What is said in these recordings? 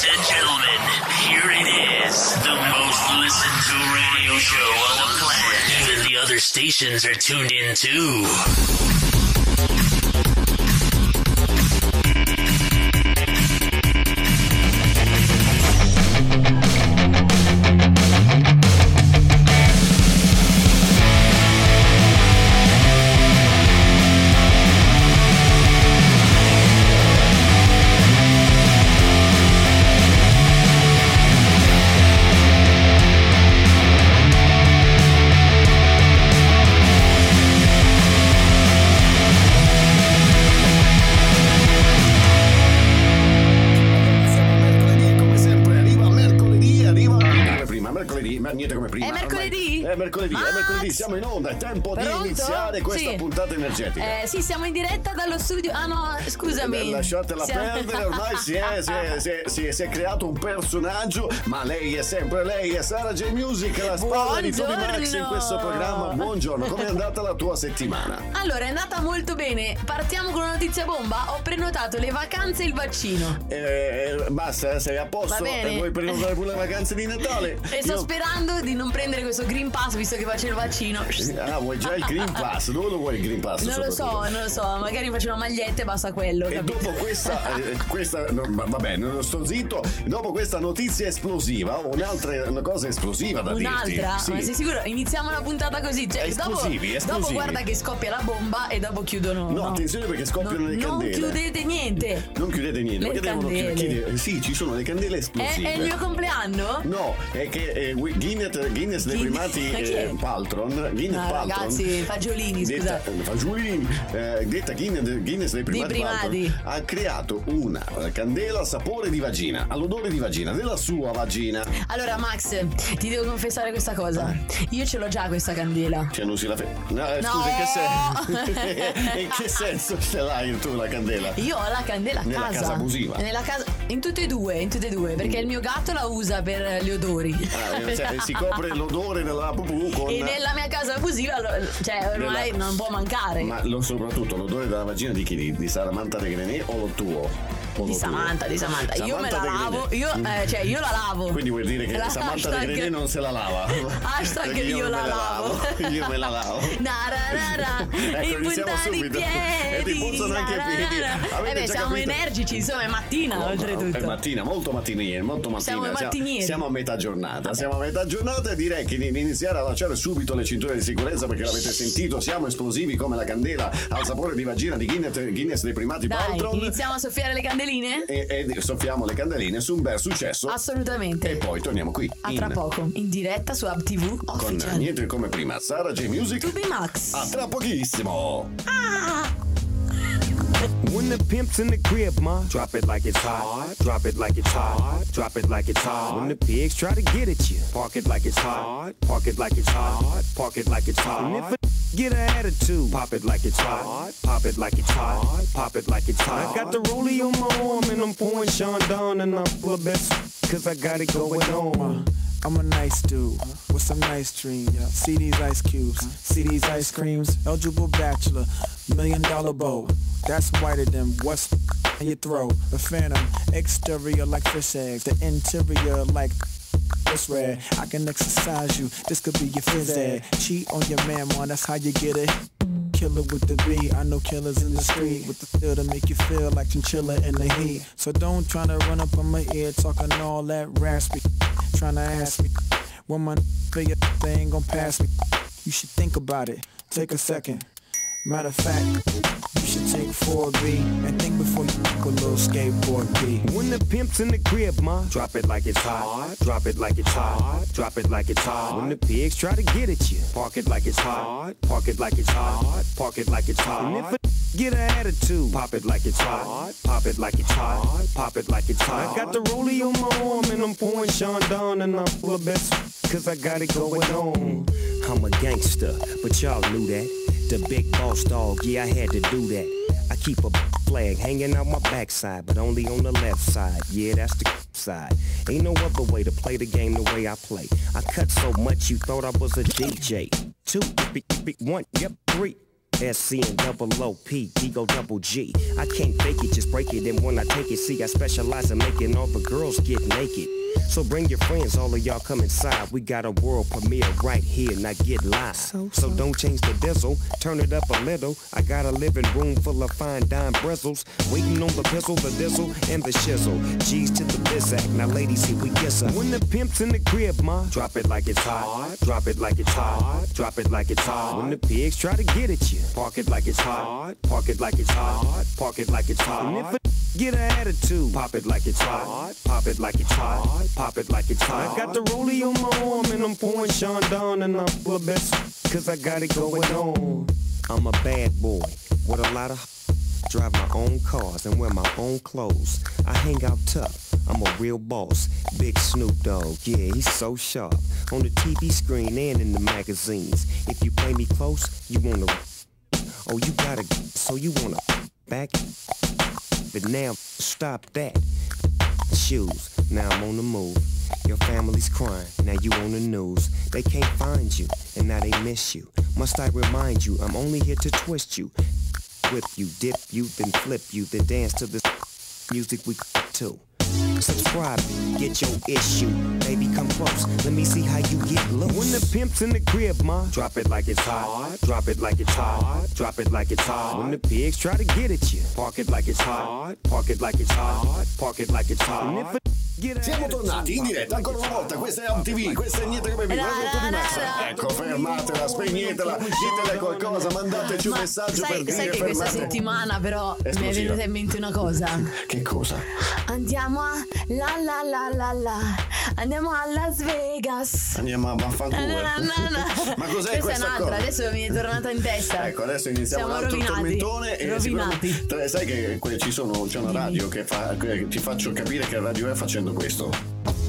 Ladies and gentlemen, here it is, the most listened to radio show on the planet. Even the other stations are tuned in too. È mercoledì, siamo in onda, è tempo di iniziare questa puntata energetica. Sì, siamo in diretta dallo studio. Ah no, scusami. Lasciatela perdere, ormai si è creato un personaggio, ma lei è sempre lei, è Sara J Music, la spalla di Toby Max in questo programma. Buongiorno, come è andata la tua settimana? Allora, è andata molto bene. Partiamo con una notizia bomba. Ho prenotato le vacanze e il vaccino. Basta, sei a posto? Vuoi prenotare pure le vacanze di Natale? E sto sperando di non prendere questo Green Pass visto che faccio il vaccino. Ah, vuoi già il Green Pass? Dove lo vuoi il Green Pass? Non lo so, magari faccio una maglietta e basta quello. E capito? dopo questa vabbè, non sto zitto. Dopo questa notizia esplosiva ho una cosa esplosiva da dirti. Un'altra? Sì. Ma sei sicuro? Iniziamo la puntata così, cioè, esplosivi. Dopo guarda che scoppia la bomba e dopo chiudono. No, attenzione perché scoppiano le candele. Non chiudete niente. Le candele. Sì, ci sono le candele esplosive. È il mio compleanno? No, è che Guinness dei primati Paltron. Ragazzi, fagiolini, scusate. Detta Guinness dei primati Paltron, ha creato una candela a sapore di vagina, all'odore di vagina, della sua vagina. Allora Max, ti devo confessare questa cosa. Io ce l'ho già questa candela. Cioè non si la scusa, in che senso ce l'hai tu la candela? Io ho la candela a nella casa abusiva. Nella casa, in tutte e due, perché il mio gatto la usa per gli odori. Cioè, si copre l'odore della pupù con... E nella mia casa abusiva, cioè ormai non può mancare. Ma soprattutto l'odore della vagina di chi? Di Samantha De Grenet o lo tuo? Di Samantha. Io me la lavo. Io la lavo. Quindi vuol dire che Samantha De Grenet non se la lava. Hashtag io la lavo. Io me la lavo. Ecco, iniziamo subito. E ti puzzano anche i piedi. Siamo energici, insomma, è mattina oltretutto. È mattina, molto mattiniere. Siamo a metà giornata. E direi che di iniziare a lanciare subito le cinture di sicurezza, perché l'avete sentito, siamo esplosivi come la candela al sapore di vagina di Guinness dei primati Paltron. Iniziamo a soffiare le candeline? E soffiamo le candeline su un bel successo. Assolutamente. E poi torniamo qui tra poco in diretta su Hub TV con niente come prima Sara J Music, Toby Max. A tra pochissimo. When the pimp's in the crib, ma, drop it like it's hot. Drop it like it's hot. Drop it like it's hot. When the pigs try to get at you, park it like it's hot. Park it like it's hot. Park it like it's hot. And if a get an attitude, pop it like it's hot. Pop it like it's hot. Pop it like it's hot. I got the rollie on my arm and I'm pouring Sean down and I'm full of best cause I got it going on. I'm a nice dude with some nice dreams. See these ice cubes, see these ice creams. Eligible bachelor, $1 million bow. That's whiter than what's in your throat. The phantom, exterior like fish eggs. The interior like it's red. I can exercise you, this could be your phys ed. Cheat on your man, man, that's how you get it. Killer with the B, I know killers in the street with the feel to make you feel like chinchilla in the heat. So don't try to run up on my ear talking all that raspy. Trying to ask me when my figure they ain't gon' pass me. You should think about it, take a second. Matter of fact, you should take 4B and think before you make a little skateboard B. When the pimp's in the crib, ma, drop it like it's hot. Drop it like it's hot. Drop it like it's hot. When the pigs try to get at you, park it like it's hot. Park it like it's hot. Park it like it's hot. And if a get an attitude, pop it like it's hot. Pop it like it's hot. Pop it like it's hot. I got the rollie on my arm and I'm pouring Sean down and I'm full of best cause I got it going on. I'm a gangster, but y'all knew that. The big boss dog, yeah, I had to do that. I keep a flag hanging out my backside, but only on the left side. Yeah, that's the side. Ain't no other way to play the game the way I play. I cut so much you thought I was a DJ. 2, 1, yep, 3. SC and double OP, Digo double G. I can't fake it, just break it. And when I take it, see, I specialize in making all the girls get naked. So bring your friends, all of y'all come inside. We got a world premiere right here, now get live. So don't change the diesel, turn it up a little. I got a living room full of fine dime bristles, waiting on the pistol, the diesel, and the shizzle. G's to the bizac, now ladies, here we kiss her. When the pimp's in the crib, ma, drop it like it's hot. Drop it like it's hot. Drop it like it's hot. When the pigs try to get at you, park it like it's hot. Park it like it's hot. Park it like it's hot. And if a get an attitude, pop it like it's hot. Pop it like it's hot. Pop it like it's hot. I got the rollie on my arm and I'm pouring Sean down and I'm the best cause I got it going on. I'm a bad boy with a lot of drive my own cars and wear my own clothes. I hang out tough, I'm a real boss. Big Snoop Dogg, yeah, he's so sharp. On the TV screen and in the magazines. If you play me close, you wanna, oh you gotta, so you wanna back. But now, stop that. Shoes, now I'm on the move. Your family's crying, now you on the news. They can't find you, and now they miss you. Must I remind you, I'm only here to twist you. Whip you, dip you, then flip you, then dance to this music we to. Subscribe, get your issue. Baby, come close, let me see how you get loose. When the pimp's in the crib, ma, drop it like it's hot. Drop it like it's hot. Drop it like it's hot. When the pigs try to get at you, park it like it's hot. Park it like it's hot. Park it like it's hot. And if siamo tornati in diretta ancora una volta, questa è MTV, questa è Niente Come Vive, ecco, fermatela, spegnetela, ditele qualcosa, mandateci un messaggio per dire sai che questa settimana però mi è venuta in mente una cosa. Che cosa? Andiamo a andiamo a Las Vegas. Andiamo a vaffanculo. Ma cos'è questa è un'altra cosa? Adesso mi è tornata in testa. Ecco, adesso iniziamo un altro tormentone e rovinati. Sai che c'è una radio che ti faccio capire che radio è facendo questo.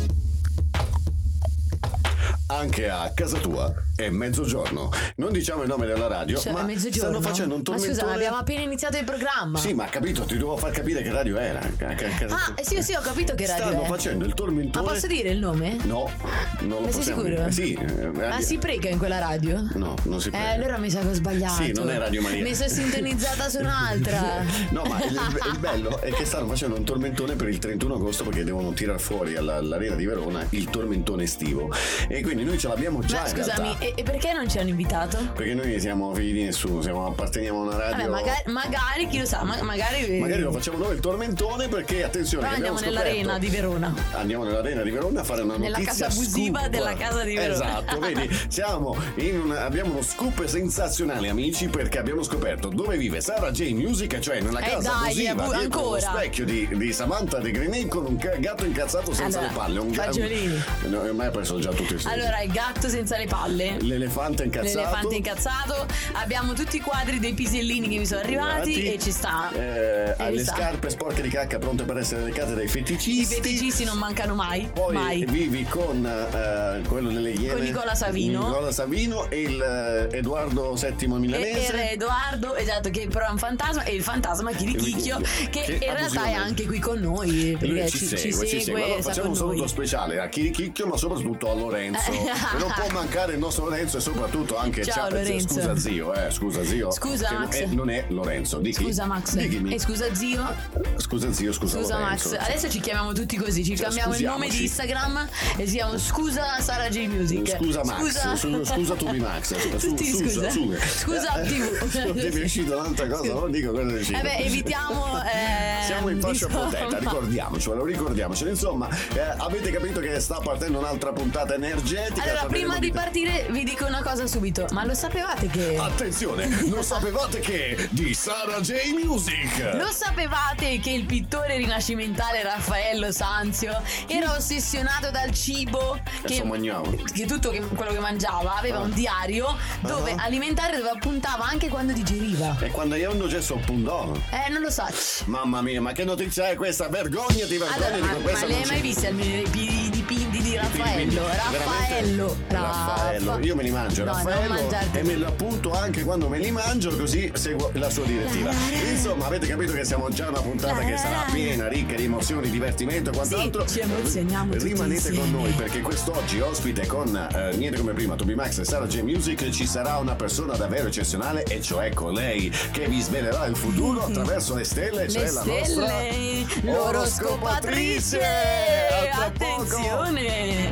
Anche a casa tua è mezzogiorno. Non diciamo il nome della radio, cioè, ma stanno facendo un tormentone. Ma scusa, abbiamo appena iniziato il programma. Sì, ma capito, ti devo far capire che radio era. Sì, ho capito che radio stanno facendo il tormentone. Ma posso dire il nome? No, non lo sei sicuro? Dire. Sì. Ma si prega in quella radio? No, non si prega. Allora mi sa che ho sbagliato. Sì, non è Radio Maria. Mi sono sintonizzata su un'altra. No, ma il bello è che stanno facendo un tormentone per il 31 agosto perché devono tirar fuori all'Arena di Verona il tormentone estivo. E quindi noi ce l'abbiamo già. Ma scusami, e perché non ci hanno invitato? Perché noi siamo figli di nessuno, apparteniamo a una radio. Magari chi lo sa, magari lo facciamo noi il tormentone perché attenzione. Però andiamo nell'Arena di Verona. Andiamo nell'Arena di Verona a fare una notizia. Nella casa abusiva scoop della casa di Verona. Esatto, vedi, abbiamo uno scoop sensazionale, amici, perché abbiamo scoperto dove vive Sarah J Music, cioè nella casa abusiva dietro lo specchio di Samantha De Grenade con un gatto incazzato senza le palle. Un fagiolini. Ormai ho preso già tutti i soldi. Allora, il gatto senza le palle, l'elefante incazzato, abbiamo tutti i quadri dei pisellini che mi sono arrivati e ci sta le scarpe sporche di cacca pronte per essere leccate dai feticisti. I feticisti non mancano mai. Poi vivi con quello delle Iene, con Nicola Savino e il Edoardo VII milanese. Edoardo, esatto, che però è un fantasma, e il fantasma Chirichicchio che in realtà è anche qui con noi perché ci segue. Allora facciamo un saluto speciale a Chirichicchio, ma soprattutto a Lorenzo. Non può mancare il nostro Lorenzo e soprattutto anche ciao Lorenzo. Scusa zio. Scusa Max. Non è Lorenzo. Scusa Max. E scusa zio. Scusa Lorenzo. Max. Adesso ci chiamiamo tutti così. Ci cambiamo il nome di Instagram e si chiama Scusa Sarah J Music. Scusa Max. Scusa Tubi Max. Scusa TV. Ti è uscita un'altra cosa, non dico cosa è uscita. Evitiamo. Siamo in fascia protetta, ricordiamocelo. Insomma, avete capito che sta partendo un'altra puntata energetica. Allora, prima di partire vi dico una cosa subito. Ma lo sapevate che... Attenzione, lo sapevate che di Sarah J Music? Lo sapevate che il pittore rinascimentale Raffaello Sanzio era ossessionato dal cibo? Che tutto quello che mangiava aveva un diario dove alimentare, dove appuntava anche quando digeriva. E quando io non gesso appuntò? Non lo so. Mamma mia, ma che notizia è questa? Vergognati allora, di questa. Ma le hai mai viste i dipinti di Sì, Raffaello. Io me li mangio, Raffaello, e me li appunto anche quando me li mangio, così seguo la sua direttiva. Insomma, avete capito che siamo già una puntata che sarà piena, ricca di emozioni, divertimento e quant'altro. Ci emozioniamo. Rimanete con noi, perché quest'oggi ospite con Niente Come Prima, Toby Max e Sarah J Music, ci sarà una persona davvero eccezionale, e cioè colei che vi svelerà il futuro attraverso le stelle, cioè la nostra l'oroscopatrice. Attenzione.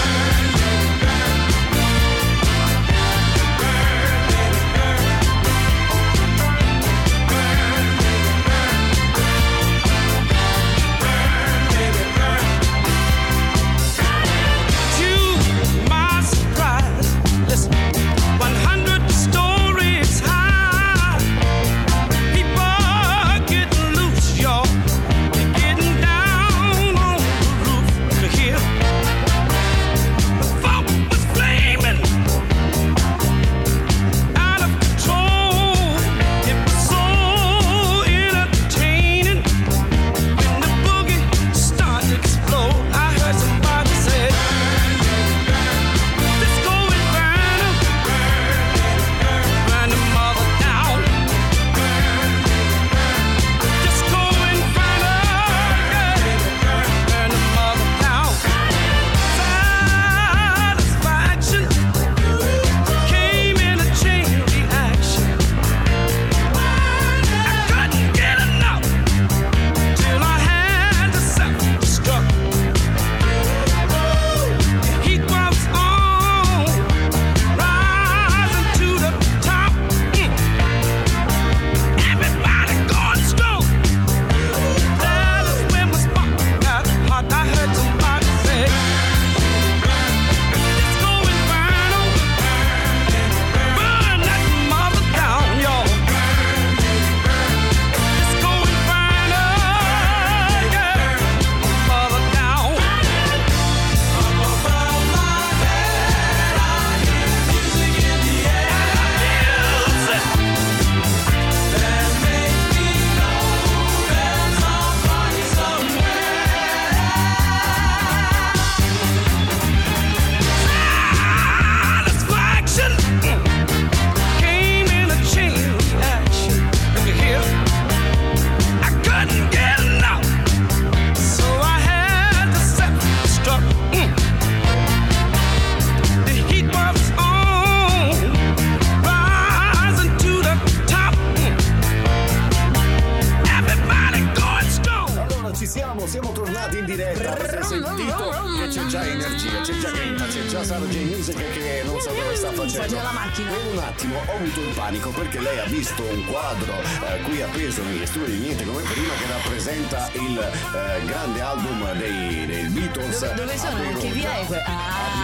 Siamo tornati in diretta. Avete sentito che c'è già energia, c'è già grinta, c'è già Sarah J Music che non sa cosa sta facendo. La macchina. Per un attimo ho avuto il panico, perché lei ha visto un quadro qui appeso negli studi di Niente Come Prima che rappresenta il grande album dei Beatles. Dove sono? Che via è quella?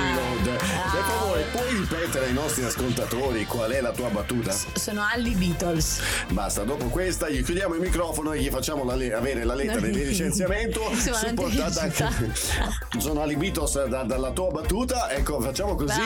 Per favore, puoi ripetere ai nostri ascoltatori qual è la tua battuta? Sono Alli Beatles. Basta, dopo questa gli chiudiamo il microfono e gli facciamo avere la lettera di licenziamento supportata anche. Sono Alli Beatles dalla tua battuta. Ecco, facciamo così.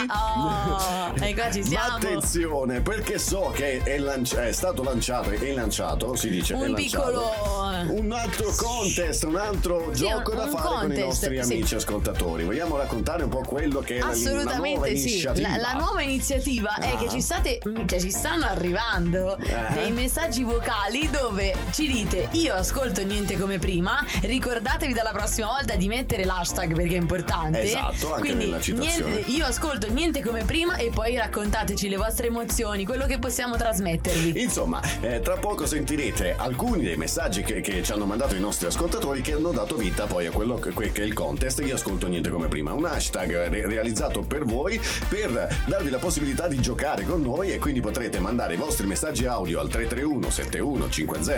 Ecco, ci siamo. Ma attenzione, perché so che è stato lanciato, si dice, un piccolo un altro contest, un altro gioco da fare con i nostri amici ascoltatori. Vogliamo raccontare un po' quello che è la nuova iniziativa? La nuova iniziativa è che ci stanno arrivando dei messaggi vocali dove ci dite: io ascolto Niente Come Prima, ricordatevi dalla prossima volta di mettere l'hashtag perché è importante. Esatto, anche quindi nella citazione. io ascolto Niente Come Prima e poi raccontateci le vostre emozioni, quello che possiamo trasmettervi. Insomma, tra poco sentirete alcuni dei messaggi che ci hanno mandato i nostri ascoltatori, che hanno dato vita poi a quello che è il contest Io ascolto Niente Come Prima, un hashtag realizzato per voi per darvi la possibilità di giocare con noi, e quindi potrete mandare i vostri messaggi audio al 331 71 50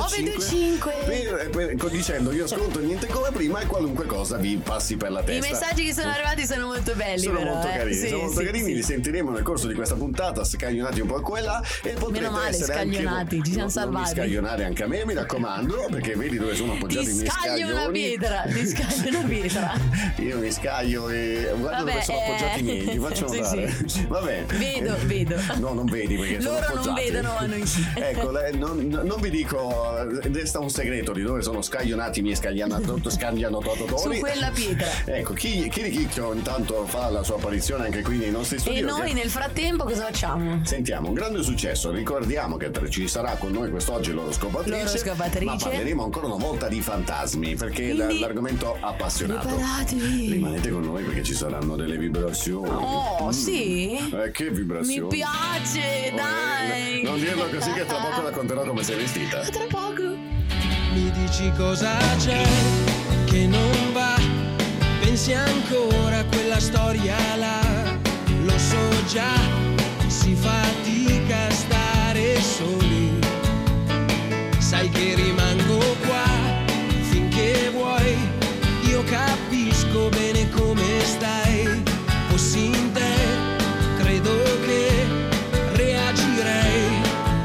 925 dicendo io ascolto Niente Come Prima, e qualunque cosa vi passi per la testa. I messaggi che sono arrivati sono molto belli, sono molto carini, sono molto carini. Li sentiremo nel corso di questa puntata, scaglionati un po' qua e là, e potrete meno male, essere scaglionati, anche ci siamo salvati. Non mi scaglionare anche a me, mi raccomando. scaglio, perché vedi dove sono appoggiati i miei scaglioni. Ti scaglio una pietra. Io mi scaglio e guarda dove sono appoggiati i miei, ti faccio notare. Sì. Va bene. Vedo. No, non vedi perché loro sono appoggiati. non vedono, ma noi sì. Ecco, non vi dico, resta un segreto di dove sono scaglionati i miei scaglianotori. Su quella pietra. Ecco, chi di Chicchio intanto fa la sua apparizione anche qui nei nostri studi. E noi nel frattempo cosa facciamo? Sentiamo, un grande successo. Ricordiamo che ci sarà con noi quest'oggi l'oroscopatrice. Ma parleremo ancora una volta di fantasmi, perché l'argomento appassionato. Preparatevi. Rimanete con noi perché ci saranno delle vibrazioni. Oh, sì? Che vibrazioni? Mi piace, dai. Non dirlo così che tra poco racconterò come sei vestita. Tra poco. Mi dici cosa c'è che non va? Pensi ancora a quella storia là? Lo so già, si fatica a stare soli. Sai che rimango qua finché vuoi. Io capisco bene come stai. Fossi in te, credo che reagirei.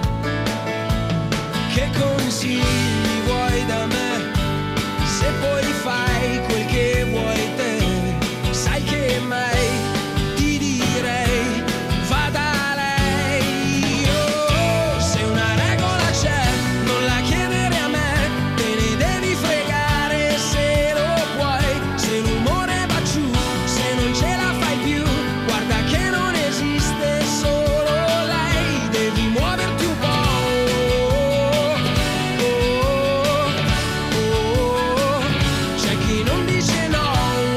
Che consigli vuoi da me? Se poi fai quel che vuoi te, sai che mai ti direi va da lei. Oh, se una regola c'è, non la chiedere a me, te ne devi fregare se lo puoi. Se l'umore va giù, se non ce la fai più, guarda che non esiste solo lei, devi muoverti un po'. C'è chi non dice no.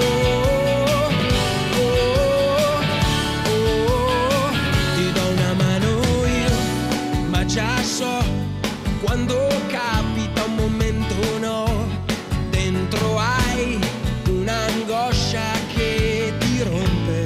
Ti do una mano io, ma già so quando capita un momento no, dentro hai un'angoscia che ti rompe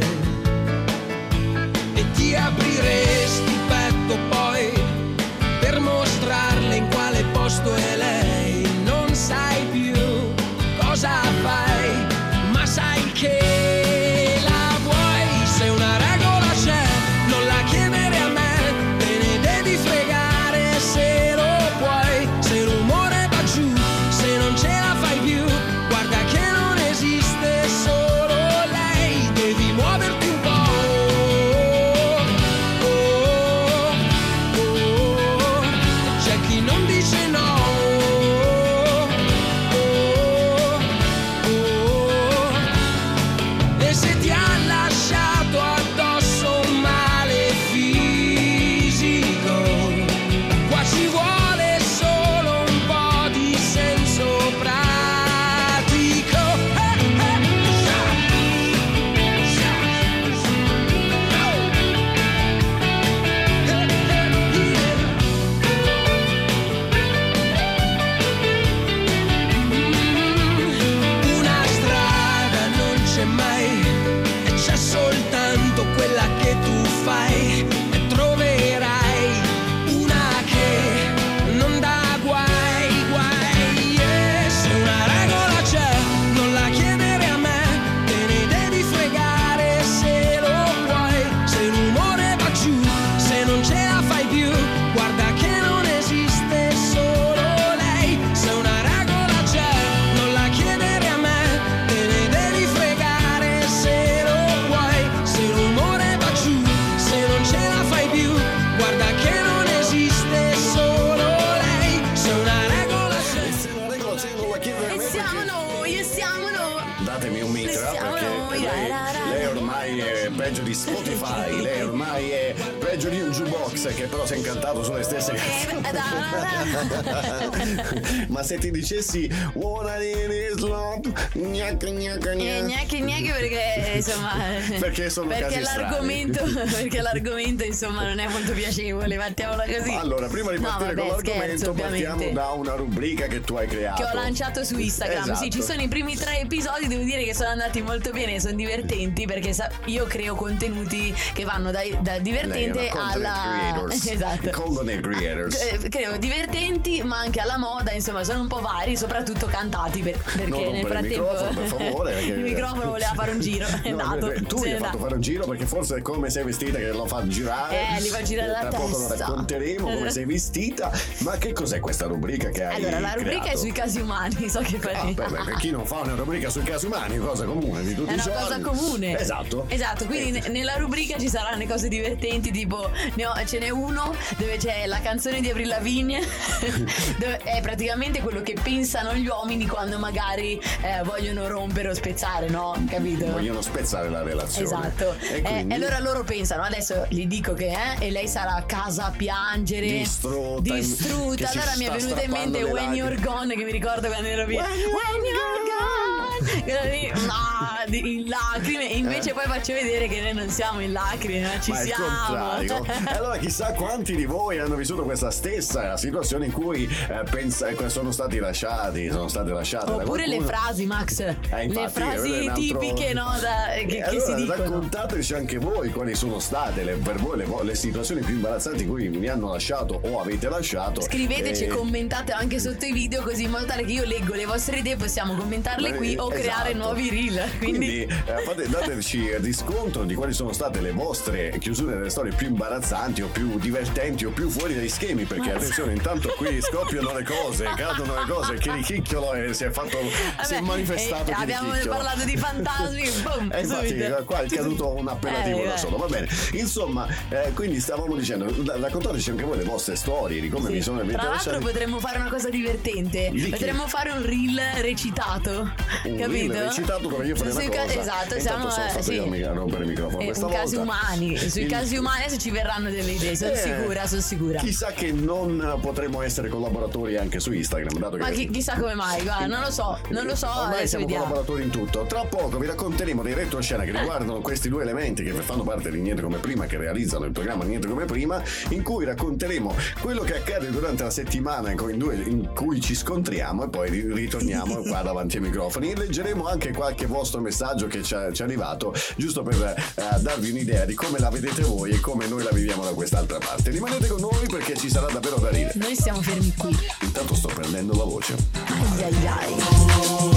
e ti apriresti petto poi per mostrarle in quale posto è lei. Non sai più cosa fai, ma sai che la vuoi. Se una regola c'è, non la chiedere a me, te ne devi fregare se lo puoi. Se l'umore va giù, se non ce la fai più, guarda che non esiste solo lei, devi muoverti un po'. C'è chi non dice no. E se ti ha lasciato addosso un male fisico, qua ci vuole solo un po' di senso pratico. Una strada non c'è mai, e c'è soltanto quella che tu fai, e troverai una che non dà guai, guai. E se una regola c'è, non la chiedere a me, te ne devi fregare se lo puoi. Se l'umore va giù, se non ce la fai più, guarda che non esiste solo lei. Se una regola c'è, non la chiedere a me, te ne devi fregare se lo puoi. Se l'umore va giù, se non ce la fai più, guarda che non esiste solo lei. Se una regola c'è. Se una regola c'è, non la chiedere a me. E siamo noi. Datemi un mitra Siamo perché noi. lei ormai è peggio di Spotify, lei ormai è peggio di un jukebox che però si è incantato sulle stesse canzoni. Ma se ti dicessi wanna need is love, gnacca gnacca Gnacchi perché insomma perché sono casi l'argomento strani. perché l'argomento insomma non è molto piacevole, mettiamola così. Allora, prima di partire con l'argomento, scherzo, partiamo da una rubrica che tu hai creato, che ho lanciato su Instagram. Esatto. Sì, ci sono i primi 3 episodi, devo dire che sono andati molto bene, sono divertenti perché io creo contenuti che vanno da divertente anche alla esatto. Content creators. Credo divertenti, ma anche alla moda, insomma, sono un po' vari, soprattutto cantati perché nel frattempo il microfono, per favore, perché... il microfono voleva fare un giro, è andato. Tu gli hai fatto fare un giro perché forse è come sei vestita che lo fa girare. Li fa girare la testa. Tra poco lo racconteremo come sei vestita. Ma che cos'è questa rubrica che hai Allora, la rubrica creato? È sui casi umani, so che fai. Per chi non fa una rubrica sui casi umani, cosa comune di tutti i giorni. È una cosa comune. Esatto, quindi nella rubrica ci saranno le cose divertenti, tipo ce n'è uno dove c'è la canzone di Avril Lavigne dove è praticamente quello che pensano gli uomini quando magari vogliono rompere o spezzare, no? Capito? Vogliono spezzare la relazione. Esatto. E allora loro pensano, adesso gli dico che e lei sarà a casa a piangere, distrutta. Allora mi è venuta in mente When You're Gone, che mi ricordo quando ero via. When You're Gone, in lacrime, e invece poi faccio vedere che noi non siamo in lacrime, ma ci siamo. Allora chissà quanti di voi hanno vissuto questa stessa situazione in cui sono state lasciate oppure le frasi, Max, le frasi tipiche, no, che si dicono. Raccontateci anche voi quali sono state per voi le situazioni più imbarazzanti in cui mi hanno lasciato o avete lasciato. Scriveteci e commentate anche sotto i video, così in modo tale che io leggo le vostre idee, possiamo commentarle qui o creare nuovi reel. Quindi dateci riscontro di quali sono state le vostre chiusure delle storie più imbarazzanti o più divertenti o più fuori dai schemi, perché attenzione, intanto qui scoppiano le cose, cadono le cose, che Chicchiolo si è manifestato. Abbiamo parlato di fantasmi, boom, infatti qua è caduto un appellativo da solo, va bene. Insomma, quindi stavamo dicendo, raccontateci anche voi le vostre storie di come vi sono Tra l'altro potremmo fare una cosa divertente, potremmo fare un reel recitato, capito? Reel recitato dove io farei una cosa. Esatto, siamo a rompere il microfono questa volta. Casi umani, sui casi umani adesso ci verranno delle idee, sono sicura. Chissà che non potremo essere collaboratori anche su Instagram, dato ma che chissà come mai, guarda, non lo so. Ormai siamo vediamo. collaboratori in tutto. Tra poco vi racconteremo dei retroscena che riguardano questi due elementi che fanno parte di Niente Come Prima, che realizzano il programma Niente Come Prima, in cui racconteremo quello che accade durante la settimana in cui ci scontriamo e poi ritorniamo qua davanti ai microfoni, e leggeremo anche qualche vostro messaggio che ci è arrivato, giusto per darvi un'idea di come la vedete voi e come noi la viviamo da quest'altra parte. Rimanete con noi perché ci sarà davvero da ridere. Noi siamo fermi qui. Intanto sto perdendo la voce. Ai.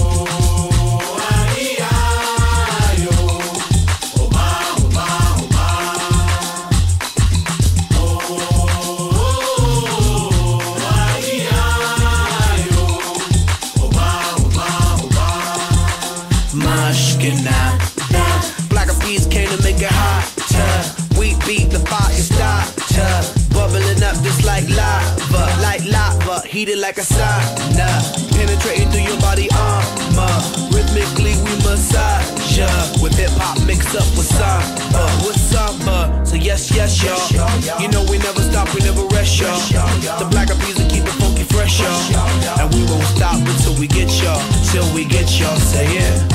Black of peas came to make it hotter. We beat the fire starter, bubbling up just like lava, heated like a sauna, penetrating through your body armor. Rhythmically we massage ya, with hip hop mixed up with samba. So yes, y'all. You know we never stop, we never rest, y'all. The black of peas will keep it funky fresh, y'all. And we won't stop until we get y'all, say it.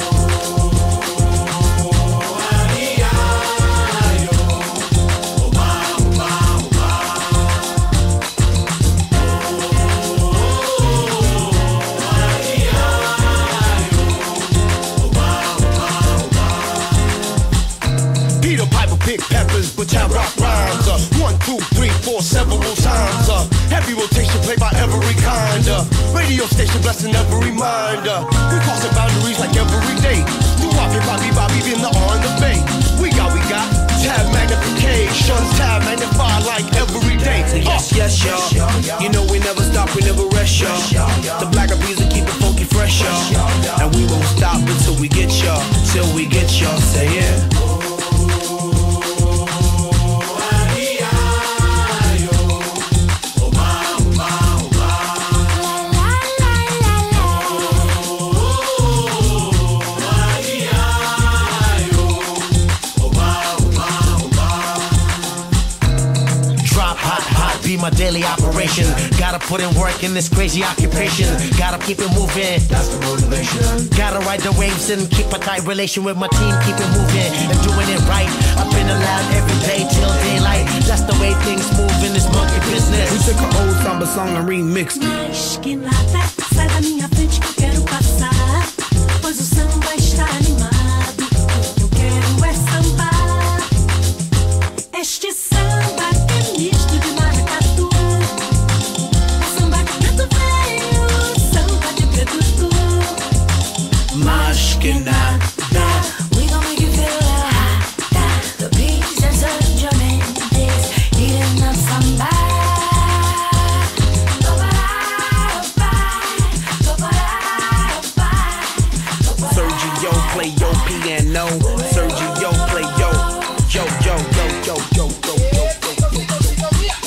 Which I rock rhymes 1, 2, 3, 4 several times heavy rotation played by every kind radio station blessing every mind we crossing boundaries like every day new Bobby in the on the bay we got tab magnification tab magnified like every day yes y'all you know we never stop we never rest y'all the black bees will keep it funky fresh y'all and we won't stop until we get y'all say it. My daily operation, gotta put in work in this crazy occupation, gotta keep it moving, that's the motivation, gotta ride the waves and keep a tight relation with my team, keep it moving and doing it right, up in the lab every day till daylight, that's the way things move in this monkey business. We took an old samba song and remixed. Mas que nada, sai da minha frente que eu quero passar, pois o samba está animado, eu quero é sambar. che nada. We gon' make you feel hot. The peace and judgment is heating up somebody. Sergio, play your piano. Sergio, play yo, yo, yo, yo, yo, yo, yo, yo, yo.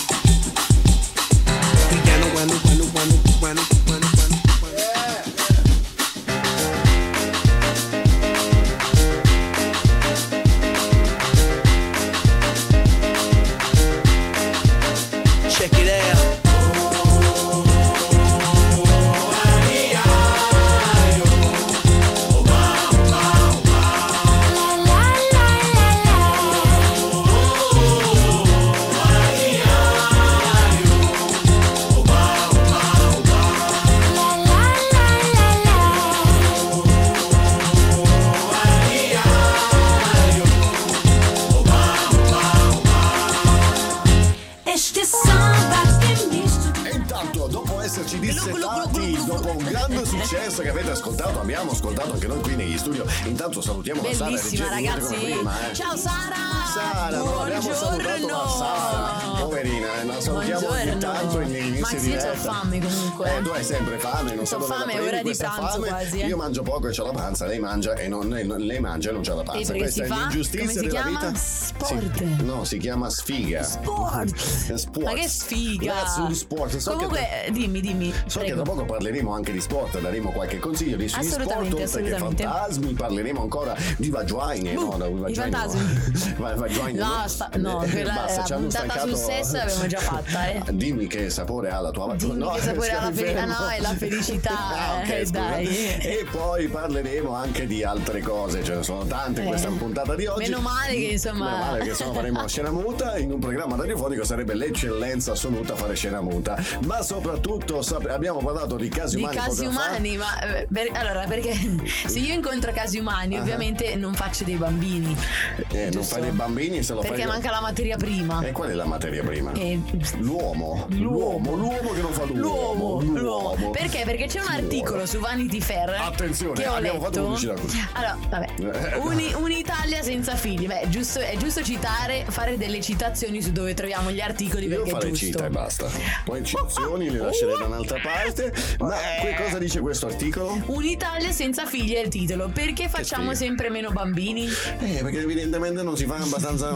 Piano, bueno, bueno, bueno, bueno, bueno, bueno. Check it out. Esserci dissetati dopo un grande successo che avete ascoltato, abbiamo ascoltato anche noi qui negli studio. Intanto salutiamo la Sara. Bellissima, ragazzi. Prima, Ciao Sara. Sara, non abbiamo salutato la Sara. Poverina, la salutiamo ogni tanto inizio di diretta. Io ho fame comunque. Tu hai sempre fame, non so dove fame, è ora di pranzo quasi. Io mangio poco e c'ho la panza, lei mangia e lei mangia e non c'ha la panza. Questa è l'ingiustizia della vita. Sport. No, si chiama sfiga. Sport. Ma che sfiga? Cazzo di sport. Comunque, dimmi. So che tra poco parleremo anche di sport, daremo qualche consiglio di sport, oltre che fantasmi, parleremo ancora di vagine, no? I fantasmi. Vagine, no, quella basta, la puntata sul sesso l'abbiamo già fatta, Dimmi che sapore ha la tua vagina. Dimmi che sapore ha la felicità, no, è la felicità. Okay, dai. E poi parleremo anche di altre cose, ce ne sono tante in questa puntata di oggi. Meno male che insomma faremo scena muta. In un programma radiofonico sarebbe l'eccellenza assoluta fare scena muta, ma soprattutto abbiamo parlato di casi umani. Di casi umani, ma allora, perché se io incontro casi umani, ovviamente non faccio dei bambini. Non fai dei bambini se lo perché fai. manca la materia prima. E qual è la materia prima? L'uomo che non fa l'uomo. Perché? Perché c'è un articolo su Vanity Fair. Attenzione, che ho abbiamo letto. fatto pubblicità così. Allora, vabbè. Un'Italia senza figli. Beh, è giusto citare, fare delle citazioni su dove troviamo gli articoli. Io perché farei è giusto. cita e basta. Poi citazioni le lascerei da un'altra parte. Ma cosa dice questo articolo? Un'Italia senza figli è il titolo. Perché facciamo sempre meno bambini? Perché evidentemente non si fa abbastanza.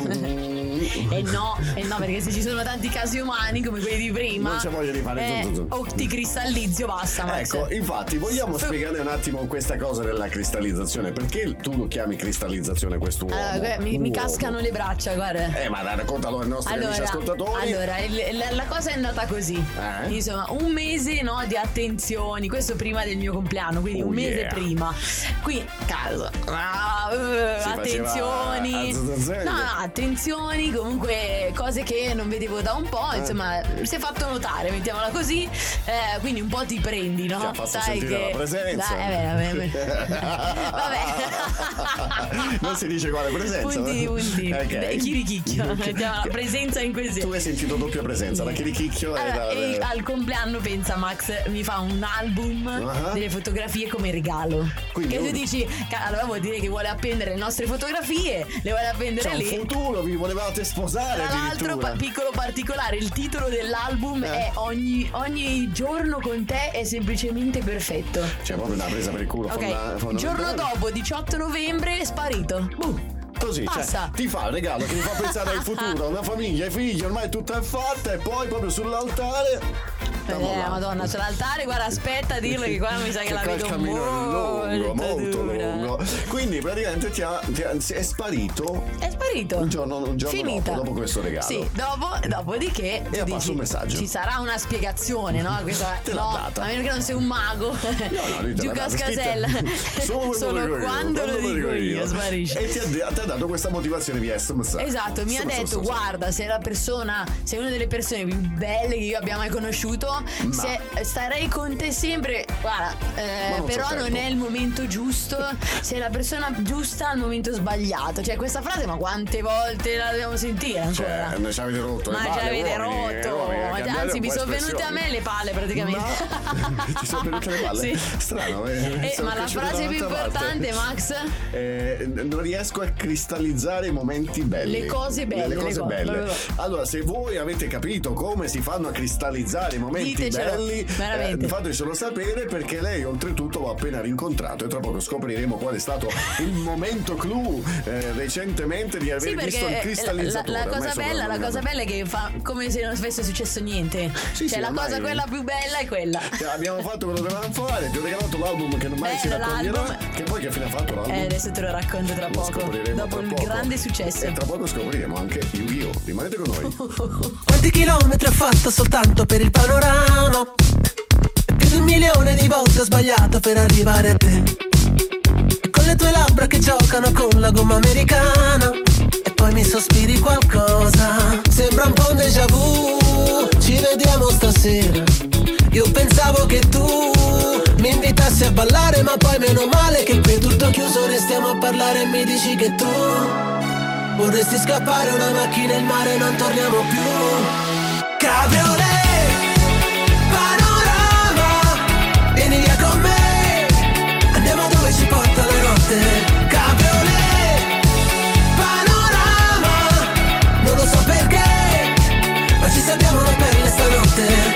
No, perché se ci sono tanti casi umani come quelli di prima, non c'è voglia di fare tutto. O ti cristallizzo, basta. Max. Ecco, infatti vogliamo spiegare un attimo questa cosa della cristallizzazione. Perché tu lo chiami cristallizzazione questo uomo? Allora, mi cascano le braccia, guarda. Ma raccontalo ai nostri amici ascoltatori. Allora, la cosa è andata così. Insomma, un mese di attenzioni. Questo prima del mio compleanno, quindi un mese prima. Qui, caso. Attenzioni. Attenzioni. Comunque, cose che non vedevo da un po'. Insomma, si è fatto notare, mettiamola così. Quindi un po' ti prendi, no? Ti ha fatto sentire la presenza. Vabbè. Non si dice quale presenza. Punti. Okay. Chirichicchio. Mettiamo la presenza in così. Tu hai sentito doppia presenza, la chirichicchio e al compleanno pensa Max mi fa un album delle fotografie come regalo. Quindi che tu dici, allora vuol dire che vuole appendere le nostre fotografie, le vuole appendere lì. Un futuro, vi volevate sposare. Tra l'altro, piccolo particolare, il titolo dell'album è ogni giorno con te è semplicemente perfetto. Cioè proprio una presa per il culo. Il giorno dopo, 18 novembre, è sparito. Così, cioè, ti fa il regalo che mi fa pensare al futuro, una famiglia, i figli, ormai tutto è fatta, e poi proprio sull'altare. Madonna, sull'altare, guarda, aspetta a dirlo che qua mi sa che la vedo molto lungo. Quindi praticamente è sparito. È sparito. Un giorno dopo questo regalo. Sì, dopodiché e ha passato un messaggio. Ci sarà una spiegazione, no? Questa a meno che non sei un mago. Giù cascasella. Solo quando lo dico io sparisce. E ti ha dato questa motivazione via SMS. Esatto, mi ha detto guarda, sei una delle persone più belle che io abbia mai conosciuto, starei con te sempre. Guarda, però non è il momento giusto. Sei la persona giusta al momento sbagliato. Cioè, questa frase, ma quante volte la dobbiamo sentire ancora? Cioè, ci avete rotto. Ma ci avete rotto. Anzi, mi sono venute a me le palle praticamente. Ti sono venute le palle? Sì. Strano, ma la frase più importante, Max? Non riesco a cristallizzare i momenti belli. Le cose belle. Allora, se voi avete capito come si fanno a cristallizzare i momenti belli, fatecelo sapere, perché lei oltretutto l'ho appena rincontrato e tra poco scopriremo qual è stato il momento clou recentemente di aver visto il cristallizzatore. La cosa bella è che fa come se non fosse successo niente. La cosa quella più bella è quella. Abbiamo fatto quello che dovevamo fare, ti ho regalato l'album che non mai si raccoglierà. Che poi che fine ha fatto l'album? Adesso te lo racconto tra poco, dopo il grande successo. E tra poco scopriremo anche Yu-Gi-Oh! Rimanete con noi. Quanti chilometri ho fatto soltanto per il panorama? Più di 1 milione di volte ho sbagliato per arrivare a te. E con le tue labbra che giocano con la gomma americana, e poi mi sospiri qualcosa. Sembra un po' un déjà vu. Ci vediamo stasera. Io pensavo che tu mi invitassi a ballare, ma poi meno male che qui è tutto chiuso. Restiamo a parlare e mi dici che tu vorresti scappare una macchina in mare, non torniamo più. Cabriolet, panorama, vieni via con me, andiamo dove ci porta la notte. Cabriolet, panorama, non lo so perché, ma ci salviamo la pelle stanotte.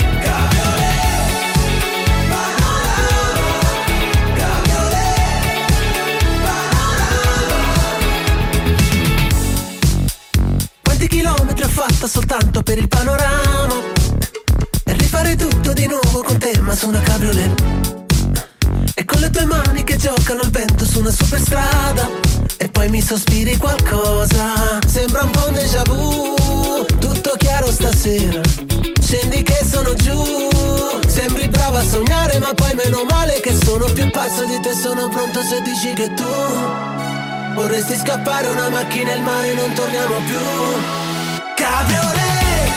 Chilometri ho fatto soltanto per il panorama e rifare tutto di nuovo con te, ma su una cabriolet. E con le tue mani che giocano al vento su una superstrada, e poi mi sospiri qualcosa. Sembra un po' un déjà vu. Tutto chiaro stasera, scendi che sono giù. Sembri brava a sognare, ma poi meno male che sono più pazzo di te. Sono pronto se dici che tu vorresti scappare una macchina e il mare, non torniamo più. Cabriolet,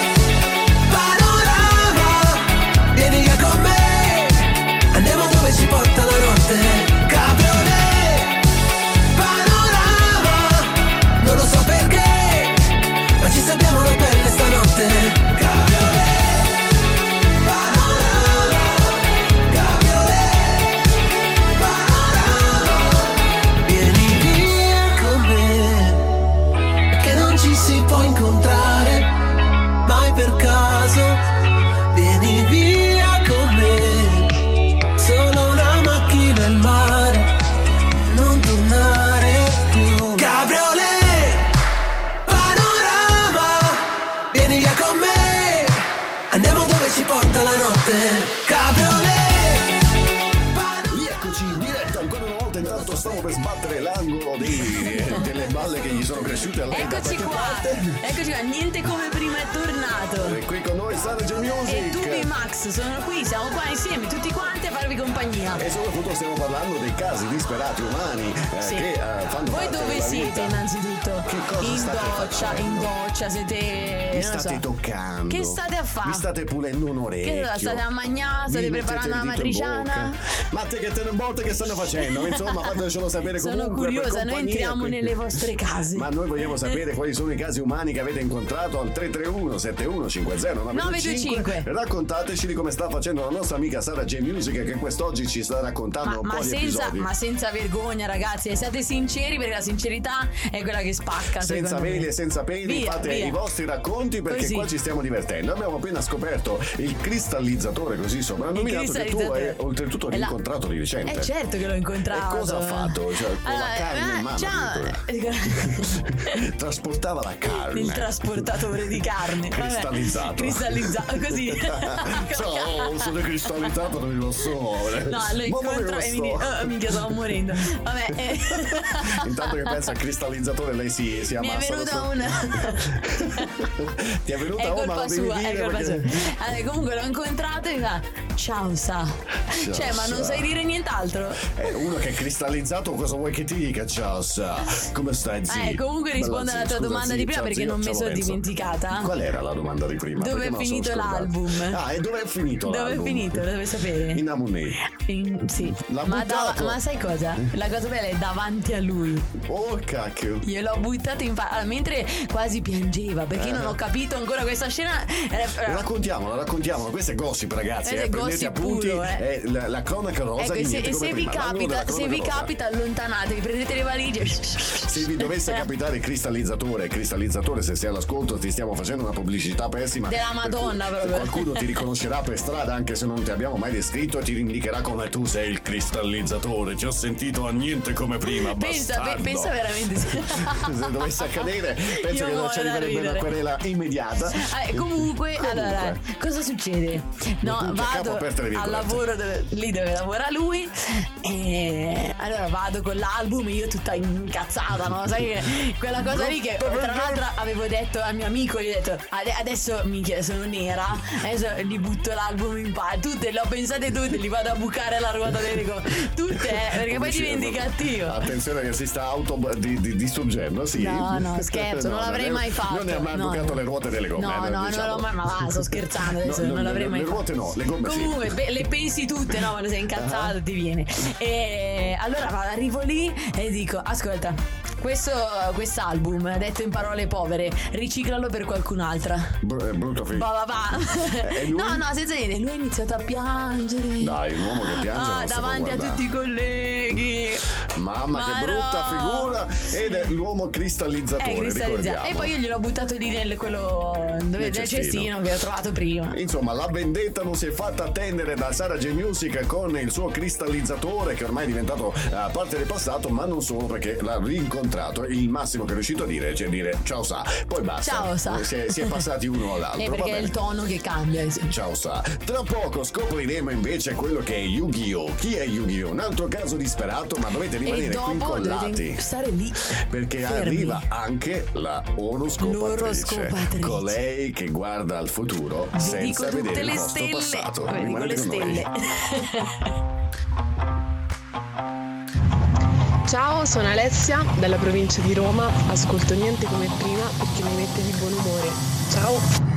panorama, vieni via con me, andiamo dove ci porta la notte. Cabriolet, panorama, non lo so perché, ma ci salviamo la pelle stanotte. Cabriolet, panorama, cabriolet, panorama, vieni via con me, che non ci si può incontrare mai per caso. Vieni via con me, solo una macchina e il mare, non tornare più. Cabriolet, panorama, vieni via con me, andiamo dove ci porta la notte. Cabriolet, rieccoci in diretta ancora una volta. Intanto stavo per sbattere l'angolo delle balle che gli sono cresciute a lei. Eccoci qua, niente come prima è tornato. E qui con noi Sara J Music e Tubi Max sono qui, siamo qua insieme tutti quanti a farvi compagnia. E soprattutto stiamo parlando dei casi disperati umani che fanno voi parte dove della siete vita. Innanzitutto? Che cosa in doccia siete. Vi state toccando. Che state a fare? Vi state pulendo un orecchio. Che state a mangiare? State preparando la matriciana? Ma te che te ne botte che stanno facendo? Insomma, fatecelo sapere comunque. Sono curiosa, noi entriamo nelle vostre case. Ma noi vogliamo sapere quali sono i casi umani che avete incontrato al 331 7150 925. Raccontateci di come sta facendo la nostra amica Sara J Music, che quest'oggi ci sta raccontando un po' di episodi. Ma senza vergogna, ragazzi, e siate sinceri, perché la sincerità è quella che spacca. Senza veli e senza peli, fate i vostri racconti, perché così qua ci stiamo divertendo. Abbiamo appena scoperto il cristallizzatore, così soprannominato, che tu hai oltretutto incontrato di recente. Certo che l'ho incontrato. E cosa ha fatto? Cioè, con la carne in mano. Trasportava la carne. Il trasportatore di carne. Cristallizzato. Così. Ciao, sono cristallizzato, non lo so. No, lo incontro e mi dice, minchia, stavo morendo. Vabbè. Intanto che pensa al cristallizzatore, lei si ammassa. Mi è venuta una. Ti è venuta una, ma devi dire allora, comunque l'ho incontrato e fa: ciao Sa. Cioè, ma non sai dire nient'altro? È uno che cristallizzato, cosa vuoi che ti dica? Ciao, come stai, zio? Comunque rispondo alla tua domanda di prima, perché non mi sono dimenticata. Qual era la domanda di prima? Dove è finito l'album? E dove è finito l'album? Dove è finito? Lo devi sapere. In Amunei. Sì. Ma sai cosa? La cosa bella è davanti a lui. Oh cacchio. Io l'ho buttato in mentre quasi piangeva, perché io non ho capito ancora questa scena. Raccontiamola. Questa è gossip, ragazzi. Prendete appunti. È la cronaca rosa. Ecco, se vi capita, allontanatevi, prendete le valigie. Se vi dovesse capitare cristallizzatore, se sei all'ascolto, ti stiamo facendo una pubblicità pessima della Madonna, proprio. Qualcuno ti riconoscerà per strada, anche se non ti abbiamo mai descritto, e ti indicherà come tu sei il cristallizzatore. Ti ho sentito a niente come prima. Pensa veramente. Se dovesse accadere, penso che ci arriverebbe una querela immediata. Comunque, allora, cosa succede? No, vado al lavoro lì dove lavora lui, e allora vado con l'album, io tutta incazzata, no? Sai che quella cosa lì che tra l'altro avevo detto al mio amico, gli ho detto adesso minchia sono nera, adesso gli butto l'album in palla, tutte le ho pensate tutte, li vado a bucare alla ruota tutte, perché poi diventi cattivo. Attenzione che si sta distruggendo, sì. No, scherzo, non l'avrei mai fatto. Non ne ha mai bucato le ruote delle gomme. No, non l'ho mai, ma sto scherzando, adesso non l'avrei mai fatto. Le ruote no, le gomme comunque, sì. Le pensi tutte, no, quando sei incazzato ti viene. E allora arrivo lì e dico, ascolta, quest'album, detto in parole povere, riciclalo per qualcun'altra. Brutto figlio. Va. No, senza niente. Lui ha iniziato a piangere. Dai, un uomo che piange davanti a tutti i colleghi. Mamma, che brutta figura. Ed è l'uomo cristallizzatore, ricordiamo. E poi io gliel'ho buttato lì nel cestino che ho trovato prima. Insomma, la vendetta non si è fatta attendere da Sarah J Music con il suo cristallizzatore, che ormai è diventato parte del passato, ma non solo, perché l'ha rincontrato. Il massimo che è riuscito a dire, cioè dire ciao sa, poi basta. Ciao sa. Si è passati uno all'altro. Perché è il tono che cambia. Ciao sa. Tra poco scopriremo invece quello che è Yu-Gi-Oh! Chi è Yu-Gi-Oh? Un altro caso disperato, ma dovete rimanere qui incollati. Dovete stare lì. Perché fermi. Arriva anche la oroscopatrice. Colei che guarda al futuro senza vedere il nostro passato. Rimanete con noi. Ciao, sono Alessia dalla provincia di Roma, ascolto niente come prima perché mi mette di buon umore. Ciao!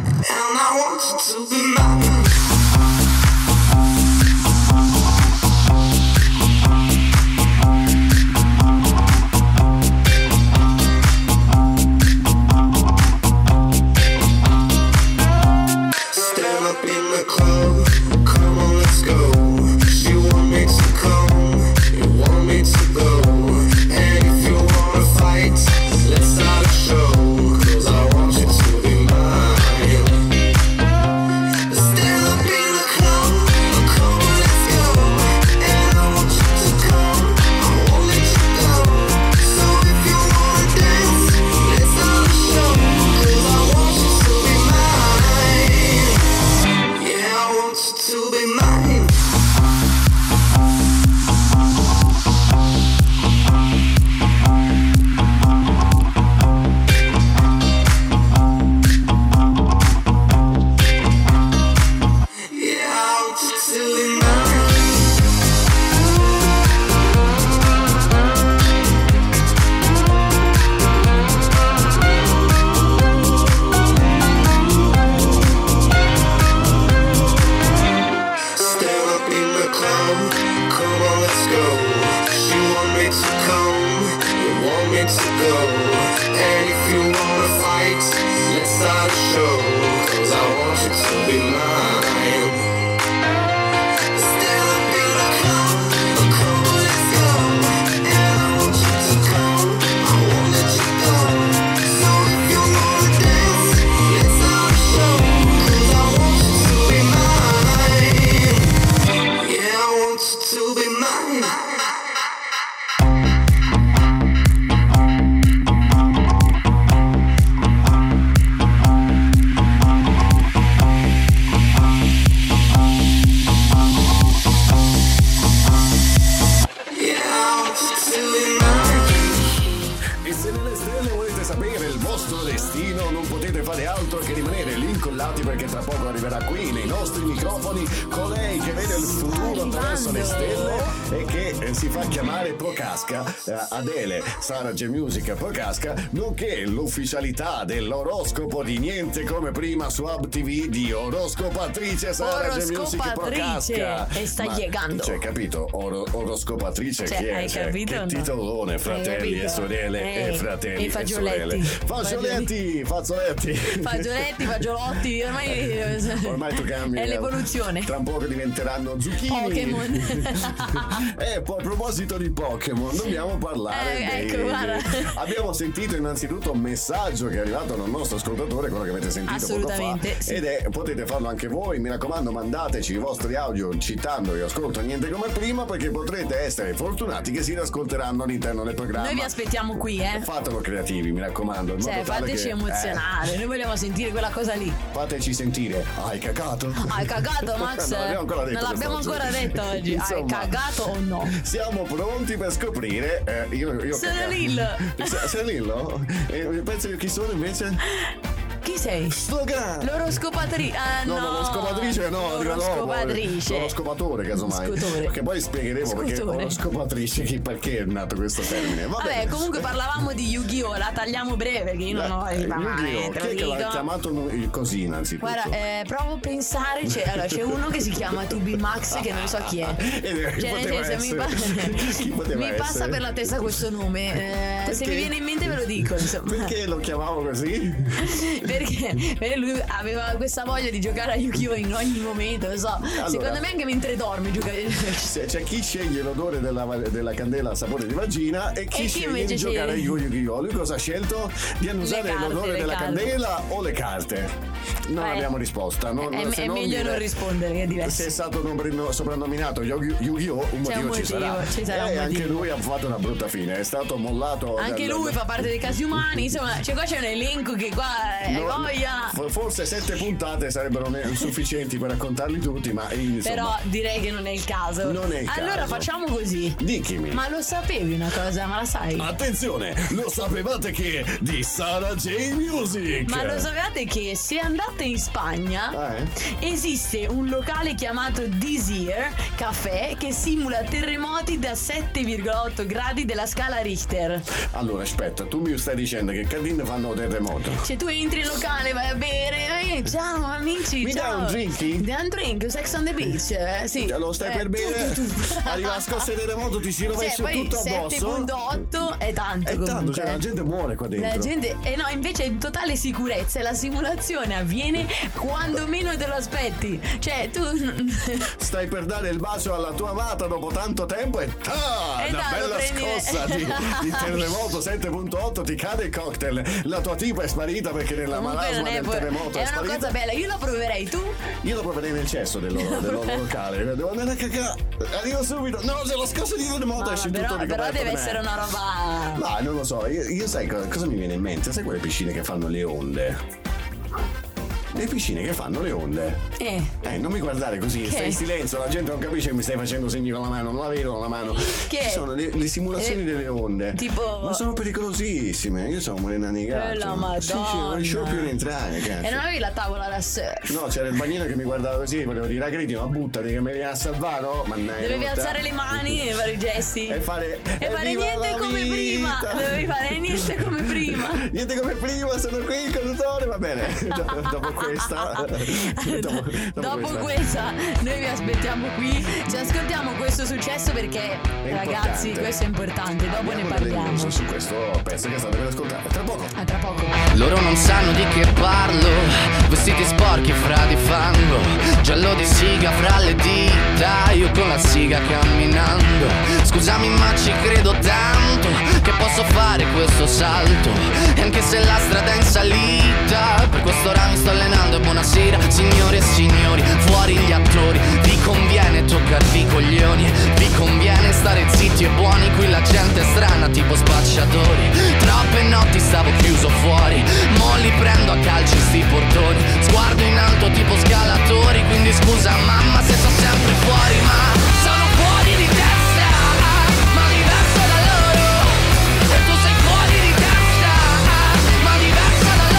destino, non potete fare altro che rimanere lì incollati, perché tra poco arriverà qui nei nostri microfoni colei che vede il futuro attraverso le stelle e che si fa chiamare Procasca, Adele Sara J Music Procasca, nonché l'ufficialità dell'oroscopo di Niente Come Prima su Hub TV di oroscopatrice Sara J Music Procasca. E sta llegando. Cioè, capito? Oroscopatrice, cioè, chi è? Hai capito? Che titolone, fratelli e sorelle e fratelli e fazzoletti. Fagiolotti, ormai tu cambi. È l'evoluzione. Tra un po' che diventeranno zucchini. Pokémon. E poi a proposito di Pokémon, dobbiamo parlare abbiamo sentito innanzitutto un messaggio che è arrivato dal nostro ascoltatore, quello che avete sentito poco fa, sì. ed è, potete farlo anche voi, mi raccomando, mandateci i vostri audio citando Io Ascolto Niente Come Prima, perché potrete essere fortunati che si riascolteranno all'interno del programma. Noi vi aspettiamo qui, Fatelo creativi, mi raccomando, in modo tale fateci emozionare, noi vogliamo sentire quella cosa lì. Fateci sentire. Hai cagato? Hai cagato, Max? Non l'abbiamo ancora detto oggi. Insomma, hai cagato o no? Siamo pronti per scoprire. Sono Lillo. Sei Lillo? Penso chi sono invece? Chi sei? Slogan. L'oroscopatrice. L'oroscopatrice l'oroscopatrice. L'oroscopatore, casomai. Perché poi spiegheremo perché oroscopatrice, perché è nato questo termine. Vabbè, comunque parlavamo di Yu-Gi-Oh! La tagliamo breve perché io non ho Yu-Gi-Oh! Chi è che l'ha chiamato così innanzitutto? Guarda, provo a pensare, c'è uno che si chiama Tubi Max che non so chi è. Mi passa per la testa questo nome. Se mi viene in mente ve lo dico, insomma. Perché lo chiamavo così? Perché lui aveva questa voglia di giocare a Yu-Gi-Oh! In ogni momento, non so. Allora, secondo me anche mentre dormi gioca. C'è chi sceglie l'odore della candela al sapore di vagina e chi sceglie di giocare a Yu-Gi-Oh! Lui cosa ha scelto? Di annusare l'odore della candela o le carte? Non abbiamo risposta. È meglio non rispondere, che è diverso. Se è stato soprannominato Yu-Gi-Oh! Un motivo ci sarà. E anche lui ha fatto una brutta fine. È stato mollato. Anche lui fa parte dei casi umani. Insomma, qua c'è un elenco che qua voglia. Forse 7 puntate sarebbero sufficienti per raccontarli tutti, ma insomma. Però direi che non è il caso. Non è il caso. Allora facciamo così. Dichimi. Ma lo sapevi una cosa? Ma la sai? Attenzione, lo sapevate che di Sara J Music? Ma lo sapevate che se andate in Spagna esiste un locale chiamato Desir Café che simula terremoti da 7,8 gradi della scala Richter. Allora aspetta, tu mi stai dicendo che Cardin fanno terremoto? Se tu entri in locale, vai a bere, ciao amici, mi ciao. dai un drink? Dai un drink, Sex on the Beach, sì. Lo stai per bere? Arriva a scossa di terremoto, ti si rovescia tutto addosso. 7,8 è tanto. È tanto, cioè la gente muore qua dentro. La gente, no, invece è in totale sicurezza e la simulazione avviene quando meno te lo aspetti. Cioè tu stai per dare il bacio alla tua amata dopo tanto tempo e una bella scossa di terremoto 7,8, ti cade il cocktail, la tua tipa è sparita perché nella malasma del terremoto è una cosa bella. Io la proverei, tu? Io la proverei nel cesso del loro locale. Devo andare a cagare, arrivo subito. No, c'è la scossa di terremoto, esce tutto ricoperto. Però deve essere una roba. Ma non lo so, io sai cosa mi viene in mente? Sai quelle piscine che fanno le onde? Le piscine che fanno le onde. Non mi guardare così, stai in silenzio, la gente non capisce che mi stai facendo segni con la mano, non la vedo con la mano. Che? Ci sono le simulazioni delle onde. Tipo. Ma sono pericolosissime. Io sono morena negato. La Madonna. Sì, non riuscivo più ad entrare, cazzo. E non avevi la tavola da surf? No, c'era il bagnino che mi guardava così, volevo dire a gridi, ma buttati che mi vieni a salvare, no? Dovevi alzare le mani e fare i gesti. E fare niente come prima. Dovevi fare niente come prima. Niente come prima, sono qui il conduttore, va bene. Dopo questa. Dopo questa noi vi aspettiamo qui. Ci ascoltiamo questo successo perché ragazzi questo è importante. Dopo ne parliamo su questo pezzo che state per ascoltare. Tra poco. Loro non sanno di che parlo. Vestiti sporchi fra di fango, giallo di siga fra le dita, io con la siga camminando. Scusami ma ci credo tanto che posso fare questo salto, e anche se la strada è in salita, per quest'ora mi sto allenando. E buonasera signore e signori, fuori gli attori. Vi conviene toccarvi i coglioni, vi conviene stare zitti e buoni. Qui la gente è strana tipo spacciatori. Troppe notti stavo chiuso fuori, mo li prendo a calci sti portoni. Sguardo in alto tipo scalatori, quindi scusa mamma se sto sempre fuori, ma sono fuori di testa, ma diverso da loro. E tu sei fuori di testa, ma diverso da loro.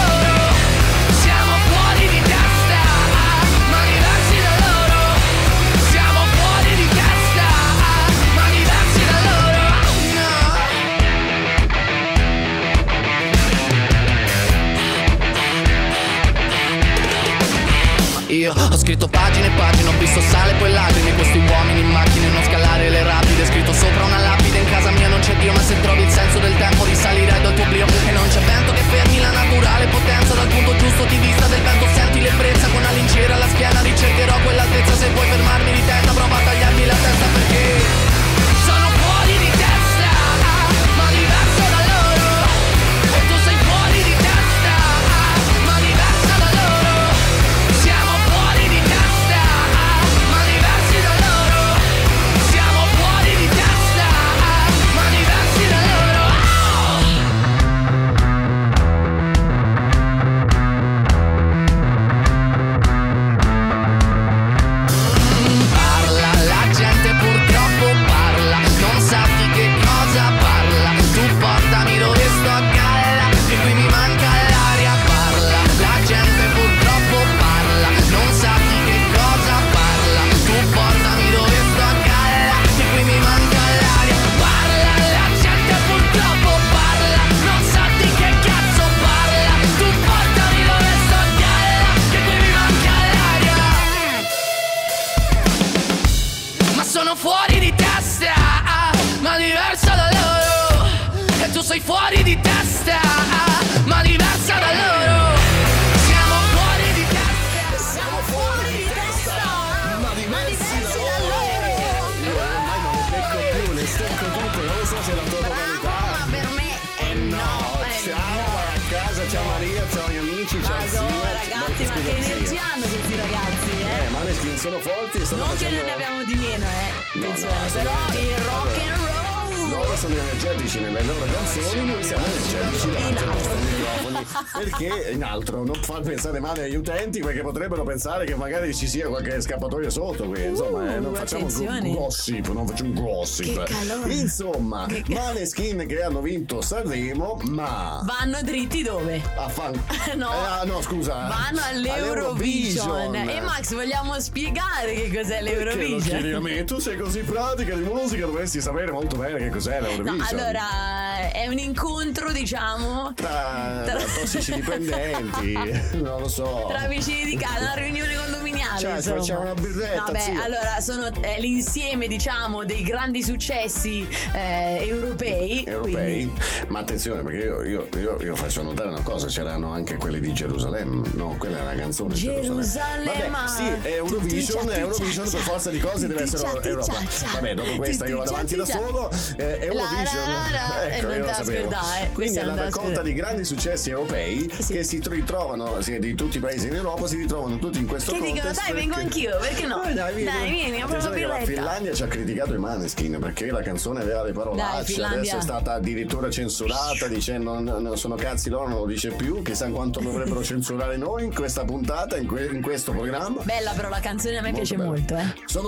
scritto pagine e pagine, ho visto sale e poi lacrime, questi uomini in macchine, non scalare le rapide, scritto sopra una lapide, in casa mia non c'è Dio, ma se trovi il senso del tempo risalirai dal tuo oblio, e non c'è vento che fermi la naturale potenza, dal punto giusto di vista del vento senti l'ebbrezza, con una lincera alla schiena ricercherò quell'altezza, se vuoi fermarmi di testa prova a tagliarmi la testa, perché sono fuori di testa, ma diverso da loro, e tu sei fuori di testa, ma diversa da loro, siamo fuori di testa, ma diversi da loro, siamo fuori di testa, ma diversi da loro. Parla, la gente purtroppo parla, non sa di che cosa parla, tu portami dove sto a galla, e qui mi manca l'aria, parla, la gente purtroppo parla, non sa di che cosa parla, tu portami dove sto a galla, e qui mi manca l'aria, parla, la gente purtroppo parla, non sa di che cazzo parla, tu portami dove sto a galla, e qui mi manca l'aria. Ma sono fuori di testa, ma diversa da loro, e tu sei fuori di testa, ma diversa da loro, siamo fuori di testa, siamo fuori di testa, ma diversi da loro. Io ormai non le becco più, le stecco tutte, non so se la tua qualità. Ma per me Ciao, vai a casa, ciao Maria, ciao agli amici, ciao zia. ragazzi, ma che energia hanno questi ragazzi, Maneskin sono forti e stanno non che facendo... noi ne abbiamo di meno, attenzione, però il rock and roll. Loro sono energetici nelle loro canzoni, noi siamo energetici davanti ai nostri microfoni. Perché in altro non fa pensare male agli utenti, perché potrebbero pensare che magari ci sia qualche scappatoio sotto qui. Insomma, non facciamo gossip, non facciamo gossip. Che calore. Insomma, Maneskin che hanno vinto Sanremo, ma vanno dritti dove? no, scusa. Vanno all'Eurovision. E Max, vogliamo spiegare che cos'è l'Eurovision? Perché lo chiedi a me? Tu sei così pratica di musica, dovresti sapere molto bene che cos'è l'Eurovision. No, allora, è un incontro, diciamo, tra tossici dipendenti, non lo so. Tra vicini di casa, una riunione condominiale. Cioè, facciamo una birretta. Vabbè, zio. allora sono l'insieme, diciamo, dei grandi successi europei. Quindi... Ma attenzione, perché io faccio notare una cosa: c'erano anche quelli di Gerusalemme. No, quella è una canzone. Gerusalemme. Vabbè, sì, è Eurovision per forza di cose deve essere Europa. Vabbè, dopo questa io vado avanti da solo. Eurovision. Ecco, io lo sapevo. Quindi è la raccolta di grandi successi europei che si ritrovano di tutti i paesi in Europa, si ritrovano tutti in questo contest. Che dicono, dai, vengo anch'io, perché no? Dai, vieni, apro la birretta. La Finlandia ci ha criticato i Maneskin perché la canzone aveva le parolacce, adesso è stata addirittura censurata dicendo non sono cazzi loro, non lo dice più, chissà quanto dovrebbero censurare noi in questa puntata, in questo programma. Bella, però la canzone a me piace molto, sono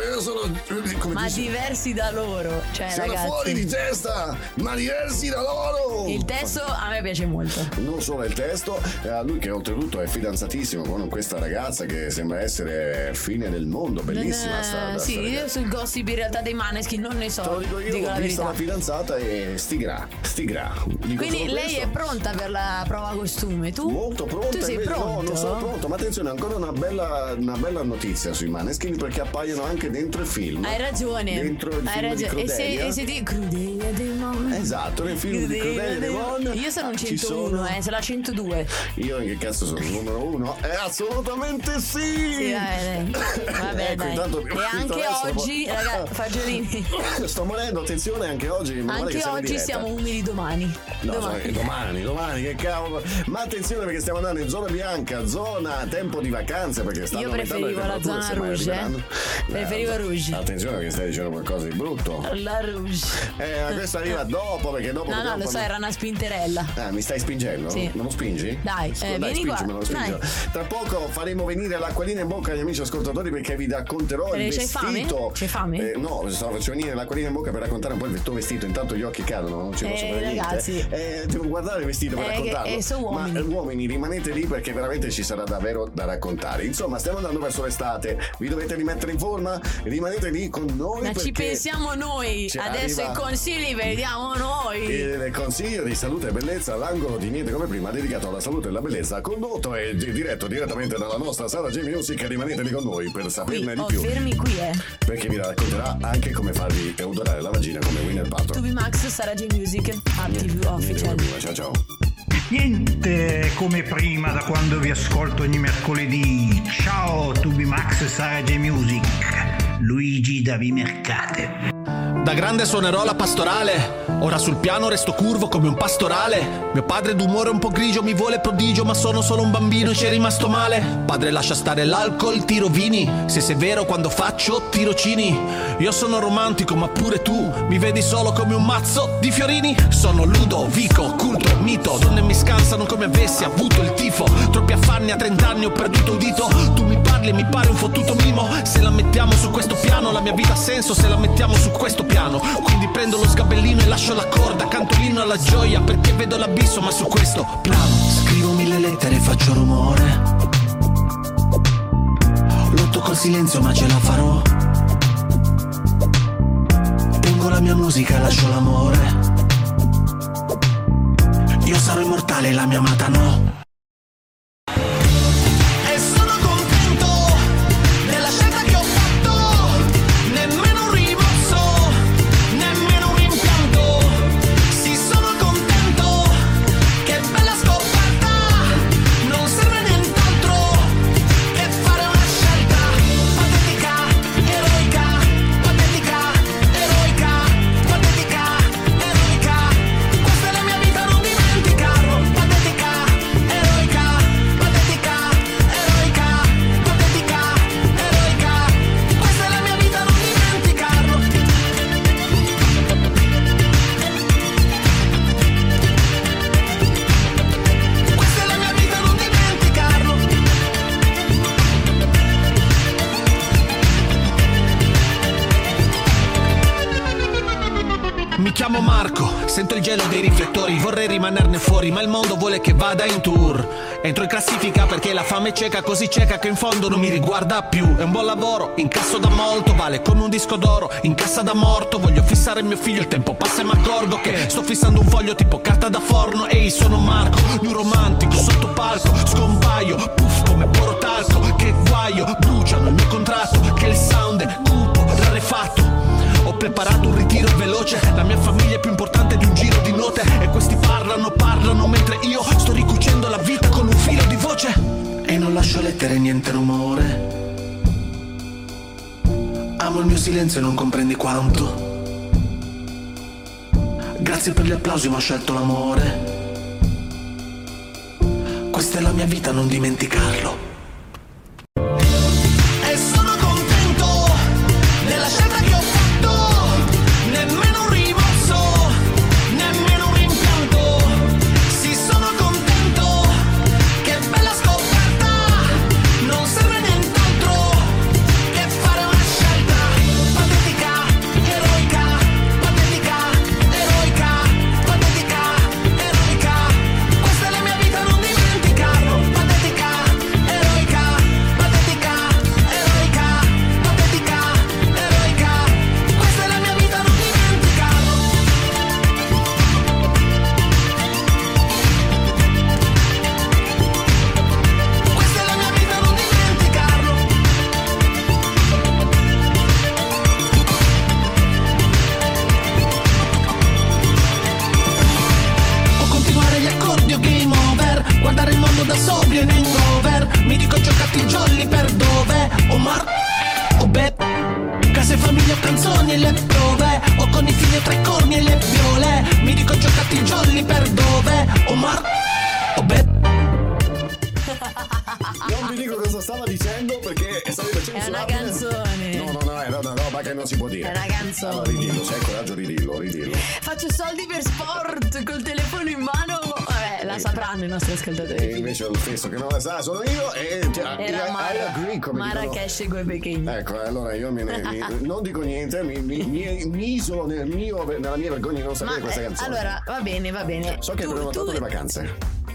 come ma dice? Diversi da loro, cioè sono ragazzi, fuori di testa, ma diversi da loro. Il testo a me piace molto. Non solo il testo, lui che oltretutto è fidanzatissimo con questa ragazza che sembra essere fine del mondo, bellissima sì, io sul gossip in realtà dei Maneskin non ne so. Te lo dico io, ho visto la fidanzata e stigra. Quindi lei è pronta per la prova costume, tu? Molto pronta. Tu sei pronto? No, non sono pronto, ma attenzione, ancora una bella notizia sui Maneskin perché appaiono anche dentro il film. Hai ragione. Dentro il film di Crudelia. E se ti Crudelia Demon. Esatto, nel film di Crudelia Demon. Io sono un 101, se la 102. Io che cazzo sono il numero 1? Assolutamente sì! Sì, vabbè, dai. Intanto, e anche oggi, ragazzi, Fagiolini. Sto morendo, attenzione, anche oggi. Anche oggi siamo umili domani. No, domani, che cavolo. Ma attenzione perché stiamo andando in zona bianca, zona tempo di vacanze, perché stanno aumentando le temperature. Io preferivo la zona rouge, preferivo rouge. Attenzione perché stai dicendo qualcosa di brutto. La rouge. Questa arriva dopo, perché dopo. No, lo so, era una spinterella. Mi stai spingendo? Sì. Me lo spingi? Dai, vieni qua. Dai. Tra poco faremo venire l'acquolina in bocca agli amici ascoltatori perché vi racconterò il vestito. C'hai fame? No, faccio venire l'acquolina in bocca per raccontare un po' il tuo vestito. Intanto gli occhi cadono, non ci posso fare ragazzi. niente. Devo guardare il vestito per raccontarlo. Sono uomini. Ma uomini, rimanete lì perché veramente ci sarà davvero da raccontare. Insomma, stiamo andando verso l'estate. Vi dovete rimettere in forma. Rimanete lì con noi. Ma ci pensiamo noi. Adesso i consigli vediamo noi. Il consiglio di salute e bellezza all'angolo di Niente come prima, dedicato alla salute e alla bellezza, condotto e diretto direttamente dalla nostra Sara J. Music, rimanete lì con noi per saperne di più. Fermi qui, perché vi racconterà anche come farvi odorare la vagina come Winner Paltrow. Tubi Max, Sara J Music, ATV Official. Ciao ciao. Niente come prima da quando vi ascolto ogni mercoledì. Ciao Tubi Max e Sara J Music. Luigi da Vimercate. Da grande suonerò la pastorale, ora sul piano resto curvo come un pastorale. Mio padre d'umore un po' grigio mi vuole prodigio, ma sono solo un bambino e ci è rimasto male. Padre lascia stare l'alcol, tiro vini, se sei vero quando faccio tirocini. Io sono romantico ma pure tu mi vedi solo come un mazzo di fiorini. Sono Ludovico, culto, mito, donne mi scansano come avessi avuto il tifo. Troppi affanni a 30 anni ho perduto un dito. Tu mi parli e mi pare un fottuto mimo. Se la mettiamo su questo piano la mia vita ha senso, se la mettiamo su questo piano. Quindi prendo lo sgabellino e lascio la corda, canto l'inno alla gioia perché vedo l'abisso, ma su questo piano scrivo 1000 lettere e faccio rumore. Lotto col silenzio ma ce la farò. Tengo la mia musica, lascio l'amore. Io sarò immortale, la mia amata no. Mi chiamo Marco, sento il gelo dei riflettori, vorrei rimanerne fuori, ma il mondo vuole che vada in tour. Entro in classifica perché la fame è cieca, così cieca che in fondo non mi riguarda più. È un buon lavoro, incasso da molto, vale come un disco d'oro, in cassa da morto. Voglio fissare mio figlio, il tempo passa e mi accorgo che sto fissando un foglio tipo carta da forno. Ehi, sono Marco, un romantico sotto palco, scompaio, puff come porotalco. Che guaio, bruciano il mio contratto, che il sound è cupo, rarefatto. Ho preparato un ritiro veloce, la mia famiglia è più importante di un giro di note. E questi parlano mentre io sto ricucendo la vita con un filo di voce. E non lascio lettere, niente rumore. Amo il mio silenzio e non comprendi quanto. Grazie per gli applausi ma ho scelto l'amore. Questa è la mia vita, non dimenticarlo. Sono io e era Marrakesh e Peking. Ecco, allora io non dico niente, mi isolo nella mia vergogna di non sapere questa canzone. Allora, va bene. So che hai prenotato le vacanze.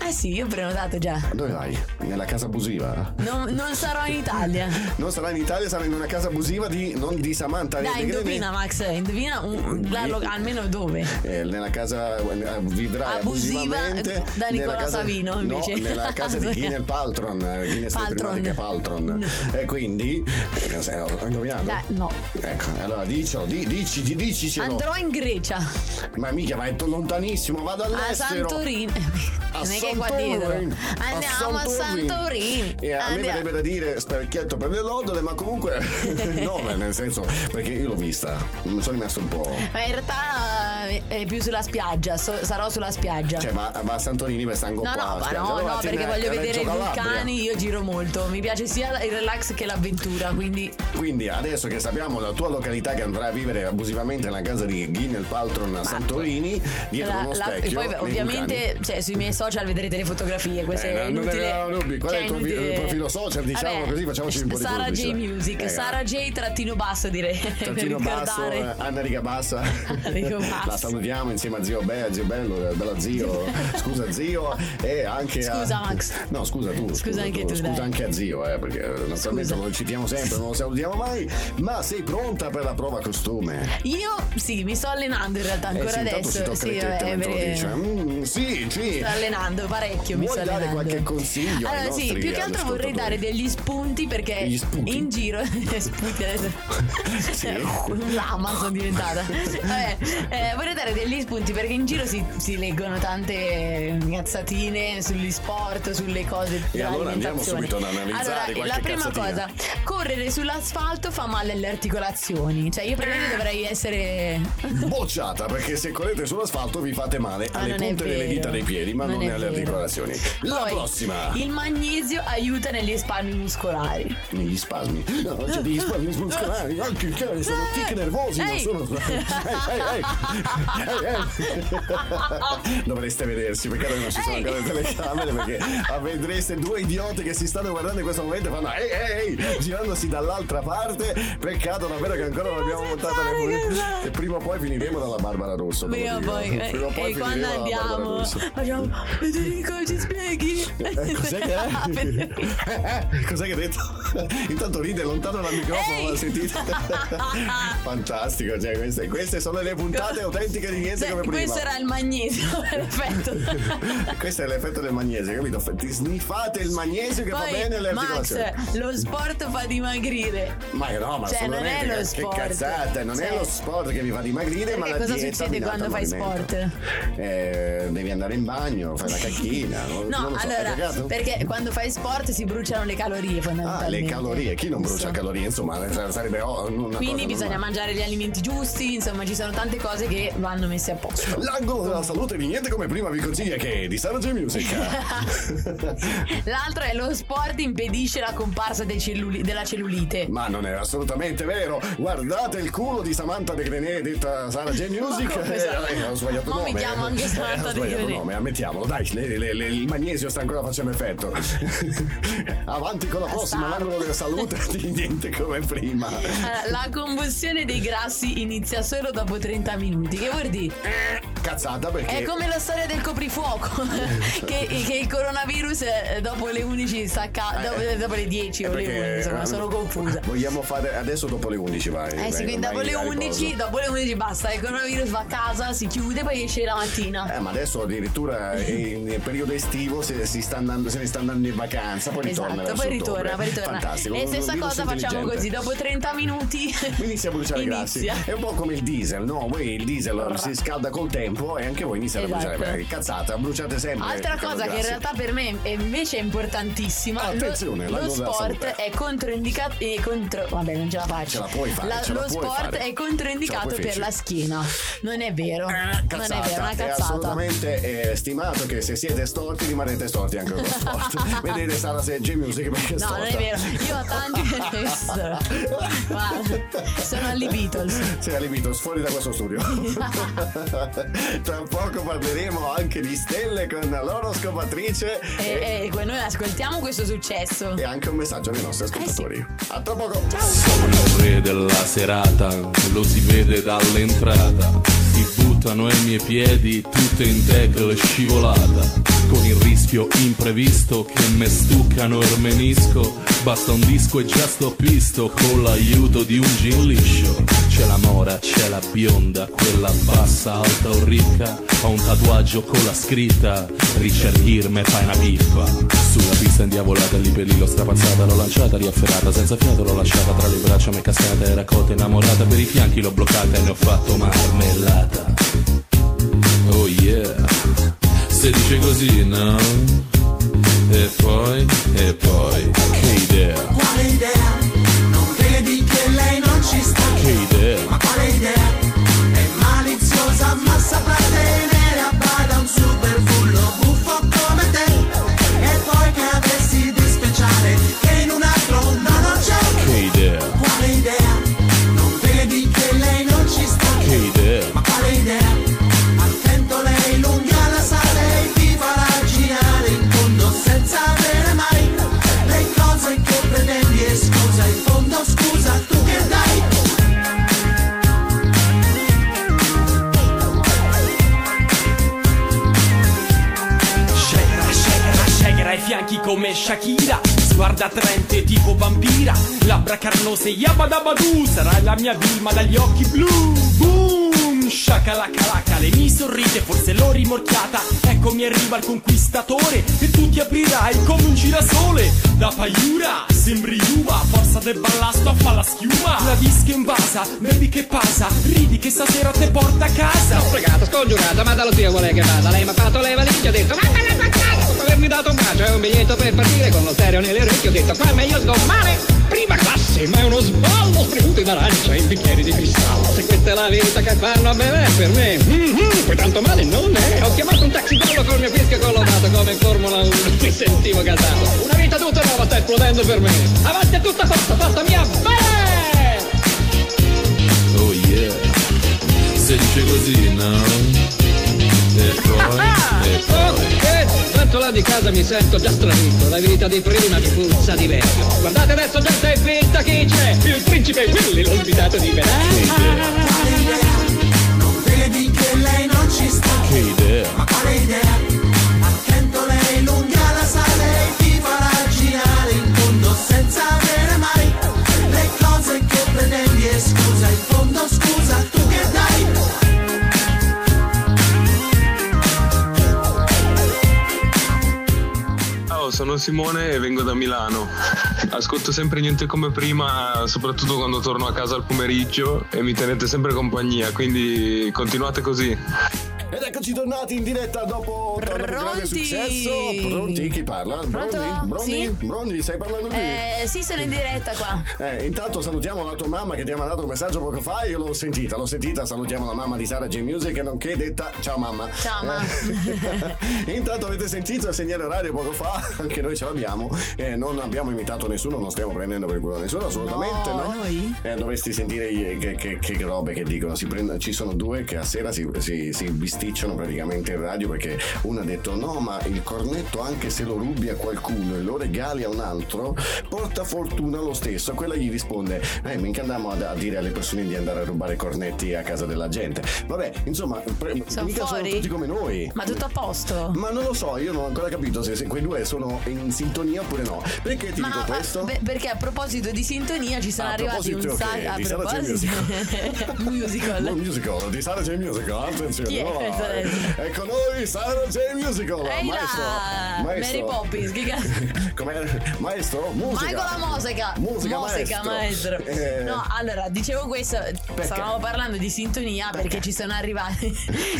Sì, io ho prenotato già. Dove vai? Nella casa abusiva? Non sarò in Italia. Non sarà in Italia, sarà in una casa abusiva non di Samantha. Dai, indovina Max, indovina almeno dove? Nella casa vivrai abusivamente da Nicola Savino invece. No, nella casa di Gwyneth Paltrow. E quindi ho indovinato? No. Ecco, allora dicicelo. Andrò in Grecia. Ma mica, vai lontanissimo, vado all'estero. A Santorini. Non è che qua dietro. Andiamo a Santorini. A me verrebbe da dire specchietto per le lodole, ma comunque no, nel senso, perché io l'ho vista, mi sono rimasto un po'. Ma in realtà è più sulla spiaggia, sarò sulla spiaggia. Cioè, ma va a Santorini per stare un po' No, perché voglio vedere i vulcani, io giro molto. Mi piace sia il relax che l'avventura, quindi adesso che sappiamo la tua località che andrai a vivere abusivamente nella casa di Gwyneth Paltrow a Santorini, dietro uno specchio. E poi ovviamente, cioè, sui miei social vedrete le fotografie, queste è inutile. Qual è il tuo profilo social? Diciamo così, facciamoci un po' di Sara J Music, Sara J _basso direi. Trattino basso, Anna Riga Bassa. La salutiamo insieme a zio Bello, bella zio. Scusa zio e anche Scusa Max. No, scusa tu. Scusa anche tu. Scusa anche a zio, perché naturalmente lo citiamo sempre, non lo salutiamo mai. Ma sei pronta per la prova costume? Io sì, mi sto allenando in realtà ancora adesso. Sì, sto allenando parecchio. Mi sto allenando. Vuoi dare qualche consiglio? Allora sì, più che altro vorrei dare degli spunti perché in giro spunti adesso lama sono diventata. Vorrei dare degli spunti perché in giro si leggono tante cazzatine sugli sport, sulle cose. E allora andiamo subito ad analizzare qualche la prima cazzatina. cosa, correre sull'asfalto fa male alle articolazioni. Cioè io praticamente dovrei essere bocciata, perché se correte sull'asfalto vi fate male alle punte delle dita dei piedi, ma non alle articolazioni. La prossima. Il magnesio aiuta negli spasmi muscolari. Negli spasmi? No, c'è degli spasmi muscolari. Anche il cane, sono tic nervosi, non sono. Dovreste vedersi, peccato che non ci sono ancora le telecamere, perché vedreste due idioti che si stanno guardando in questo momento e fanno girandosi dall'altra parte. Peccato davvero che ancora non abbiamo montato le e prima o poi finiremo dalla Barbara Russo. Prima o poi e quando andiamo facciamo Federico, ci spieghi? Cos'è che è? Cos'è che hai detto? Intanto ride lontano dal microfono, l'ha sentito? Fantastico, cioè queste sono le puntate autentiche di Niente Come Prima. Questo era il magnesio, l'effetto. Questo è l'effetto del magnesio, capito? Sniffate il magnesio che poi, va bene alle articolazioni. Max, lo sport fa dimagrire. Ma no, ma cioè, non è lo che sport. cazzata, non è lo sport che vi fa dimagrire, ma la cosa dieta succede quando fai sport? Devi andare in bagno, fai la cacchina. No, allora, perché quando fai sport si bruciano le calorie fondamentalmente. Le calorie, chi non brucia calorie? Insomma, sarebbe una quindi cosa bisogna mangiare gli alimenti giusti, insomma, ci sono tante cose che vanno messe a posto. L'angolo della salute di Niente Come Prima vi consiglia che di Sara J Music. L'altro è lo sport impedisce la comparsa della cellulite. Ma non è assolutamente vero. Guardate il culo di Samantha De Grenet, detta Sara J Music. Ho sbagliato nome. Mi chiamo anche Samantha De Grenet. Nome, ammettiamolo, dai, il magnesio sta ancora facendo effetto. Avanti con la prossima, l'angolo della salute di Niente Come Prima. La combustione dei grassi inizia solo dopo 30 minuti. Che vuol dire? Cazzata, perché è come la storia del coprifuoco. che il coronavirus dopo le 11 dopo le 10 o le 11, insomma, sono confusa. Vogliamo fare adesso dopo le 11, vai. Sì, quindi dopo le 11 basta, il coronavirus va a casa, si chiude, poi esce la mattina. Ma adesso addirittura nel periodo estivo se ne sta andando in vacanza, poi ritorna. Poi ritorna. Fantastico. E stessa cosa facciamo così, dopo 30 minuti inizia a bruciare grassi. È un po' come il diesel, no? Voi il diesel si scalda col tempo e anche voi iniziate a bruciare. Cazzata, bruciate sempre. Altra cosa che in realtà per me invece è importantissima. Attenzione, lo sport è controindicato vabbè, non ce la faccio. Ce la puoi fare. Lo sport è controindicato per la schiena. Non è vero. Non è vero, è una cazzata. È assolutamente stimato che se siete storti rimanete storti anche con lo sport. Vedete Sara J Music perché no, non è vero. Io ho tanti sono alle Beatles. Sei alle Beatles, fuori da questo studio. Tra poco parleremo anche di stelle con l'oroscopatrice e noi ascoltiamo questo successo e anche un messaggio ai nostri ascoltatori. A tra poco. Ciao. Sono il re della serata, lo si vede dall'entrata. Si buttano ai miei piedi tutte in tackle scivolata. con il rischio imprevisto che me stuccano il menisco. Basta un disco e già sto pisto con l'aiuto di un gin liscio. C'è la mora, c'è la bionda, quella bassa, alta o ricca. Ho un tatuaggio con la scritta Richard Gere me fai una pippa. Sulla pista indiavolata, lì per lì l'ho strapazzata, l'ho lanciata, riafferrata, senza fiato l'ho lasciata tra le braccia, m'è cascata, era cotta innamorata, per i fianchi l'ho bloccata e ne ho fatto marmellata. Oh yeah, se dice così, no? E poi, che idea? Quale idea? Non vedi che lei non ci sta? Che idea? Ma quale idea? È maliziosa ma saprà tenere a bada un super bullo buffo come te. E poi che avessi di speciale che in un altro non c'è. Che idea? Quale idea? Non vedi che lei non ci sta? Che idea? Ma quale idea? Attento, lei lunga la sala e ti farà girare in fondo senza avere mai le cose che pretendi. E scusa, in fondo scusa, tu che dai? Shakera ai fianchi come Shakira, sguardo attraente tipo vampira, labbra carnose yabadabadu, sarai la mia Vilma dagli occhi blu. Boom, shakalaka, lei mi sorride, forse l'ho rimorchiata, eccomi arriva il conquistatore e tu ti aprirai come un girasole. Da Paiura sembri Yuba, forza del ballasto a fa la schiuma. La disca invasa, baby che passa, ridi che stasera te porta a casa. Ho fregato, scongiurata, ma dallo zio vuole che vada. Lei mi ha fatto le valigie, ho detto vattene a casa. Dopo avermi dato un bacio e un biglietto per partire con lo stereo nelle orecchie, ho detto qua è meglio sgommare. Prima classe, ma è uno sballo, spremuto in arancia in bicchieri di cristallo. Se questa è la vita che fanno a bere per me, poi tanto male non è. Ho chiamato un taxi bello col mio fischio collocato come in Formula 1, mi sentivo gasato. Una vita tutta nuova sta esplodendo per me. Avanti a tutta forza mia, vai! Oh yeah, se dice così, no? E poi tanto là di casa mi sento già stranito. La vita di prima mi puzza di vecchio. Guardate adesso gente è finta, chi c'è? Il principe Willy, l'ho invitato di Venezia. Quale idea? Non vedi che lei non ci sta? Che idea? Ma quale idea? Attento, lei lunga la sala e ti farà girare in fondo senza avere mai le cose che pretendi. E scusa, in fondo scusa, tu che dai? Ciao, sono Simone e vengo da Milano. Ascolto sempre Niente Come Prima, soprattutto quando torno a casa al pomeriggio, e mi tenete sempre compagnia, quindi continuate così. Ed eccoci tornati in diretta dopo un grande successo. Pronti? Chi parla? Brondi, stai parlando tu? Sì, sono in diretta qua. Intanto salutiamo la tua mamma che ti ha mandato un messaggio poco fa. Io l'ho sentita. Salutiamo la mamma di Sara J Music, nonché detta ciao mamma. Ciao mamma. Intanto avete sentito il segnale radio poco fa, anche noi ce l'abbiamo. Non abbiamo imitato nessuno, non stiamo prendendo per culo nessuno, assolutamente no. Noi? Dovresti sentire che robe che dicono. Ci sono due che a sera si bisticciano praticamente in radio, perché uno ha detto no, ma il cornetto anche se lo rubi a qualcuno e lo regali a un altro porta fortuna lo stesso. Quella gli risponde mica andiamo a dire alle persone di andare a rubare cornetti a casa della gente. Vabbè, insomma, mica sono tutti come noi. Ma tutto a posto? Ma non lo so, io non ho ancora capito se quei due sono in sintonia oppure no. Perché ti dico questo? Perché a proposito di sintonia ci sono arrivati un sacco. A proposito musical di Sara J Musical, attenzione. Chi è Ecco noi Sara J Musical. Maestro Mary Poppins. Com'è? Maestro? Musica. Vai con la musica maestro. No, allora dicevo questo. Perché? Stavamo parlando di sintonia perché ci sono arrivati.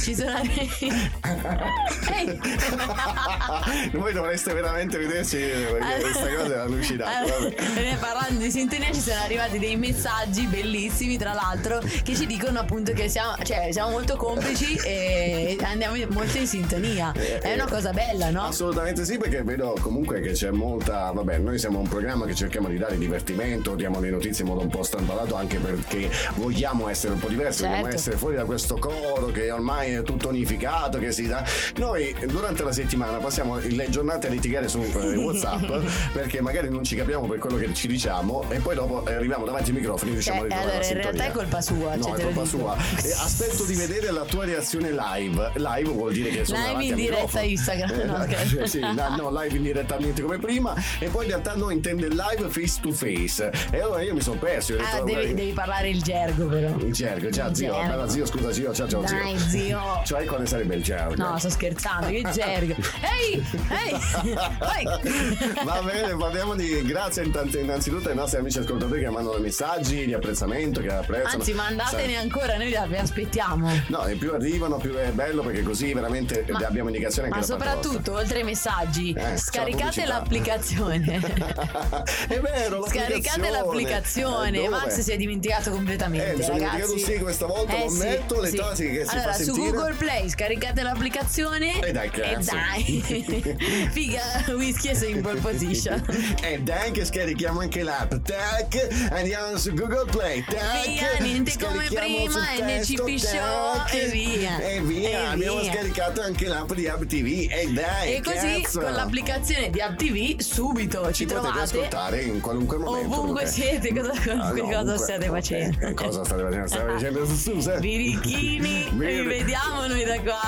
Voi dovreste veramente vederci, perché questa cosa è allucinante. Parlando di sintonia ci sono arrivati dei messaggi bellissimi, tra l'altro, che ci dicono appunto che siamo molto complici e andiamo molto in sintonia. È una cosa bella, no? Assolutamente sì, perché vedo comunque che c'è molta. Vabbè, noi siamo un programma che cerchiamo di dare divertimento, diamo le notizie in modo un po' strampalato, anche perché vogliamo essere un po' diversi, vogliamo essere fuori da questo coro che ormai è tutto unificato, che si dà. Noi durante la settimana passiamo le giornate a litigare su WhatsApp perché magari non ci capiamo per quello che ci diciamo, e poi dopo arriviamo davanti ai microfoni e diciamo di trovare la sintonia. In realtà è colpa sua. No, è colpa sua. Aspetto di vedere la tua reazione live. Live vuol dire che sono live in diretta Instagram. No, sì, no, live indirettamente come prima. E poi in realtà non intende live face to face. E allora io mi sono perso. Devi parlare il gergo, però. Il gergo, già zio. Allora, zio, scusa zio, ciao zio. Dai, zio. Cioè quale sarebbe il gergo? No, sto scherzando, che gergo. Ehi! Va bene, parliamo di grazie innanzitutto ai nostri amici ascoltatori che mandano messaggi di apprezzamento, che apprezzano. Anzi, mandatene ancora, noi vi aspettiamo. No, e più arrivano più è bello, perché così veramente abbiamo indicazione anche da parte vostra. Ma soprattutto, oltre ai messaggi, scaricate l'applicazione. È vero, scaricate l'applicazione. Max si è dimenticato completamente. Mi sono dimenticato questa volta, lo ammetto. Le tasi che si fa sentire. Su Google Play scaricate l'applicazione. E dai, cazzo. Figa, Whisky è in pole position. E dai che scarichiamo anche l'app. Tac, andiamo su Google Play. Tac, via, niente come prima, NCP Show e via. E via, abbiamo scaricato anche l'app di Hub TV. E dai, e così cazzo. Con l'applicazione di Hub TV subito ci potete trovate ascoltare in qualunque momento. Ovunque siete, cosa state facendo? Cosa state facendo? State facendo Susa? Birichini, rivediamo noi da qua,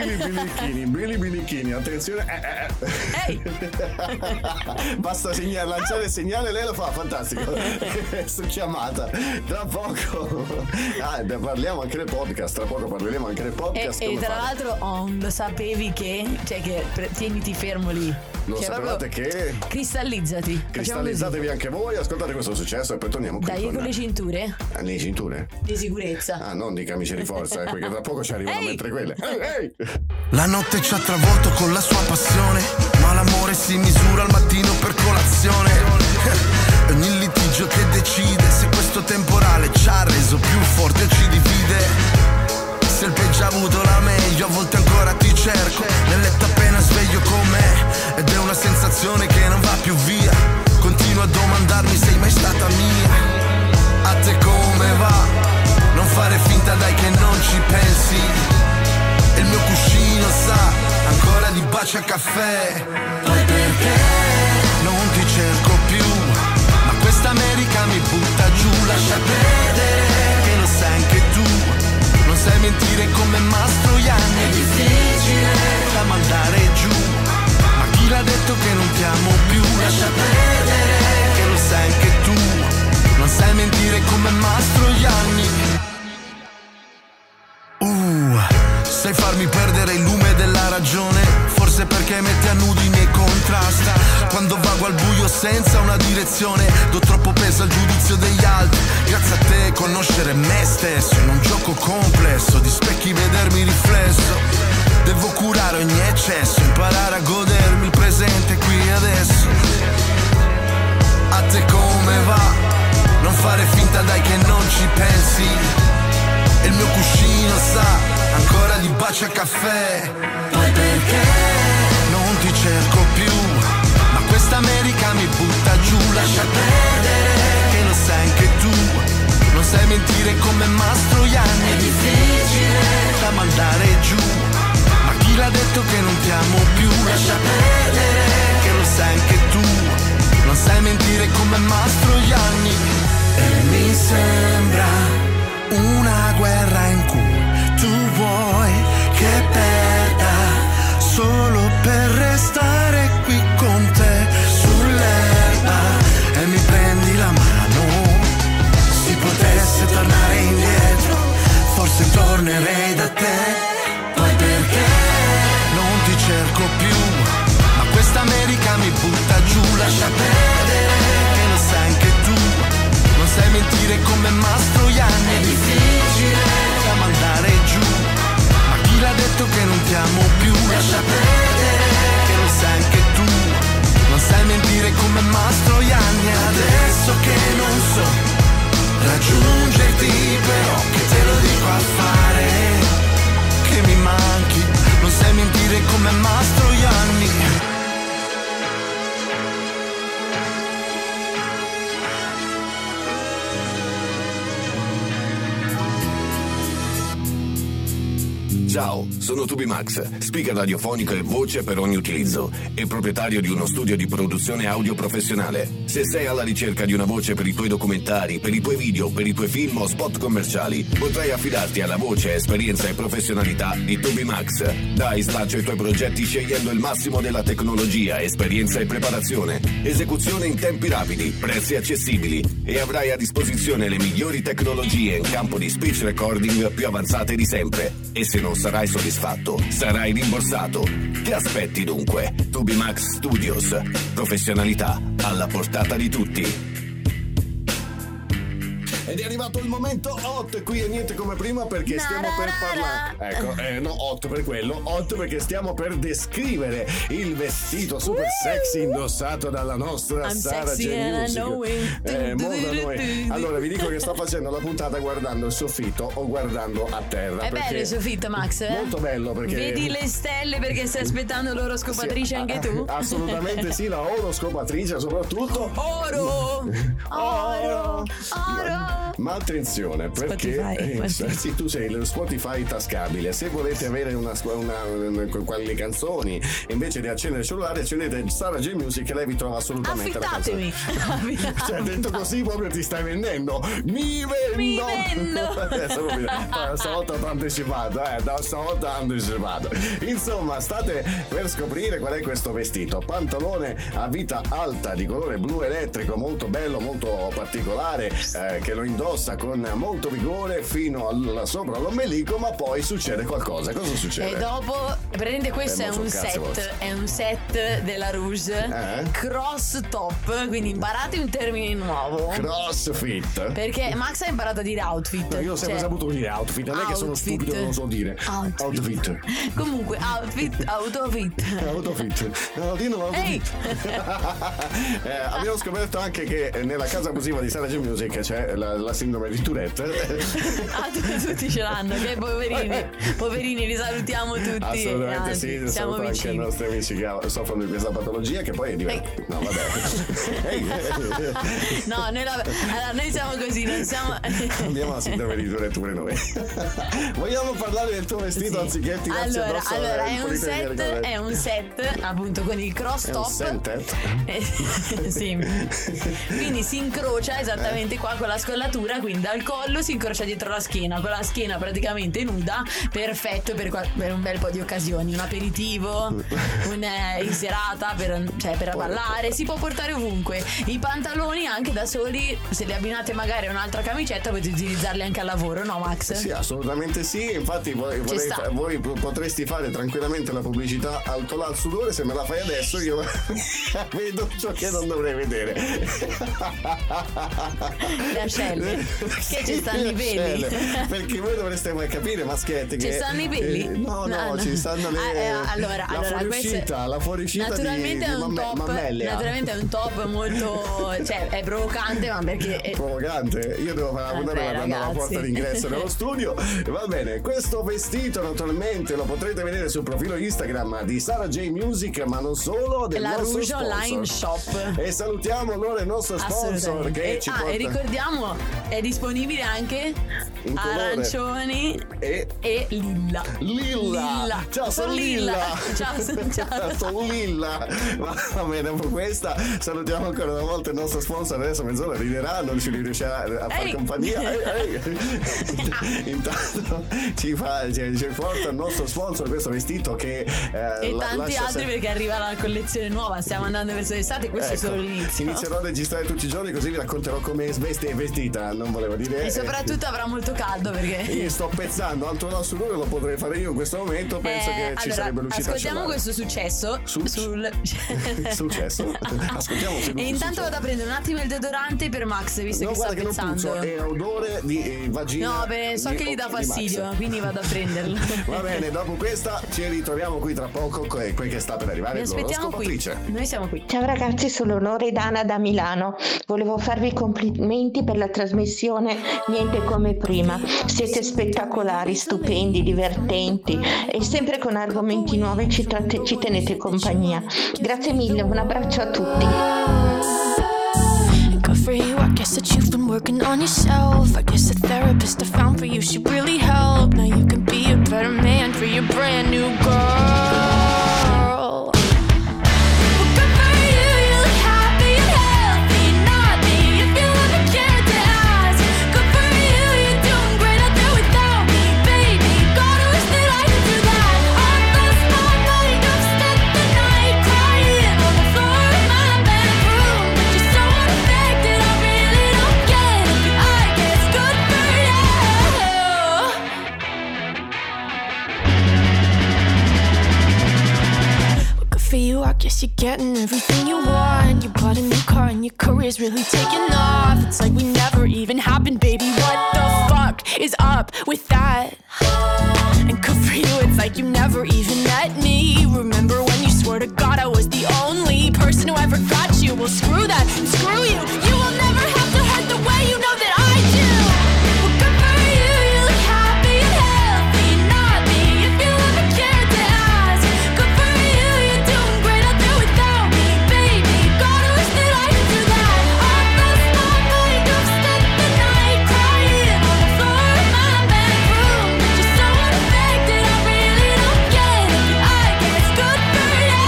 Bilichini, attenzione. Ehi! Basta lanciare il segnale, lei lo fa, fantastico. Su chiamata. Tra poco parliamo anche del podcast. Tra poco parleremo anche del podcast. E tra l'altro, lo sapevi che? Cioè che tieniti fermo lì. Lo sapevate che? Cristallizzatevi anche voi, ascoltate questo successo e poi torniamo qui. Dai, con le cinture? Le cinture? Di sicurezza. Ah, non di camicie di forza, perché tra poco ci arrivano mentre quelle. Ehi! La notte ci ha travolto con la sua passione, ma l'amore si misura al mattino per colazione. Ogni litigio che decide se questo temporale ci ha reso più forte o ci divide. Se il peggio ha avuto la meglio, a volte ancora ti cerco nel letto appena sveglio con me, ed è una sensazione che non va più via. Continuo a domandarmi, sei mai stata mia? A te come va? Non fare finta dai che non ci pensi. E il mio cuscino sa ancora di baci a caffè. Poi perché non ti cerco più? Ma questa America mi butta giù. Lascia perdere che lo sai anche tu. Non sai mentire come Mastro Ianni. È difficile da mandare giù. Ma chi l'ha detto che non ti amo più? Lascia perdere che lo sai anche tu. Non sai mentire come Mastro Ianni. Sai farmi perdere il lume della ragione. Forse perché metti a nudo i miei contrasti. Quando vago al buio senza una direzione, do troppo peso al giudizio degli altri. Grazie a te conoscere me stesso in un gioco complesso di specchi vedermi riflesso. Devo curare ogni eccesso, imparare a godermi il presente qui e adesso. A te come va? Non fare finta dai che non ci pensi. E il mio cuscino sa ancora di baci a caffè. Poi perché non ti cerco più? Ma questa America mi butta giù. Lascia perdere che lo sai anche tu. Non sai mentire come Mastro Ianni. È difficile da mandare giù. Ma chi l'ha detto che non ti amo più? Lascia perdere che lo sai anche tu. Non sai mentire come Mastro Ianni. E mi sembra una guerra in cui tu vuoi che perda solo per restare qui con te sull'erba e mi prendi la mano. Se potesse tornare indietro, forse tornerei da te. Poi perché non ti cerco più? Ma questa America mi butta giù. Lascia perdere che lo sai anche tu. Non sai mentire come Mastro Ianni. È difficile da mandare giù. Ma chi l'ha detto che non ti amo più? Lascia perdere che lo sai anche tu. Non sai mentire come Mastro Ianni. Adesso che non so raggiungerti, però che te lo dico a fare, che mi manchi. Non sai mentire come Mastro Ianni. Ciao, sono Tubimax, speaker radiofonico e voce per ogni utilizzo e proprietario di uno studio di produzione audio professionale. Se sei alla ricerca di una voce per i tuoi documentari, per i tuoi video, per i tuoi film o spot commerciali, potrai affidarti alla voce, esperienza e professionalità di Tubimax. Dai slancio ai tuoi progetti scegliendo il massimo della tecnologia, esperienza e preparazione. Esecuzione in tempi rapidi, prezzi accessibili e avrai a disposizione le migliori tecnologie in campo di speech recording più avanzate di sempre. E se non sarai soddisfatto, sarai rimborsato. Che aspetti dunque? Tubimax Studios. Professionalità alla portata di tutti. Ed è arrivato il momento hot, qui è niente come prima perché stiamo per parlare. Ecco, no hot per quello, hot perché stiamo per descrivere il vestito super sexy indossato dalla nostra Sara J Music. Molto noi. Allora vi dico che sto facendo la puntata guardando il soffitto o guardando a terra. È bello il soffitto, Max? Molto bello perché vedi le stelle perché stai aspettando l'oroscopatrice anche tu? Assolutamente sì, la oroscopatrice soprattutto. Oro. Ma attenzione perché sì, tu sei lo Spotify tascabile. Se volete avere quelle canzoni invece di accendere il cellulare, accendete Sara J Music e lei vi trova assolutamente affittatemi. Cioè detto così proprio ti stai vendendo. Mi vendo. Stavolta ho anticipato, stavolta anticipato. Insomma, state per scoprire qual è questo vestito. Pantalone a vita alta di colore blu elettrico, molto bello, molto particolare, che lo indossa con molto vigore fino sopra l'ombelico, ma poi succede qualcosa. Cosa succede? E dopo, prendete questo è un set della Rouge cross top, quindi imparate un termine nuovo. Crossfit. Perché Max ha imparato a dire outfit. No, io ho sempre saputo dire outfit, non è che sono stupido e non lo so dire. Outfit. Comunque outfit. No, dillo outfit. Abbiamo scoperto anche che nella casa abusiva di Sara J Music c'è la sindrome di Tourette. Tutti ce l'hanno, che poverini, li salutiamo tutti. Assolutamente sì, siamo anche i nostri amici che soffrono di questa patologia che poi è diversa. No, vabbè. No, noi siamo così, non siamo. Andiamo alla sindrome di Tourette pure noi. Vogliamo parlare del tuo vestito anziché tirarci addosso? Allora è un set appunto con il cross top. Sì. Quindi si incrocia esattamente qua con la scollatura, quindi dal collo si incrocia dietro la schiena, con la schiena praticamente nuda, perfetto per un bel po' di occasioni, un aperitivo, in serata per ballare, si può portare ovunque. I pantaloni anche da soli, se li abbinate magari a un'altra camicetta potete utilizzarli anche al lavoro, no Max? Sì, assolutamente sì, infatti voi potresti fare tranquillamente la pubblicità Altolà al sudore, se me la fai adesso io vedo ciò che non dovrei vedere. Le ascelle, che ci stanno i peli, perché voi dovreste mai capire, maschietti, che ci stanno i peli? No, ci stanno la fuoriuscita naturalmente è un top, Mammelia. Naturalmente è un top molto, cioè è provocante, ma perché è provocante. Io devo fare la puntata guardando la porta d'ingresso nello studio. Va bene, questo vestito naturalmente lo potrete vedere sul profilo Instagram di Sara J Music, ma non solo, del la nostro Rouge sponsor. Online Shop. E salutiamo allora il nostro sponsor che ci porta. E ricordiamo, è disponibile anche in arancioni e lilla. Ciao, sono Lilla. Ciao. Sono Lilla. Va bene, dopo questa salutiamo ancora una volta il nostro sponsor. Adesso mezz'ora riderà, non ci riuscirà a fare compagnia. Intanto ci porta il nostro sponsor questo vestito che e tanti altri perché arriva la collezione nuova. Stiamo andando verso l'estate, questo è solo l'inizio. Inizierò a registrare tutti i giorni, così vi racconterò come è vestita, non volevo dire. E soprattutto avrà molto caldo perché io sto pezzando, altro no sudore lo potrei fare io in questo momento. Penso che ci sarebbe l'uscita. Ascoltiamo questo successo successo. Ascoltiamo. E intanto vado a prendere un attimo il deodorante per Max, visto che sta pezzando. È odore di vagina. No, so che gli dà fastidio, quindi vado a prenderlo. Va bene, dopo questa ci ritroviamo qui tra poco con quel che sta per arrivare. Vi aspettiamo qui. Noi siamo qui. Ciao ragazzi, sono Loredana da Milano. Volevo farvi complimenti per la trasmissione Niente come prima. Siete spettacolari, stupendi, divertenti e sempre con argomenti nuovi ci tenete compagnia. Grazie mille, un abbraccio a tutti. guess that you've been working on yourself. I guess the therapist I found for you should really help. Now you can be a better man for your brand new girl. I guess you're getting everything you want. You bought a new car and your career's really taking off. It's like we never even happened, baby. What the fuck is up with that? And good for you, it's like you never even met me. Remember when you swore to God I was the only person who ever got you? Well, screw that, screw you. You will never have to hurt the way you know that I do. Well, good for you, you look happy and healthy. Not me, if you ever cared to ask. Good for you, you're doing great out there without me, baby. God, I wish that I could do that. I lost my mind, I've spent the night crying on the floor of my bedroom. But you're so unaffected, I really don't get it. I guess good for you.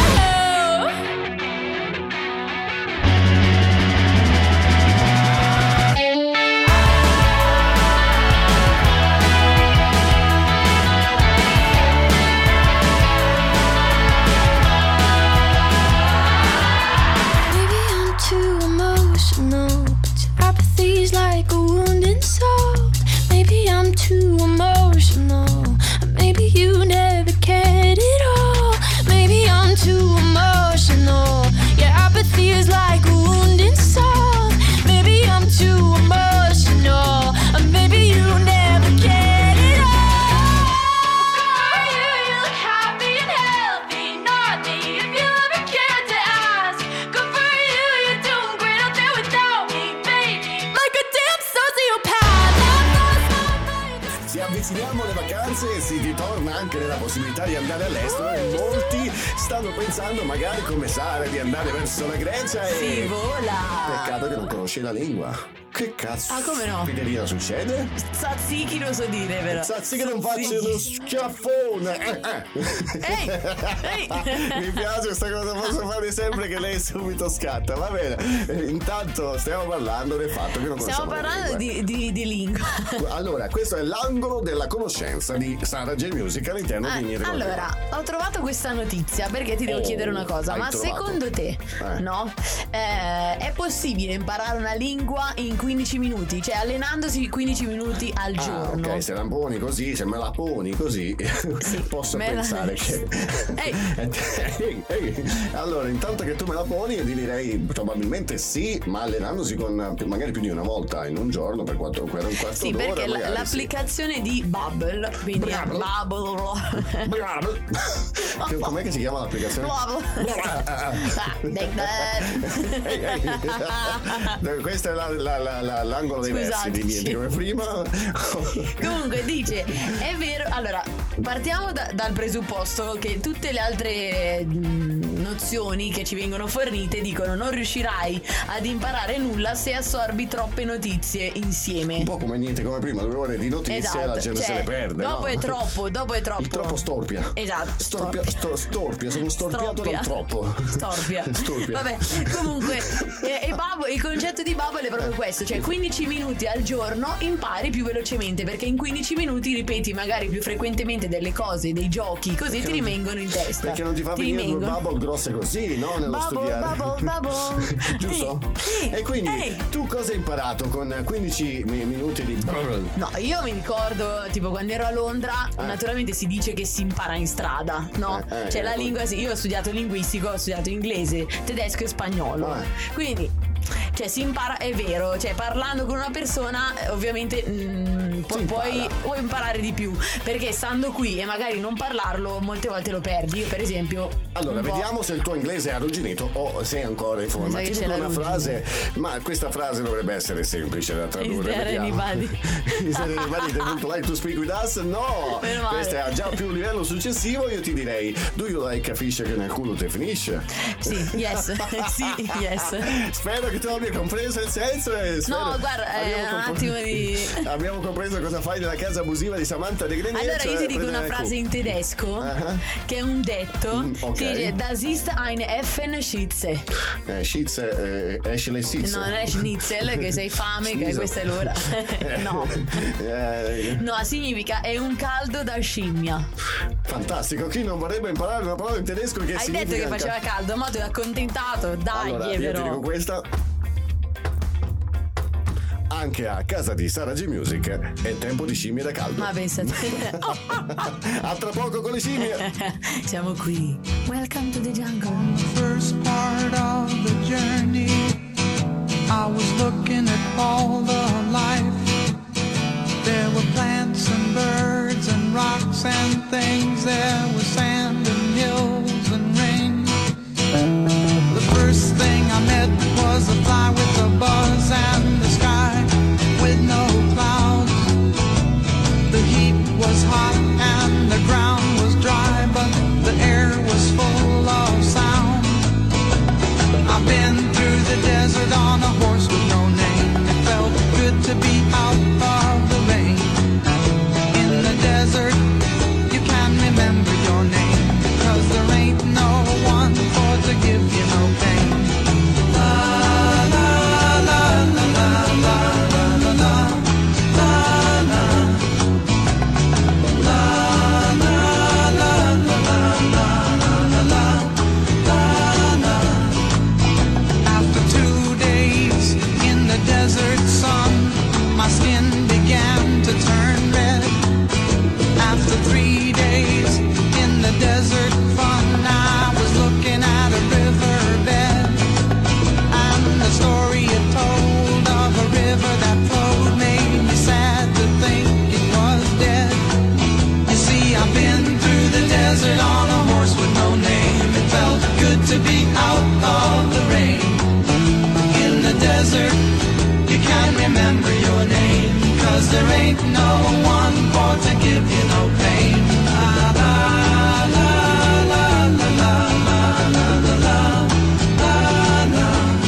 Maybe I'm too emotional, but your apathy's like a wounded soul. Maybe I'm too emotional, maybe you never cared at all. Maybe I'm too emotional, your apathy is like a wounded soul. Maybe I'm too emotional, maybe you never cared at all. You look happy and healthy, not me, if you ever cared to ask. Good for you, you're doing great out there without me, baby. Like a damn sociopath. Si avviciniamo alle vacanze e si ritorna anche nella possibilità di andare all'estero e molti stanno pensando magari come Sara di andare verso la Grecia e... Si vola! Peccato che non conosci la lingua. Che cazzo? Ah, come no? Fiderina succede? Zazzichi lo so dire, però. Zazzichi non faccio lo schiaffone. Ehi! Mi piace questa cosa, posso fare sempre che lei subito scatta, va bene. Intanto stiamo parlando del fatto che non conosciamo. Stiamo parlando di lingua. Allora, questo è l'angolo della conoscenza di Sara J Music all'interno di Niente. Allora, ho trovato questa notizia perché ti devo chiedere una cosa. Ma secondo te, no? È possibile imparare una lingua in 15 minuti? Cioè allenandosi 15 minuti al giorno? Ok, se la poni così, se me la poni così, sì, posso pensare che... Allora, intanto che tu me la poni, io ti direi probabilmente sì, ma allenandosi con magari più di una volta in un giorno per un quarto d'ora. Sì, perché l'applicazione di Bubble, quindi Bubble. Com'è che si chiama l'applicazione? Questo è l'angolo dei versi di niente come prima. Comunque dice, è vero. Allora, partiamo dal presupposto che tutte le altre nozioni che ci vengono fornite dicono non riuscirai ad imparare nulla se assorbi troppe notizie insieme. Un po' come niente come prima, 2 ore di notizie, esatto, la gente se le perde. Dopo è troppo. Il troppo storpia. Esatto. Storpia, sono storpiato dal troppo. Storpia. Vabbè, comunque il concetto di Bubble è proprio questo, cioè 15 minuti al giorno impari più velocemente, perché in 15 minuti ripeti magari più frequentemente delle cose, dei giochi, così perché ti rimangono in testa. Perché non ti fa venire 2 bubble grosse così, no? Nello studiare. Bubble. Giusto? E quindi tu cosa hai imparato con 15 minuti di bubble? No, io mi ricordo tipo quando ero a Londra, naturalmente si dice che si impara in strada, no? Cioè la lingua, io ho studiato linguistico, ho studiato inglese, tedesco e spagnolo. Quindi cioè si impara, è vero, cioè parlando con una persona ovviamente puoi imparare di più, perché stando qui e magari non parlarlo molte volte lo perdi. Io per esempio vediamo se il tuo inglese è arrugginito o sei ancora in forma. Ti dico una frase, ma questa frase dovrebbe essere semplice da tradurre. Is there anybody? Is there anybody that would like to speak with us? No, questa è già più un livello successivo. Io ti direi, do you like a fish che nel culo te finisce? Sì, yes. Sì, yes. Spero che tu abbia compreso il senso. No, guarda, un attimo di... Abbiamo compreso cosa fai nella casa abusiva di Samantha De Grenet. Allora io ti dico una frase in tedesco che è un detto che dice Das ist ein Effenschitze. Schitze è schlesizze. No, non è schnitzel, che sei fame, che questa è l'ora. No. No, significa è un caldo da scimmia. Fantastico, chi non vorrebbe imparare una parola in tedesco che hai significa... detto che faceva caldo, ma ti ho accontentato, dai. Allora, io ti dico questa. Anche a casa di Sara G Music è tempo di scimmie da caldo. Ma pensate. A tra poco con le scimmie. Siamo qui. Welcome to the jungle. First part of the journey, I was looking at all the life. There were plants and birds and rocks and things. There was sand and hills and rain. The first thing I met was a fly with a buzz and the sky with no clouds. The heat was hot and the ground was dry, but the air was full of sound. I've been through the desert on a horse with no name. It felt good to be out of the rain. In the desert, you can remember your name, 'cause there ain't no one for to give you no pain. La la la la la la la la la la la. After 2 days in the desert sun, my skin began to turn red. After 3 days in the desert fun, I was looking at a riverbed, and the story it told of a river that flowed made me sad to think it was dead. You see, I've been through the desert on a horse with no name. It felt good to be out of the rain. In the desert, you can't remember your name, 'cause there ain't no one for to give you no pain. La la la la la la la la la la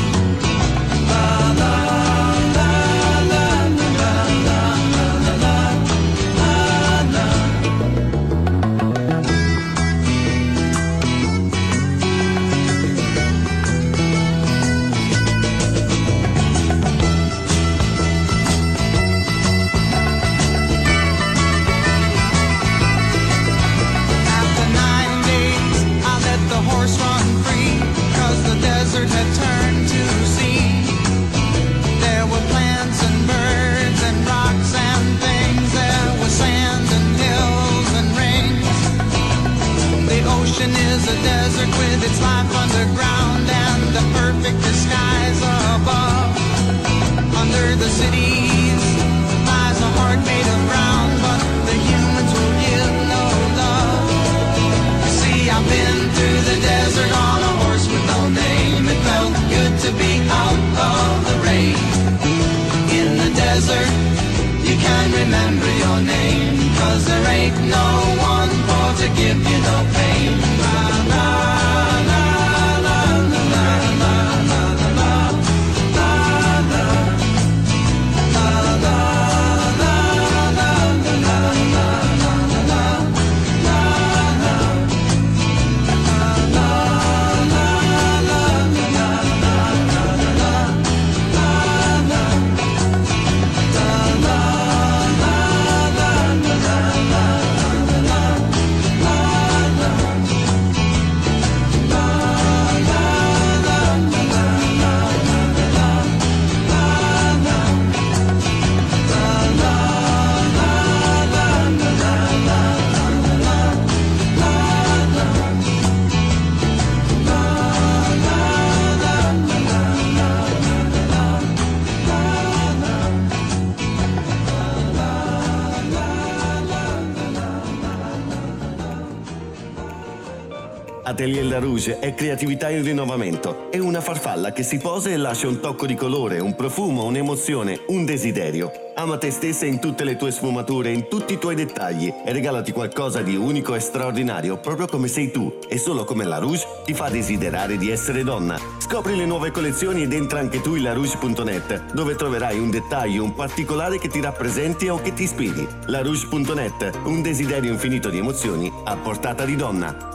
After 9 days, I let the horse run free, 'cause the desert had turned to sea. There were plants and birds and rocks and things. There was sand and hills and rain. The ocean is a desert with its life underground and the perfect disguise above. Under the cities lies a heart made of brown, but the humans will give no love. You see, I've been through the desert on a horse with no name. It felt good to be out of the rain. In the desert, you can't remember your name, 'cause there ain't no one for to give you no pain. La la la la la la la la la la la la la la Atelier La Rouge è creatività in rinnovamento. È una farfalla che si posa e lascia un tocco di colore, un profumo, un'emozione, un desiderio. Ama te stessa in tutte le tue sfumature, in tutti i tuoi dettagli e regalati qualcosa di unico e straordinario, proprio come sei tu. E solo come La Rouge ti fa desiderare di essere donna. Scopri le nuove collezioni ed entra anche tu in larouge.net, dove troverai un dettaglio, un particolare che ti rappresenti o che ti ispiri. larouge.net, un desiderio infinito di emozioni a portata di donna.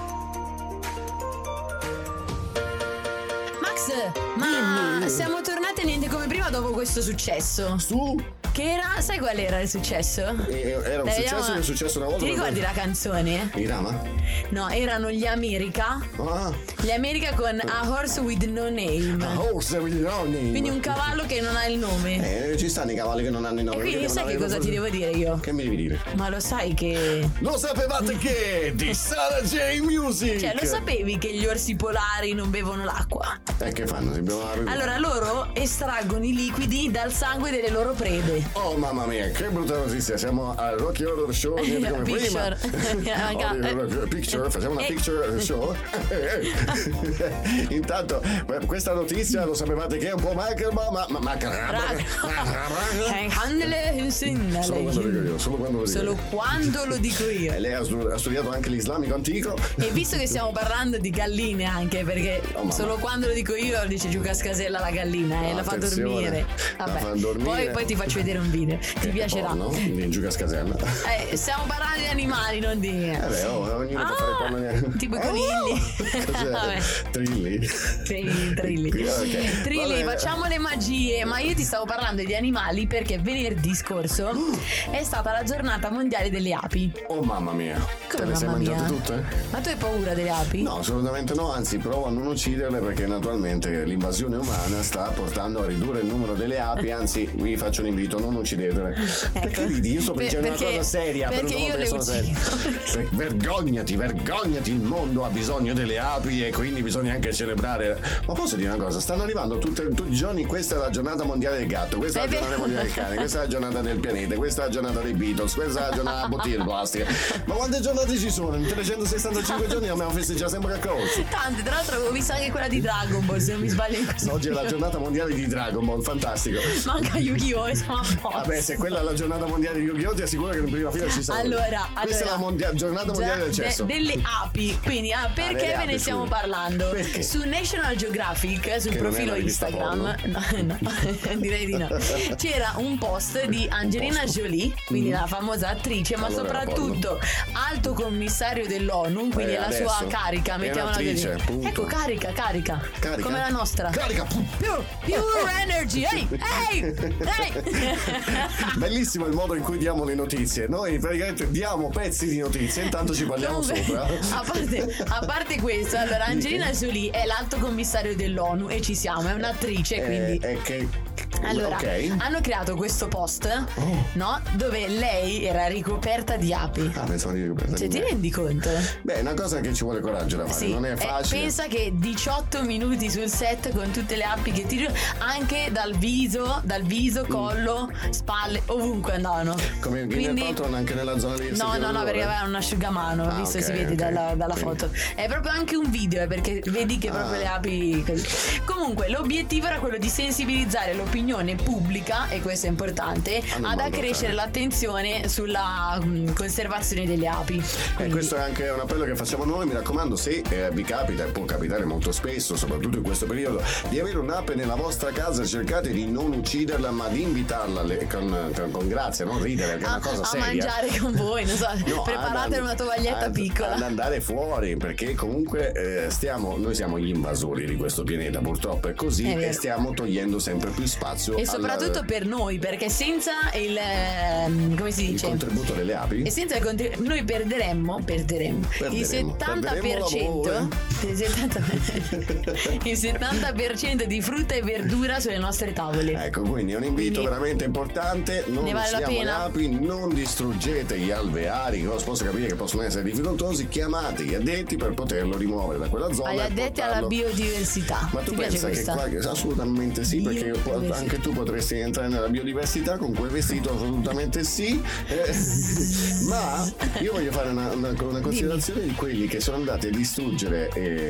Ma siamo tornate niente come prima dopo questo successo. Che era, sai qual era il successo? Era un successo che è successo una volta. Ti ricordi la canzone? Irama? No, erano gli America. Gli America con A Horse with No Name. A Horse with No Name. Quindi un cavallo che non ha il nome. Ci stanno i cavalli che non hanno il nome. E quindi sai che cosa ti devo dire io? Che mi devi dire? Ma lo sai che... Lo sapevate che? Di Sarah J Music. Cioè, lo sapevi che gli orsi polari non bevono l'acqua? Che fanno? Si bevono l'acqua? Allora, loro estraggono i liquidi dal sangue delle loro prede. Oh mamma mia, che brutta notizia. Siamo al Rocky Horror Show niente come prima. Picture, facciamo una picture show. Intanto questa notizia lo sapevate che è un po' macabra, solo quando lo dico io. Lei ha studiato anche l'islamico antico. E visto che stiamo parlando di galline anche, perché solo quando lo dico io dice giù Cascasella la gallina e la fa dormire. Vabbè. Poi ti faccio vedere un video, ti piacerà. No? Di Giù Cascasella. Stiamo parlando di animali, non di... ognuno può fare porno. Tipo i conigli. Trilli. Trilli, facciamo le magie. Ma io ti stavo parlando di animali perché venerdì scorso è stata la giornata mondiale delle api. Oh mamma mia. Come te le sei mangiate tutte? Ma tu hai paura delle api? No, assolutamente no, anzi provo a non ucciderle perché naturalmente l'invasione umana sta portando a ridurre il numero delle api. Anzi, vi faccio un invito, non uccidetele. Perché ridi? Io sto dicendo una cosa seria. Perché io le uccido. Vergognati, il mondo ha bisogno delle api e quindi bisogna anche celebrare. Ma posso dire una cosa? Stanno arrivando tutti i giorni, questa è la giornata mondiale del gatto, questa è la giornata mondiale del cane, questa è la giornata del pianeta, questa è la giornata dei Beatles, questa è la giornata della bottiglia di plastica. Ma quante giornate ci sono? In 365 giorni dobbiamo festeggiare sempre qualcosa. Tante, tra l'altro avevo visto anche quella di Dragon Ball, se non mi sbaglio in questo. Oggi è la giornata mondiale di Dragon Ball, fantastico. Manca Yu-Gi-Oh! Siamo a posto. Vabbè, se quella è la giornata mondiale di Yu-Gi-Oh! Ti assicuro che in prima fila ci sarà. Allora, questa è la giornata mondiale del cesso. Delle api. Quindi, perché ve ne stiamo parlando? Perché? Su National Geographic, sul profilo Instagram, no, direi di no. C'era un post di Angelina Jolie, quindi la famosa attrice, ma soprattutto alto commissario dell'ONU, quindi la sua carica, mettiamola così. Ecco, carica. Come la nostra. Carica. Pure energy. Ehi. Bellissimo il modo in cui diamo le notizie. Noi praticamente diamo pezzi di notizie, intanto ci parliamo sopra. A parte questo, allora Angelina Jolie è l'alto commissario dell'ONU e ci siamo, è un'attrice, quindi allora hanno creato questo post, no? Dove lei era ricoperta di api. Pensavo di ricoperta. Cioè, ti rendi conto? Beh, è una cosa che ci vuole coraggio da fare, non è facile. Pensa che 18 minuti sul set con tutte le api che tirano, anche dal viso, collo, spalle, ovunque andavano. Come Gwyneth Paltrow anche nella zona di No, perché aveva un asciugamano, visto si vede dalla foto. È proprio anche un video, perché vedi che proprio le api così. Comunque l'obiettivo era quello di sensibilizzare l'opinione pubblica, e questo è importante, ad accrescere l'attenzione sulla conservazione delle api. Questo è anche un appello che facciamo noi. Mi raccomando, se vi capita, e può capitare molto spesso, soprattutto in questo periodo, di avere un'ape nella vostra casa, cercate di non ucciderla, ma di invitarla con grazia, non ridere, che è una cosa seria. A mangiare con voi, non so, preparate una tovaglietta piccola. Ad andare fuori, perché comunque noi siamo gli invasori di questo pianeta, purtroppo è così, e stiamo togliendo sempre più spazio. E soprattutto per noi, perché senza il come si dice? Il contributo delle api? E senza il noi perderemmo il 70%. Il 70% di frutta e verdura sulle nostre tavole. Ecco, quindi è un invito veramente importante, non ne vale la siamo pena. api, non distruggete gli alveari, che posso capire che possono essere difficoltosi, chiamate gli addetti per poterlo rimuovere da quella zona. Agli addetti alla biodiversità. Ma tu Ti piace pensa questa? che assolutamente sì, perché anche tu potresti entrare nella biodiversità con quel vestito, assolutamente sì. Ma io voglio fare una considerazione di quelli che sono andati a distruggere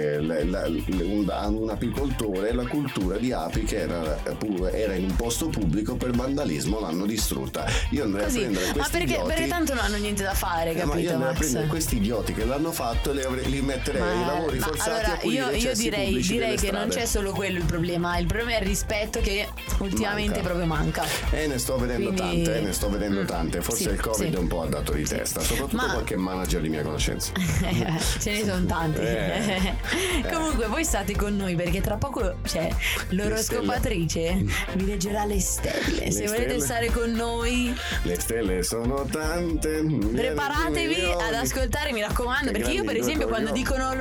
un apicoltore, la cultura di api che era in un posto pubblico per vandalismo, l'hanno distrutta. Io andrei a prendere questi idioti. Perché tanto non hanno niente da fare, capito? Ma io andrei a Max? prendere questi idioti che l'hanno fatto e li metterei i lavori forzati allora, a pulire io direi che strade. non c'è solo quello il problema è il rispetto che ultimamente proprio manca. Ne sto vedendo tante. Forse il Covid un po' ha dato di testa, soprattutto qualche manager di mia conoscenza. Ce ne sono tanti. Comunque voi state con noi perché tra poco c'è l'oroscopatrice vi leggerà le stelle. Se volete stare con noi, le stelle sono tante, preparatevi ad ascoltare, mi raccomando, perché io per esempio quando dicono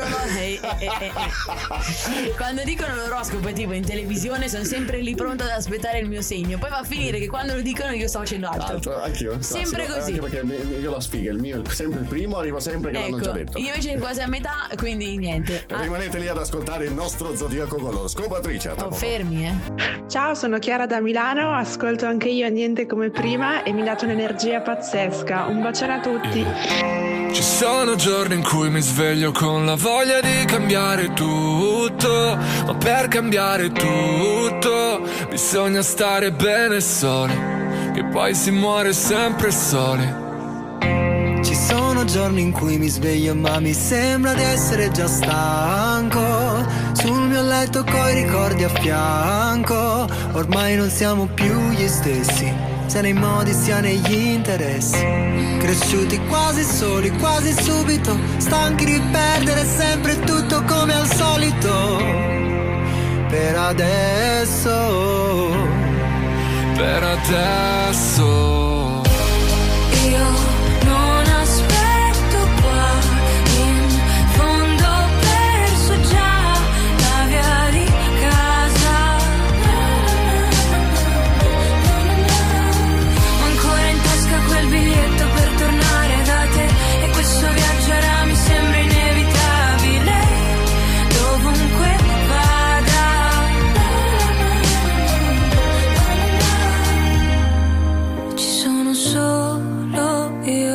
l'oroscopo tipo in televisione sono sempre lì pronta ad aspettare il mio segno, poi va a finire che quando lo dicono io sto facendo altro. Anch'io sempre così, anche perché io la sfiga, il mio è sempre il primo, arrivo sempre che l'hanno già detto. Io invece quasi a metà, quindi niente. Rimanete lì ad ascoltare il nostro zodiaco con l'oroscopatrice. Fermi. Ciao, sono Chiara da Milano, ascolto anche io Niente come prima e mi date un'energia pazzesca. Un bacione a tutti. Ci sono giorni in cui mi sveglio con la voglia di cambiare tutto, ma per cambiare tutto bisogna stare bene soli, che poi si muore sempre soli. Ci sono giorni in cui mi sveglio ma mi sembra di essere già stanco, sul mio letto coi ricordi a fianco, ormai non siamo più gli stessi, sia nei modi sia negli interessi, cresciuti quasi soli, quasi subito, stanchi di perdere sempre tutto come al solito. Per adesso io non aspetto qua, in fondo ho perso già la via di casa. Ho ancora in tasca quel biglietto per tornare da te, e questo viaggio ora mi sembra inevitabile, dovunque vada. Ci sono solo io.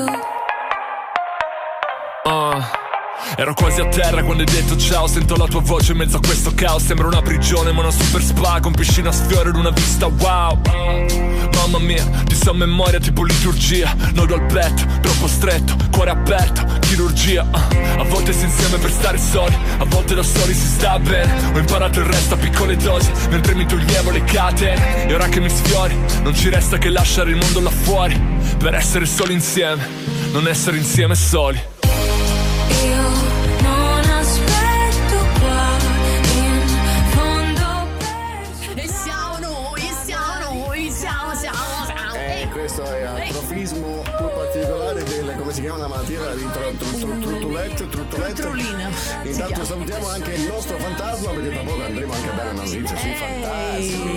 Ero quasi a terra quando hai detto ciao, sento la tua voce in mezzo a questo caos, sembra una prigione ma una super spa con piscina a sfiore ed una vista wow. Mamma mia, ti so a memoria tipo liturgia, nodo al petto, troppo stretto, cuore aperto, chirurgia. A volte si insieme per stare soli, a volte da soli si sta bene. Ho imparato il resto a piccole dosi, mentre mi toglievo le catene. E ora che mi sfiori, non ci resta che lasciare il mondo là fuori, per essere soli insieme, non essere insieme soli. Io non aspetto qua, in fondo E siamo noi, siamo. Questo è un trofismo più particolare del, come si chiama la malattia di Truttoletta. Intanto salutiamo anche il nostro fantasma, perché tra poco andremo anche a dare una notizia sui fantasmi.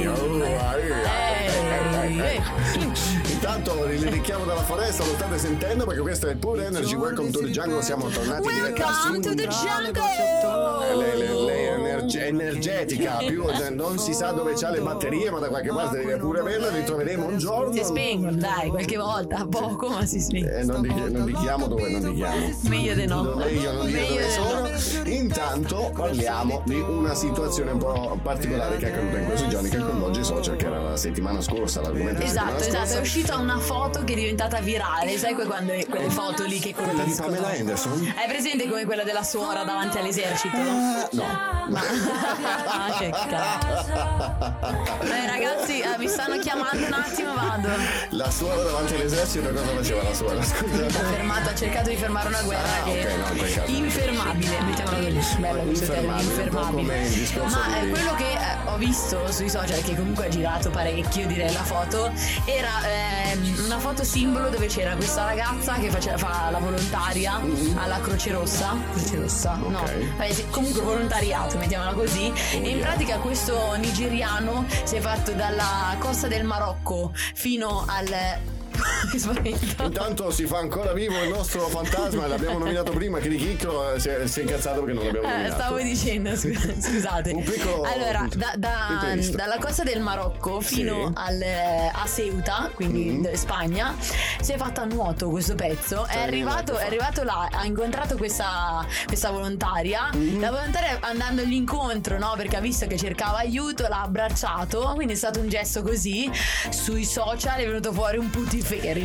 Intanto il richiamo dalla foresta lo state sentendo, perché questo è il Pure Energy. Welcome to the jungle. Siamo tornati in diretta Welcome to the jungle. Energetica, più non si sa dove c'ha le batterie, ma da qualche parte deve pure averla. Ritroveremo un giorno. Si spengono, dai, qualche volta, poco, ma si spengono. Non dichiamo dove, non dichiamo. Meglio di no. Meglio non dire dove sono. Intanto parliamo di una situazione un po' particolare che è accaduta in questi giorni, che coinvolge i social, che era la settimana scorsa, l'argomento della settimana scorsa. È uscita una foto che è diventata virale, sai quelle foto lì che quella di Pamela Anderson? È presente come quella della suora davanti all'esercito? No. Che cazzo. Ragazzi, mi stanno chiamando un attimo, vado. La suora davanti all'esercito cosa faceva la suora? Scusa. Ha cercato di fermare una guerra infermabile, mettiamola così. Bello questo termine, infermabile. Ma quello che ho visto sui social, che comunque ha girato parecchio, direi, la foto, era una foto simbolo dove c'era questa ragazza che fa la volontaria alla Croce Rossa. No, comunque volontariato, mettiamola chiamala così. E in pratica questo nigeriano si è fatto dalla costa del Marocco fino al Intanto si fa ancora vivo il nostro fantasma, l'abbiamo nominato prima, che di Chicco si è incazzato perché non l'abbiamo nominato. Stavo dicendo, scusate. Un piccolo allora, dalla costa del Marocco fino a Ceuta, quindi Spagna, si è fatto a nuoto questo pezzo. È arrivato là, ha incontrato questa volontaria. La volontaria, andandogli incontro, no, perché ha visto che cercava aiuto, l'ha abbracciato. Quindi è stato un gesto così. Sui social è venuto fuori un putiferio.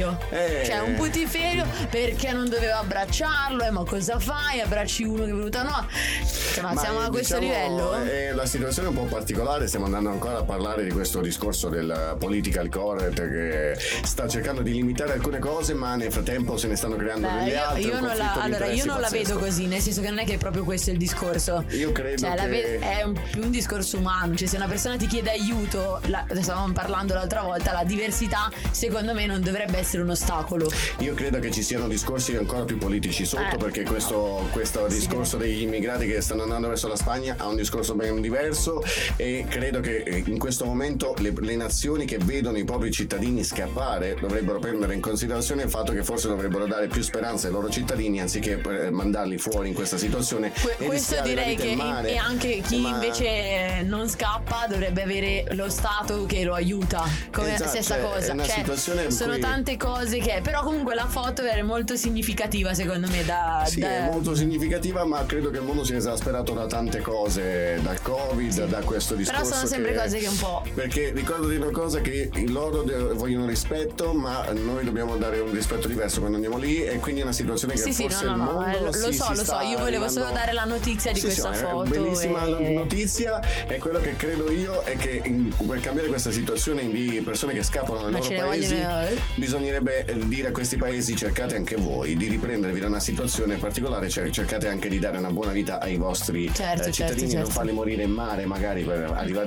Cioè un putiferio perché non doveva abbracciarlo. Ma cosa fai? Abbracci uno che è venuto no. Cioè, ma siamo a questo livello? La situazione è un po' particolare. Stiamo andando ancora a parlare di questo discorso del political correct che sta cercando di limitare alcune cose, ma nel frattempo se ne stanno creando delle altre. Io non la vedo così, nel senso che non è che è proprio questo il discorso. Io credo che è più un discorso umano. Cioè, se una persona ti chiede aiuto, stavamo parlando l'altra volta, la diversità secondo me non dovrebbe essere un ostacolo. Io credo che ci siano discorsi ancora più politici sotto, perché questo discorso degli immigrati che stanno andando verso la Spagna ha un discorso ben diverso, e credo che in questo momento le nazioni che vedono i propri cittadini scappare dovrebbero prendere in considerazione il fatto che forse dovrebbero dare più speranza ai loro cittadini anziché mandarli fuori in questa situazione. Questo direi che e anche chi invece non scappa dovrebbe avere lo Stato che lo aiuta, come stessa cosa. È una situazione sono tante cose che però comunque la foto è molto significativa secondo me è molto significativa, ma credo che il mondo sia esasperato da tante cose, dal Covid, da questo discorso. Però sono sempre cose che un po', perché ricordati una cosa, che loro vogliono rispetto, ma noi dobbiamo dare un rispetto diverso quando andiamo lì, e quindi è una situazione che forse il mondo lo so, io volevo solo dare la notizia di questa foto. Bellissima notizia, e quello che credo io è che per cambiare questa situazione di persone che scappano dai loro paesi bisognerebbe dire a questi paesi: cercate anche voi di riprendervi da una situazione particolare, cercate anche di dare una buona vita ai vostri cittadini, non farli morire in mare magari per arrivare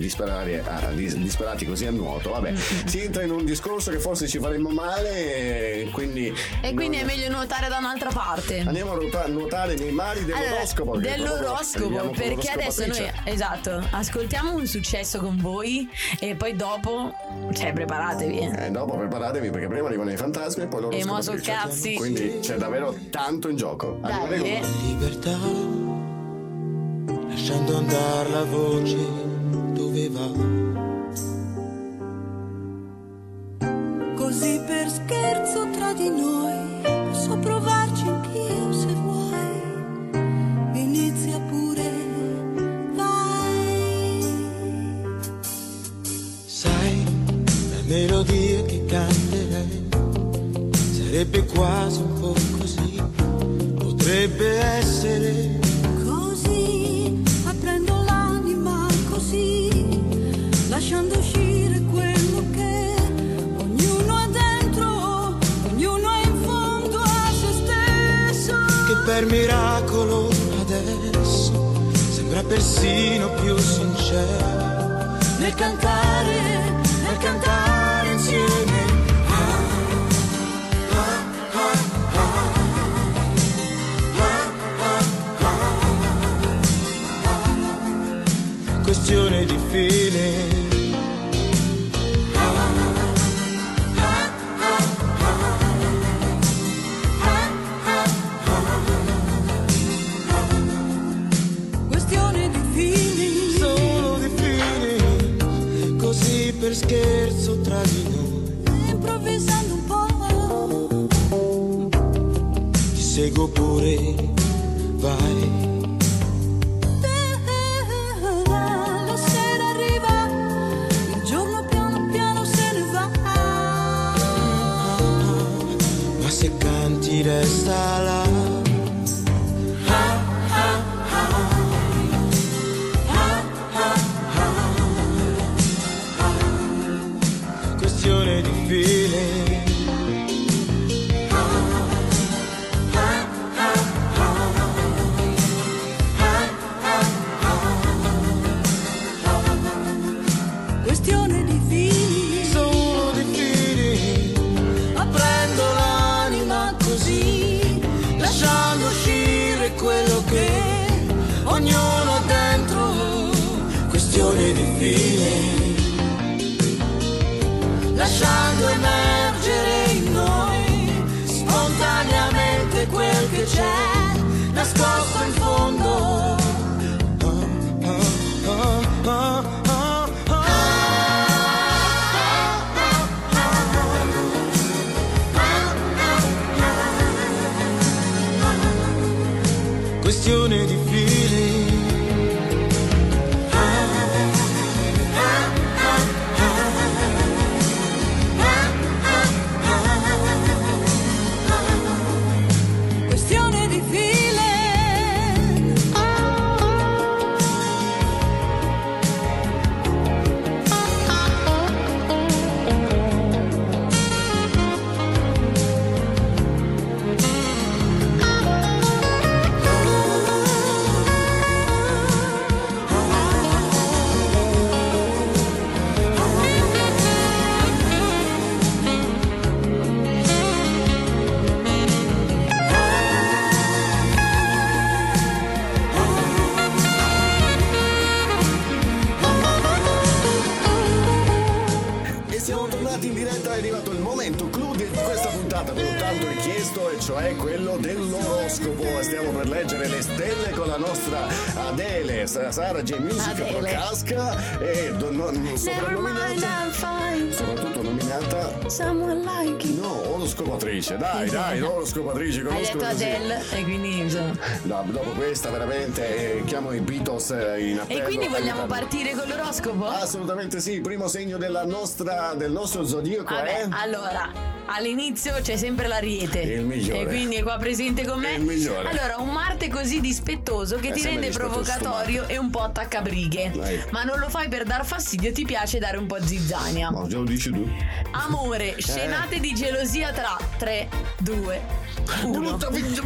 a disperati così a nuoto. Vabbè, si entra in un discorso che forse ci faremmo male, quindi è meglio nuotare da un'altra parte. Andiamo a nuotare nei mari dell'oroscopo, perché adesso noi ascoltiamo un successo con voi, e poi dopo preparatevi perché prima arrivano i fantasmi e poi loro sono cazzi, quindi c'è davvero tanto in gioco. Libertà, lasciando andare la voce dove va, così per scherzo tra di noi posso provarci anch'io se vuoi, inizia pure, vai. Sai, la melodia che canterei sarebbe quasi un po' così, potrebbe essere così, aprendo l'anima così, lasciando uscire quello che ognuno ha dentro, ognuno è in fondo a se stesso, che per miracolo adesso sembra persino più sincero nel cantare insieme. Questione di fine, questione di fini, solo di fini, così per scherzo tra di noi, improvvisando un po', ti seguo pure, vai. Ti resta là, questione di fine, questione di fini, solo di fini, aprendo l'anima così, feeling, lasciando emergere in noi spontaneamente quel che c'è nascosto in fondo. Questione di feeling. Questione di feeling. Cioè quello dell'oroscopo. Stiamo per leggere le stelle con la nostra Adele, Sara J Music Procasca, e soprannominata, soprattutto nominata no, oroscopatrice. Dai, oroscopatrice. Hai detto Adele e quindi insomma. No, dopo questa veramente chiamo i Beatles in appello. E quindi vogliamo partire con l'oroscopo? Assolutamente sì. Primo segno del nostro zodiaco è? Allora, all'inizio c'è sempre l'Ariete, il migliore, e quindi è qua presente con me. Il migliore. Allora, un Marte così dispettoso che ti rende provocatorio e un po' attaccabrighe. Ma non lo fai per dar fastidio, ti piace dare un po' zizzania. Ma già lo dici tu. Amore, scenate di gelosia tra 3, 2, 1.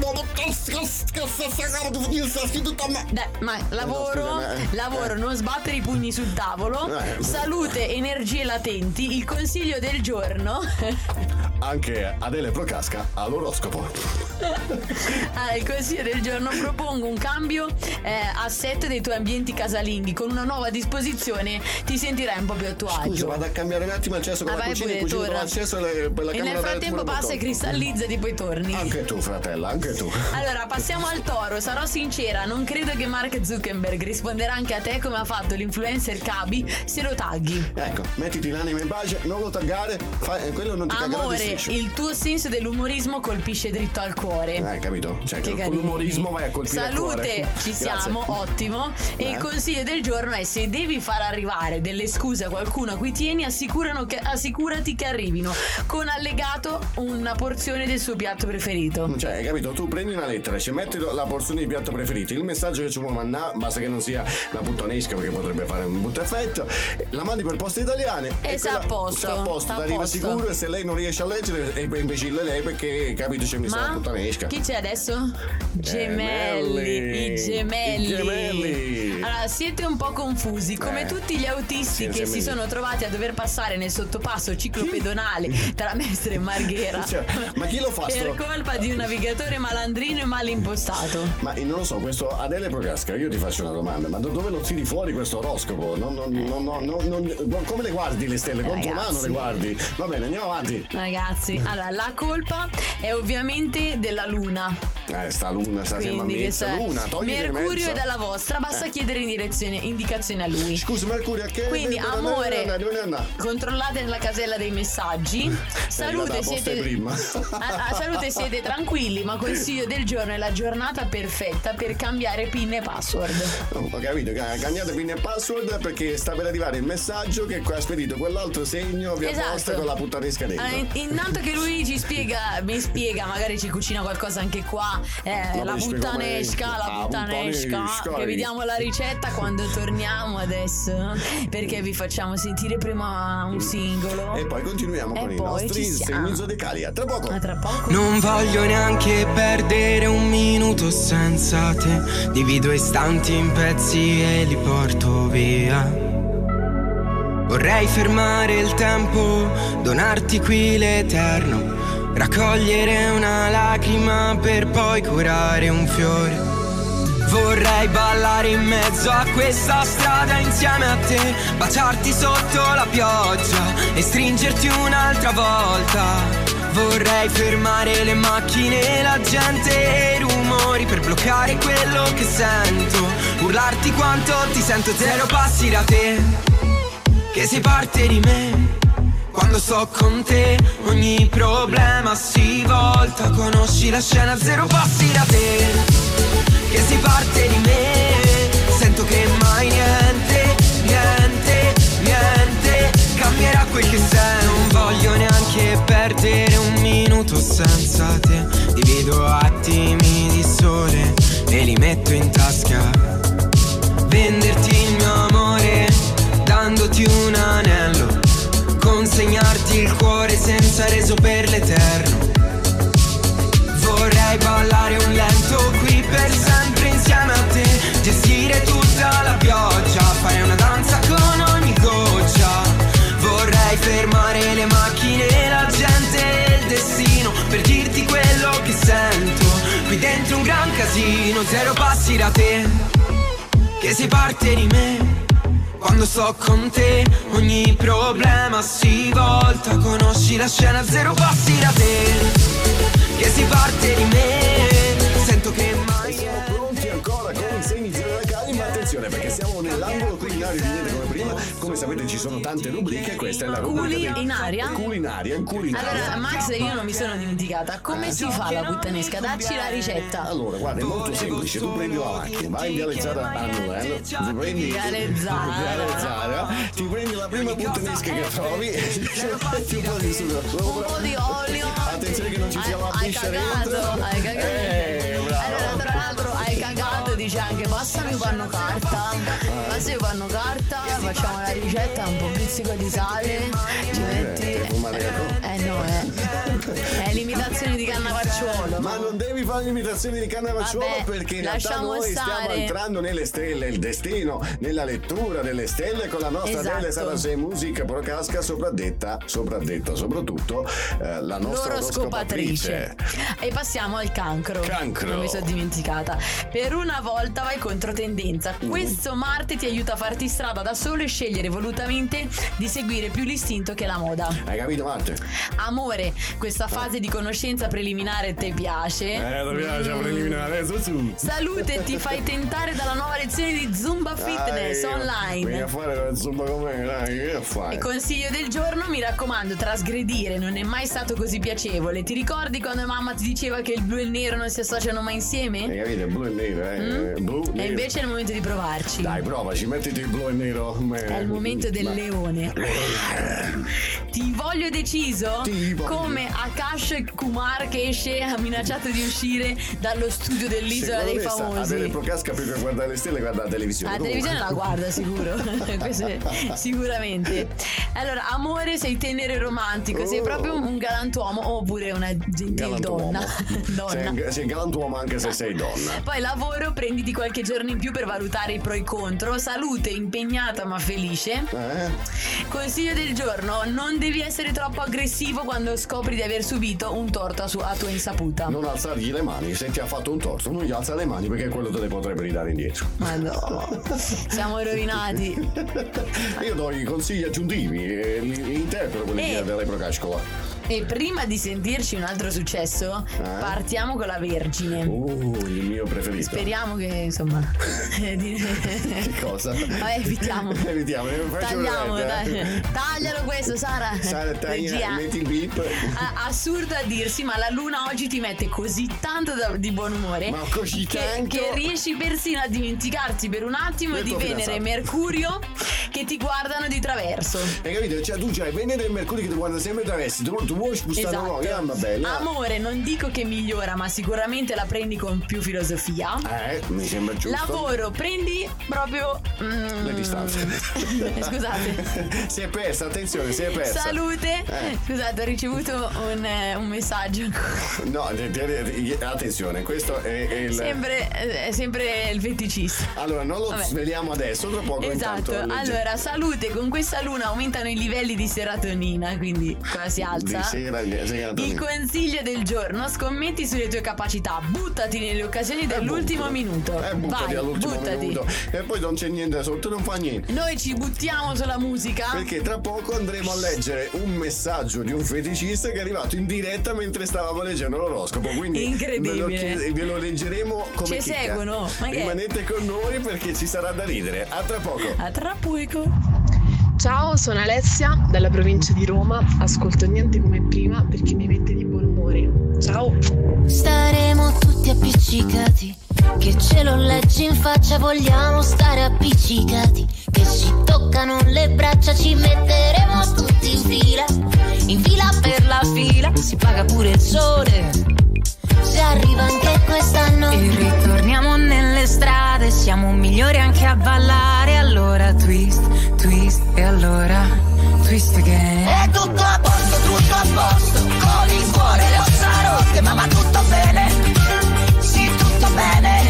Dai, ma lavoro, non sbattere i pugni sul tavolo. Salute, energie latenti. Il consiglio del giorno. Anche Adele Procasca all'oroscopo. Il consiglio del giorno: propongo un cambio assetto dei tuoi ambienti casalinghi. Con una nuova disposizione ti sentirai un po' più a tuo agio. Scusa, vado a cambiare un attimo l'accesso con la cucina, l'accesso per la e nel frattempo passa e cristallizzati, poi torni. Anche tu, fratella, anche tu. Allora, passiamo al Toro. Sarò sincera, non credo che Mark Zuckerberg risponderà anche a te come ha fatto l'influencer Kabi se lo tagghi. Ecco, mettiti l'anima in pace, non lo taggare, quello non ti cagherà di striscio. Il tuo senso dell'umorismo colpisce dritto al cuore. Capito? Cioè, con l'umorismo vai a colpire il cuore. Salute, ci siamo, ottimo. E il consiglio del giorno è: se devi far arrivare delle scuse a qualcuno a cui tieni, assicurati che arrivino con allegato una porzione del suo piatto preferito. Cioè, hai capito? Tu prendi una lettera, ci metti la porzione di piatto preferito, il messaggio che ci può mandare, basta che non sia una puttanesca, perché potrebbe fare un brutto effetto, la mandi per Poste Italiane e sta a posto, arriva sicuro. E se lei non riesce a leggere è imbecille lei, perché capito c'è messa la puttanesca. Chi c'è adesso? I gemelli. Allora, siete un po' confusi come tutti gli autisti che si sono trovati a dover passare nel sottopasso ciclopedonale tra Mestre e Marghera. Cioè, ma chi lo fa per colpa di un navigatore malandrino e mal impostato. Ma non lo so, questo Adele Procasca, io ti faccio una domanda: ma dove lo tiri fuori questo oroscopo? Come le guardi le stelle? Contro mano le guardi? Va bene, andiamo avanti. Ragazzi, allora, la colpa è ovviamente della luna. Sta luna, sta luna, Mercurio è dalla vostra, basta chiedere indicazione a lui. Scusa, Mercurio, che? Quindi, amore, controllate nella casella dei messaggi. Salute, siete tranquilli, ma consiglio del giorno: è la giornata perfetta per cambiare PIN e password. Ho capito, cambiate PIN e password perché sta per arrivare il messaggio che ha spedito quell'altro segno via posta con la puttanesca dentro. Intanto che lui mi spiega, magari ci cucina qualcosa anche qua. La puttanesca, che vi diamo la ricetta quando torniamo adesso, perché vi facciamo sentire prima un singolo e poi continuiamo con i nostri segni zodiacali. A tra poco. Non voglio neanche perdere un minuto senza te. Divido istanti in pezzi e li porto via. Vorrei fermare il tempo, donarti qui l'eterno, raccogliere una lacrima per poi curare un fiore. Vorrei ballare in mezzo a questa strada insieme a te, baciarti sotto la pioggia e stringerti un'altra volta. Vorrei fermare le macchine, la gente e i rumori per bloccare quello che sento, urlarti quanto ti sento. 0 passi da te, che sei parte di me. Quando sto con te ogni problema si volta, conosci la scena. 0 passi da te, che sei parte di me. Sento che mai niente, niente, niente cambierà quel che sei. Non voglio neanche perdere un minuto senza te. Divido attimi di sole e li metto in tasca. Venderti il mio amore dandoti un anello, consegnarti il cuore senza reso per l'eterno. Vorrei ballare un lento qui per sempre insieme a te, gestire tutta la pioggia, fare una danza con ogni goccia. Vorrei fermare le macchine, la gente e il destino per dirti quello che sento. Qui dentro un gran casino. 0 passi da te, che sei parte di me. Quando sto con te ogni problema si volta, conosci la scena. 0 passi da te, che sei parte di me. Sento che mai siamo pronti ancora con i segni zodiacali, ma attenzione perché siamo nell'angolo culinario di Niente Come Prima. Come sapete ci sono tante rubriche, questa è la rubrica culinaria. Culinaria. Allora Max, io non mi sono dimenticata, come si fa la puttanesca? Dacci la ricetta. Allora guarda, è molto semplice, tu prendi la macchina, vai in Viale Zara a Novello, tu prendi Viale Zara, ti prendi la prima puttanesca che trovi e un po' di olio. Attenzione che non ci sia la piscia dentro. Hai cagato. Allora tra l'altro hai cagato, dice anche passami un panno carta. Passami un panno carta, facciamo la ricetta, un po' pizzico di sale, ci metti è l'imitazione di Cannavacciuolo. Ma non devi fare l'imitazione di Cannavacciuolo perché in realtà noi stiamo entrando nelle stelle, il destino, nella lettura delle stelle con la nostra Delle Sarasè Music Procasca, soprattutto la nostra oroscopatrice. E passiamo al cancro. Non mi sono dimenticata. Per una volta vai contro tendenza. Questo Marte ti aiuta a farti strada da solo e scegliere volutamente di seguire più l'istinto che la moda. Hai capito Marte? Amore, questa fase di conoscenza preliminare ti piace? Ti piace preliminare, su. Salute, ti fai tentare dalla nuova lezione di Zumba Fitness online. Vieni a fare la Zumba con me, dai, vieni a fare. E consiglio del giorno, mi raccomando, trasgredire non è mai stato così piacevole. Ti ricordi quando mamma ti diceva che il blu e il nero non si associano mai insieme? Hai capito? Il blu e il nero, blu, e nero. Invece è il momento di provarci. Dai, provaci, mettiti il blu e il nero. È il momento del leone. Ti voglio deciso? Come Akash Kumar che esce ha minacciato di uscire dallo studio dell'Isola dei Famosi. Adele Procasca più che guardare le stelle guarda la televisione. La televisione la guarda sicuro. Sicuramente. Allora, amore, sei tenero e romantico, sei proprio un galantuomo oppure una gentile donna. Sei galantuomo anche se sei donna. Poi lavoro, prenditi qualche giorno in più per valutare i pro e i contro. Salute, impegnata ma felice. Consiglio del giorno, non devi essere troppo aggressivo quando scopri di aver subito un torto a tua insaputa. Non alzargli le mani, se ti ha fatto un torto non gli alza le mani perché quello te le potrebbe ridare indietro. Ma no, siamo rovinati. Io do i consigli aggiuntivi e li interpreto quelli della Procascola. E prima di sentirci un altro successo, partiamo con la Vergine. Il mio preferito. Speriamo che, insomma. Che cosa? Vabbè, evitiamo. Tagliamo, dai. Taglialo questo, Sara. Sara, taglia, metti il beep. Assurdo a dirsi, ma la luna oggi ti mette così tanto di buon umore. Ma così tanto che riesci persino a dimenticarti per un attimo di Venere e Mercurio che ti guardano di traverso. Hai capito? Cioè tu c'hai Venere e Mercurio che ti guardano sempre di traverso. Tu vuoi spostare una gamba bella. Amore, non dico che migliora, ma sicuramente la prendi con più filosofia. Mi sembra giusto. Lavoro, prendi proprio le distanze. Scusate. Si è persa, attenzione, si è persa. Salute. Scusate, ho ricevuto un messaggio. No, attenzione, questo è il sempre il feticista. Allora, non lo sveliamo adesso, tra poco esatto. intanto Allora, Allora, salute, con questa luna aumentano i livelli di serotonina, quindi cosa si alza? Il consiglio del giorno: scommetti sulle tue capacità, buttati nelle occasioni dell'ultimo minuto. Buttati all'ultimo minuto. E poi non c'è niente sotto, non fa niente. Noi ci buttiamo sulla musica, perché tra poco andremo a leggere un messaggio di un feticista che è arrivato in diretta mentre stavamo leggendo l'oroscopo. Quindi incredibile. ve lo leggeremo come ci seguono. Rimanete con noi perché ci sarà da ridere. A tra poco. A tra poco. Ciao, sono Alessia dalla provincia di Roma. Ascolto niente come prima perché mi mette di buon umore. Ciao. Staremo tutti appiccicati, che ce lo leggi in faccia, vogliamo stare appiccicati, che ci toccano le braccia, ci metteremo tutti in fila per la fila, si paga pure il sole, se arriva anche quest'anno. E ritorniamo nelle strade, siamo migliori anche a ballare, allora twist, twist e allora twist again. È tutto a posto, con il cuore le ossa rotte, ma va tutto bene, sì tutto bene.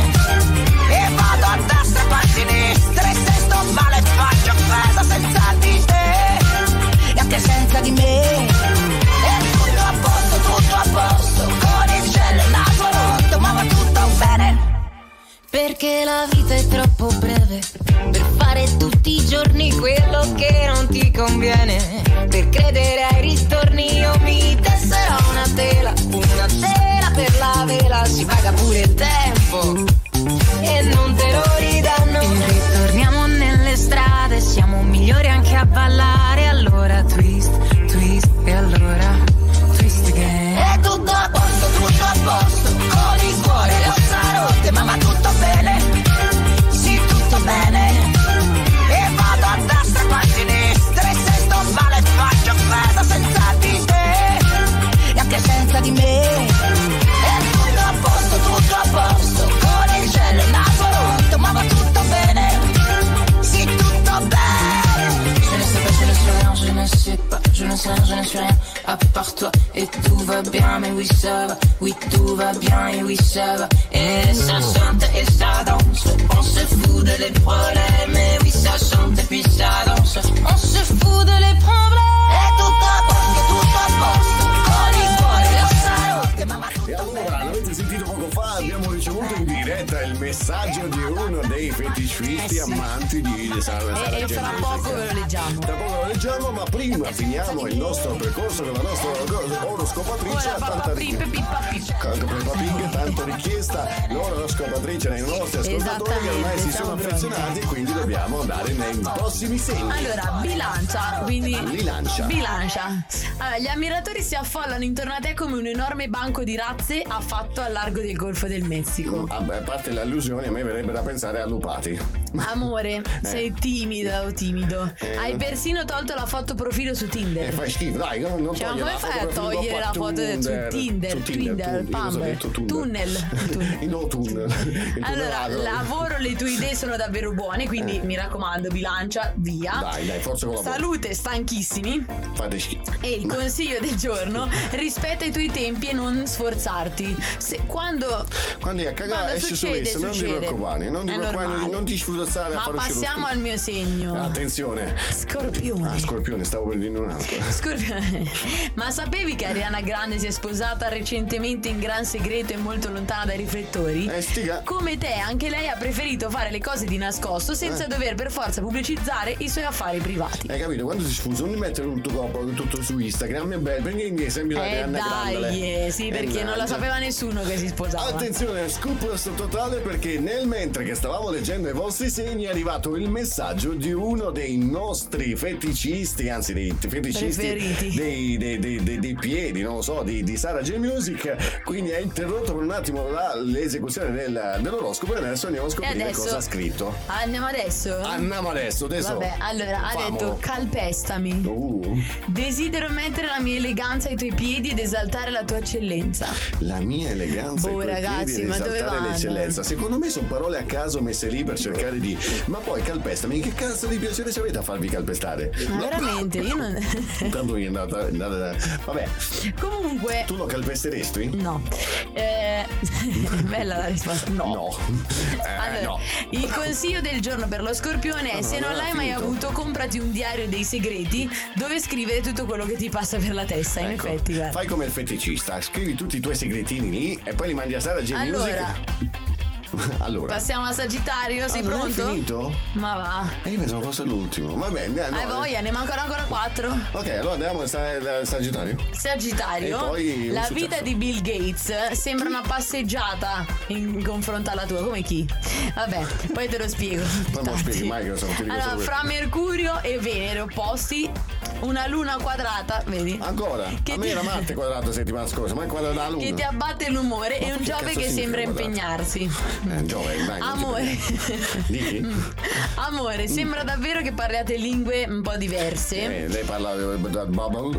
E vado a destra e a sinistra, e se sto male faccio festa senza di te, e anche senza di me. È tutto a posto, con il cielo e il naso rotto, ma va tutto bene. Perché la vita è troppo breve per fare tutti i giorni quello che non ti conviene. Per credere ai ritorni io mi tesserò una tela per la vela, si paga pure il tempo e non te lo ridanno. E ritorniamo nelle strade, siamo migliori anche a ballare, allora twist, twist e allora twist again. È tutto a posto, con il cuore le ossa rotte, ma va tutto bene, sì tutto bene. E vado a destra e a sinistra, e se sto male faccio festa senza di te, e anche senza di me. È tutto a posto, con il cielo e il naso rotto, ma va tutto bene, sì tutto bene. Je ne sais pas, je ne sais rien, je ne sais pas, je ne sais rien, je ne suis rien à part toi. Et tout va bien, mais oui ça va, oui tout va bien, et oui ça va. Et ça chante et ça danse, on se fout de les problèmes. Et oui ça chante et puis ça danse, on se fout de les problèmes. È tutto a posto, con il cuore le ossa rotte, ma va tutto bene. E allora, l'avete sentito poco fa, abbiamo ricevuto in diretta il messaggio di uno dei feticisti amanti di Sara. E fra poco ve lo leggiamo. Tra poco lo leggiamo, ma prima finiamo il nostro percorso con la nostra oroscopatrice. Tanto richiesta l'oroscopatrice nei nostri ascoltatori che ormai si sono affezionati e quindi dobbiamo andare nei prossimi segni. Allora, bilancia. Bilancia. Allora, gli ammiratori si affollano intorno a te come un enorme banco di razze affatto al largo del Golfo del Messico. Vabbè, a parte le allusioni, a me verrebbe da pensare a lupati. Amore, sei timida o timido. Hai persino tolto la foto profilo su Tinder. Fai schifo, dai, non come fai a togliere la foto su Tinder, Pumber, Tunnel. No tunnel. Allora, lavoro, le tue idee sono davvero buone, quindi mi raccomando, bilancia, via. Dai, forza con la salute, stanchissimi. Fate schifo. E il consiglio del giorno: rispetta i tuoi tempi e non sforzarti. Quando è a cagare esci su esso, non ti preoccupare, non ti sforzare a fare uscire. Ma passiamo al mio segno. Attenzione. Scorpione. Scorpione, stavo per dire un altro. Scorpione. Ma sapevi che Ariana Grande si è sposata recentemente in gran segreto e molto lontana dai riflettori? Stiga. Come te, anche lei ha preferito fare le cose di nascosto senza dover per forza pubblicizzare i suoi affari privati. Hai capito? Quando si sposano non mettere tutto su Instagram, è bello, perché sembra la Ariana Grande. Sì, perché non la sapeva nessuno che si sposava. Attenzione, scoop totale, perché mentre che stavamo leggendo i vostri segni è arrivato il messaggio di uno dei nostri feticisti, anzi dei feticisti dei piedi, non lo so, di Sara J Music. Quindi ha interrotto per un attimo l'esecuzione dell'oroscopo e adesso andiamo a scoprire cosa ha scritto. Andiamo adesso. Vabbè, allora ha detto: calpestami. Desidero mettere la mia eleganza ai tuoi piedi ed esaltare la tua eccellenza. La mia eleganza ai tuoi ragazzi, piedi ed ma dove esaltare vanno? l'eccellenza. Secondo secondo me sono parole a caso messe lì per cercare di. Ma poi calpestami, che cazzo di piacere ci avete a farvi calpestare? Ma veramente, io non. Tanto mi è andata. Vabbè. Comunque. Tu lo calpesteresti? No. Bella la risposta. No. Allora, no. Il consiglio del giorno per lo Scorpione è: se non l'hai mai avuto, comprati un diario dei segreti dove scrivere tutto quello che ti passa per la testa. In effetti, guarda. Fai come il feticista, scrivi tutti i tuoi segretini lì e poi li mandi a Sara J Music. Allora. Passiamo a Sagittario, sei pronto? Non è finito? Ma va. Io pensavo fosse l'ultimo. Vabbè, hai voglia, ne mancano ancora 4. Ok, allora andiamo a Sagittario. Sagittario. E poi la vita di Bill Gates sembra una passeggiata in confronto alla tua. Come chi? Vabbè, poi te lo spiego. Poi non spieghi mai che sono allora, fra Mercurio e Venere opposti, una luna quadrata, vedi? Ancora? A me era Marte quadrata settimana scorsa, ma è quadrata la luna. Che ti abbatte l'umore e un Giove che sembra impegnarsi. Giove, dai. Amore. Dici? Amore, sembra davvero che parliate lingue un po' diverse. Lei parla Babalu.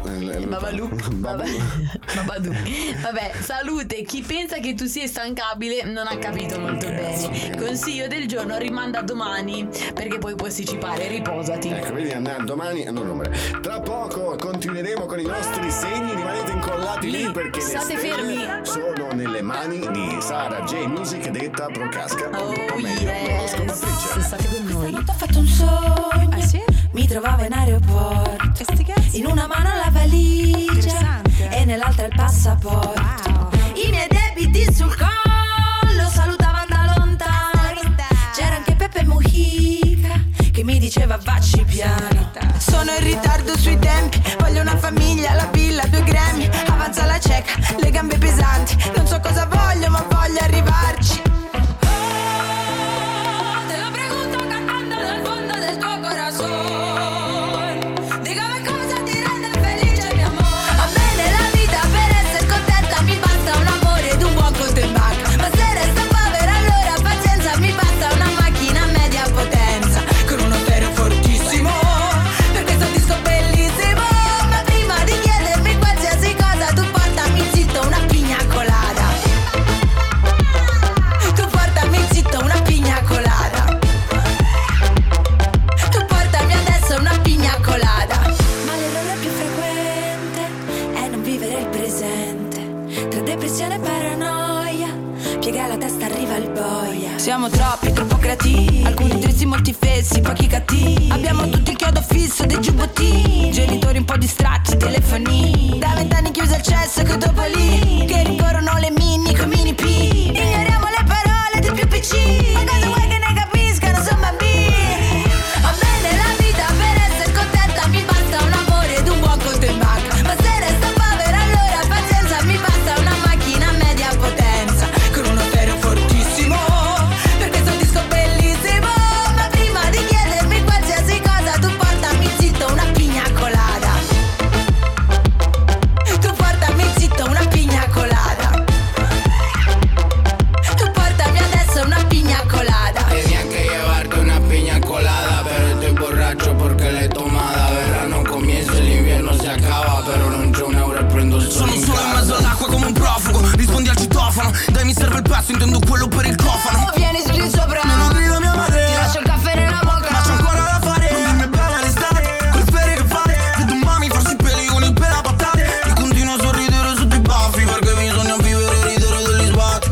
Vabbè, salute. Chi pensa che tu sia instancabile non ha capito molto bene. Consiglio del giorno: rimanda a domani, perché puoi posticipare, riposati. Ecco, vedi, domani tra poco continueremo con i nostri segni. Rimanete incollati lì perché state fermi. Sono nelle mani di Sara J Music, detta Procasca. State con noi. Ho fatto un sogno. Ah, sì? Mi trovavo in aeroporto. In una mano la valigia e nell'altra il passaporto. I miei debiti sul collo salutavano da lontano. C'era anche Peppe Mujica che mi diceva vacci piano. Sono in ritardo sui tempi, voglio una famiglia, la villa, 2 Grammy. Avanza la check, le gambe pesanti. Non so cosa voglio, ma voglio arrivarci. Te lo pregunto cantando dal fondo del tuo corazon. Dígame cosa ti rende felice, mio amore. A me nella vita per essere contenta mi basta un amore ed un buon conto in banca. Ma se resto povera allora pazienza, mi basta una macchina a media potenza con uno stereo fortissimo, perché sto disco bellissimo. Ma prima di chiedermi qualsiasi cosa, tu portami zitto una pigna colada. Tu portami zitto una pigna colada. Tu portami adesso una pigna colada. Ma l'errore più frequente è non vivere il presente. Tra depressione e paranoia, piega la testa, arriva il boia. Siamo troppi, troppo creativi, alcuni tristi, molti fessi, pochi cattivi. Abbiamo tutti il chiodo fisso dei giubbottini, genitori un po' distratti, telefoni. Da 20 anni chiuso il cesso che dopo lì, che rincorrono le mini coi mini P. Ignoriamo le parole dei più piccini. Ma cosa vuoi che ne capiscano, sono bambini. A me nella vita per essere contenta mi basta un amore ed un buon conto in banca. Ma se resto povera allora pazienza, mi basta una macchina a media potenza con uno stereo fortissimo, perché sto disco bellissimo. Ma prima di chiedermi qualsiasi cosa, tu portami zitto una pigna colada. Tu portami zitto una pigna colada. Tu portami adesso una pigna colada. Tenían que llevarte una piña colada, pero estoy borracho porque le he tomada. Verano comienza, el invierno se acaba, pero non c'è un euro e prendo il sole. Sono solo in mezzo all'acqua come un profugo, rispondi al citofono. Dai, mi serve il pezzo, intendo quello per il cofano. Vieni su di sopra, non obblighi mia madre. Ti lascio il caffè nella bocca, ma c'ho ancora da fare. Non dimmi bella l'estate, col ferie che fate. Vedo mami farsi i peli con il pelo a patate. E continuo a sorridere sotto i baffi, perché bisogna vivere e ridere degli sbatti.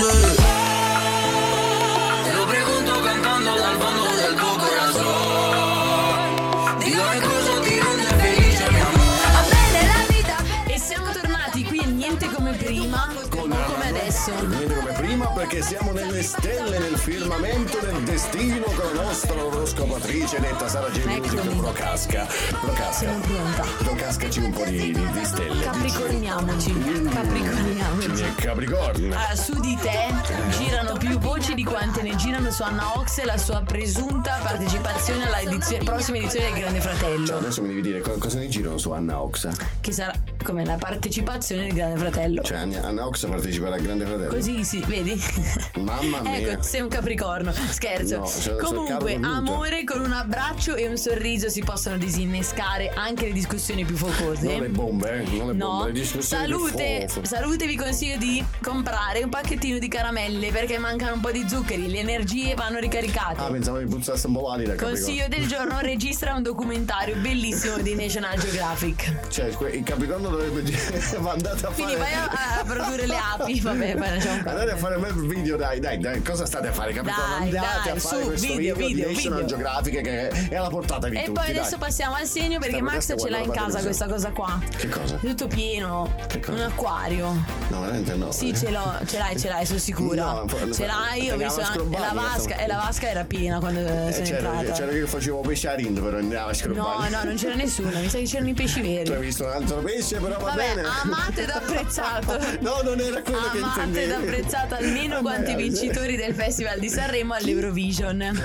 Te lo pregunto cantando dal fondo del tuo corazon. Dígame cosa ti rende felice, mio amore. A me nella vita. E siamo tornati qui e niente come prima, come adesso. Niente come prima perché siamo nelle stelle, nel firmamento del destino con la nostra oroscopatrice detta Sara J Music Procasca. Sono pronta. Procascaci un po' di stelle. Capricorniamoci. Capricorno. Su di te girano più voci di quante ne girano su Anna Ox e la sua presunta partecipazione alla prossima edizione del Grande Fratello. Cioè, adesso mi devi dire cosa ne girano su Anna Ox? Che sarà come la partecipazione del Grande Fratello. Cioè Anna Ox parteciperà al Grande Fratello. Così sì, vedi? Mamma mia. Ecco, sei un capricorno. Scherzo. No, comunque, amore con un abbraccio e un sorriso si possono disinnescare anche le discussioni più focose. Non le bombe, non le bombe, le discussioni Salute, vi consiglio di comprare un pacchettino di caramelle perché mancano un po' di zuccheri, le energie vanno ricaricate. Pensavo di puzzasse un po' valida. Consiglio del giorno: registra un documentario bellissimo di National Geographic. Cioè, il Capricorno dovrebbe andate a fare. Quindi vai a produrre le api. Vabbè, andate a fare un bel video, dai, cosa state a fare, Capricorno? Andate a fare questo video di National Geographic che è alla portata di tutti. E poi adesso passiamo al segno perché Max ce l'ha in casa questa cosa qua. Che cosa? Tutto pieno. Che cosa? Un acquario. No, veramente no. Sì, ce l'hai, sono sicura. No, ce l'hai, ho visto e la vasca era piena quando sei entrata. C'era che io facevo pesce a rindo, però andava a scrobbare. No, non c'era nessuno, mi sa che c'erano i pesci veri. Tu hai visto un altro pesce, però va bene. Amato ed apprezzato. No, non era quello che intendevo. Amato ed apprezzato almeno quanti vincitori del Festival di Sanremo all'Eurovision.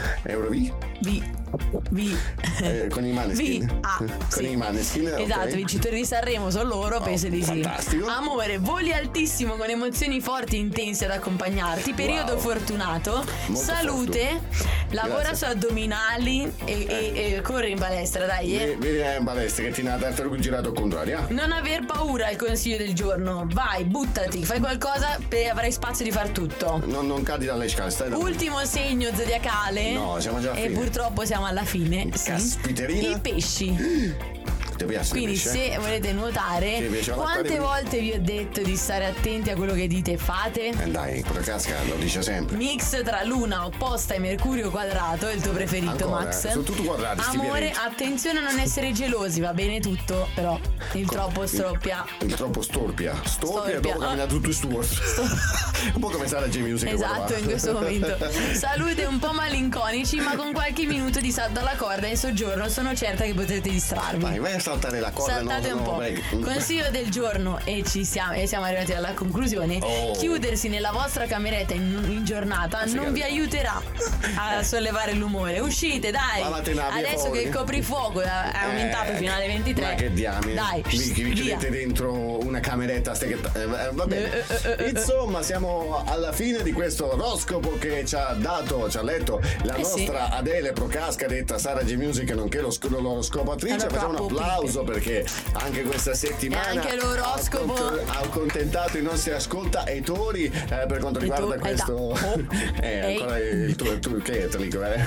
Con i Maneskin. Con i Maneskin. Esatto, vincitori di Sanremo sono loro, penso di sì. Fantastico. Amore, voli altissimo con emozioni forti e intense ad accompagnarti. Periodo fortunato. Molto salute. Lavora Grazie. su addominali e corri in palestra, dai. Vieni in palestra che ti ne ha dato girato al contrario. Non aver paura è il consiglio del giorno. Vai, buttati, fai qualcosa e avrai spazio di far tutto. Non cadi dalle scale, stai da. Ultimo segno zodiacale. No, siamo già a e fine. Purtroppo siamo alla fine. Caspiterina. I pesci. Ti piace? Quindi se volete nuotare, quante volte vi ho detto di stare attenti a quello che dite e fate? Dai, Procasca lo dice sempre. Mix tra luna opposta e Mercurio quadrato, il tuo preferito. Ancora, Max. sono tutto quadrati. Amore, attenzione a non essere gelosi, va bene tutto, però il troppo storpia. Il troppo storpia e dopo cammina tutto su. Un po' come Sara J Music. Esatto, in questo momento. Salute un po' malinconici, ma con qualche minuto di salto alla corda in soggiorno sono certa che potrete distrarvi. Vai a saltare la corda. Saltate un po'. Consiglio del giorno e siamo arrivati alla conclusione. Chiudersi nella vostra cameretta in giornata non vi aiuterà a sollevare l'umore. Uscite, dai. Adesso che il coprifuoco è aumentato fino alle 23. Ma che diamine. Dai. Vi chiudete dentro una cameretta va bene. Insomma, siamo alla fine di questo oroscopo che ci ha letto la nostra Adele Procasca, detta Sara J Music, nonché l'oroscopatrice. Facciamo un applauso perché anche questa settimana anche l'oroscopo ha accontentato i nostri ascoltatori per quanto riguarda questo ancora il turchese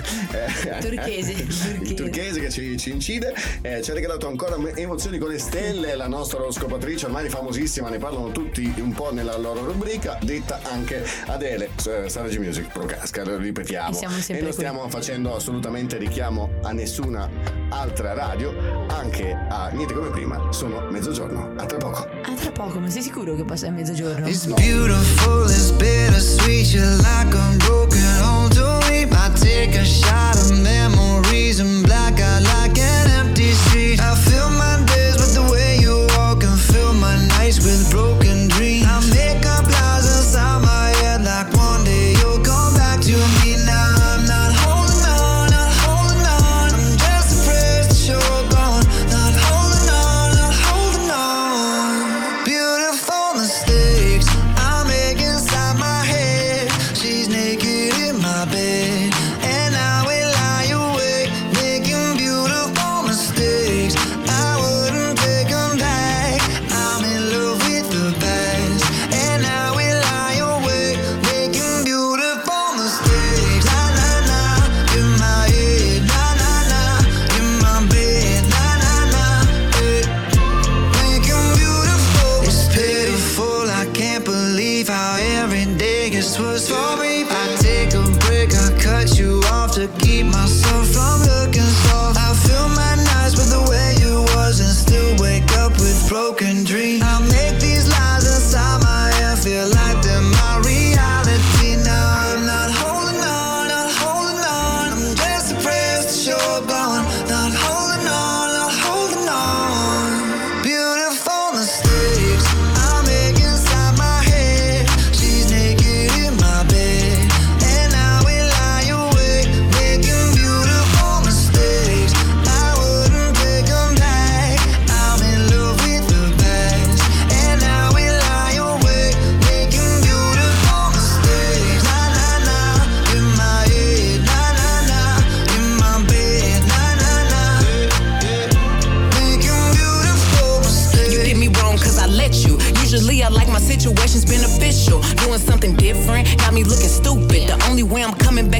il turchese che ci incide. Ci ha regalato ancora emozioni con le stelle la nostra oroscopatrice, ormai famosissima, ne parlano tutti un po' nella loro rubrica, detta anche Adele Sara J Music Procasca, lo ripetiamo, e non stiamo facendo assolutamente richiamo a nessuna altra radio, anche a Niente Come Prima. Sono mezzogiorno, a tra poco, ma sei sicuro che passa a mezzogiorno? It's beautiful, it's bittersweet, you're like a broken home to me. I take a shot of memories and black out like an empty street. I fill my days with the way you walk and fill my nights with broken dreams. I make up lies inside my head like one day you'll come back to me. Now I'm not holding on, I'm just afraid that you're gone. Not holding on. Beautiful mistakes I make inside my head. She's naked in my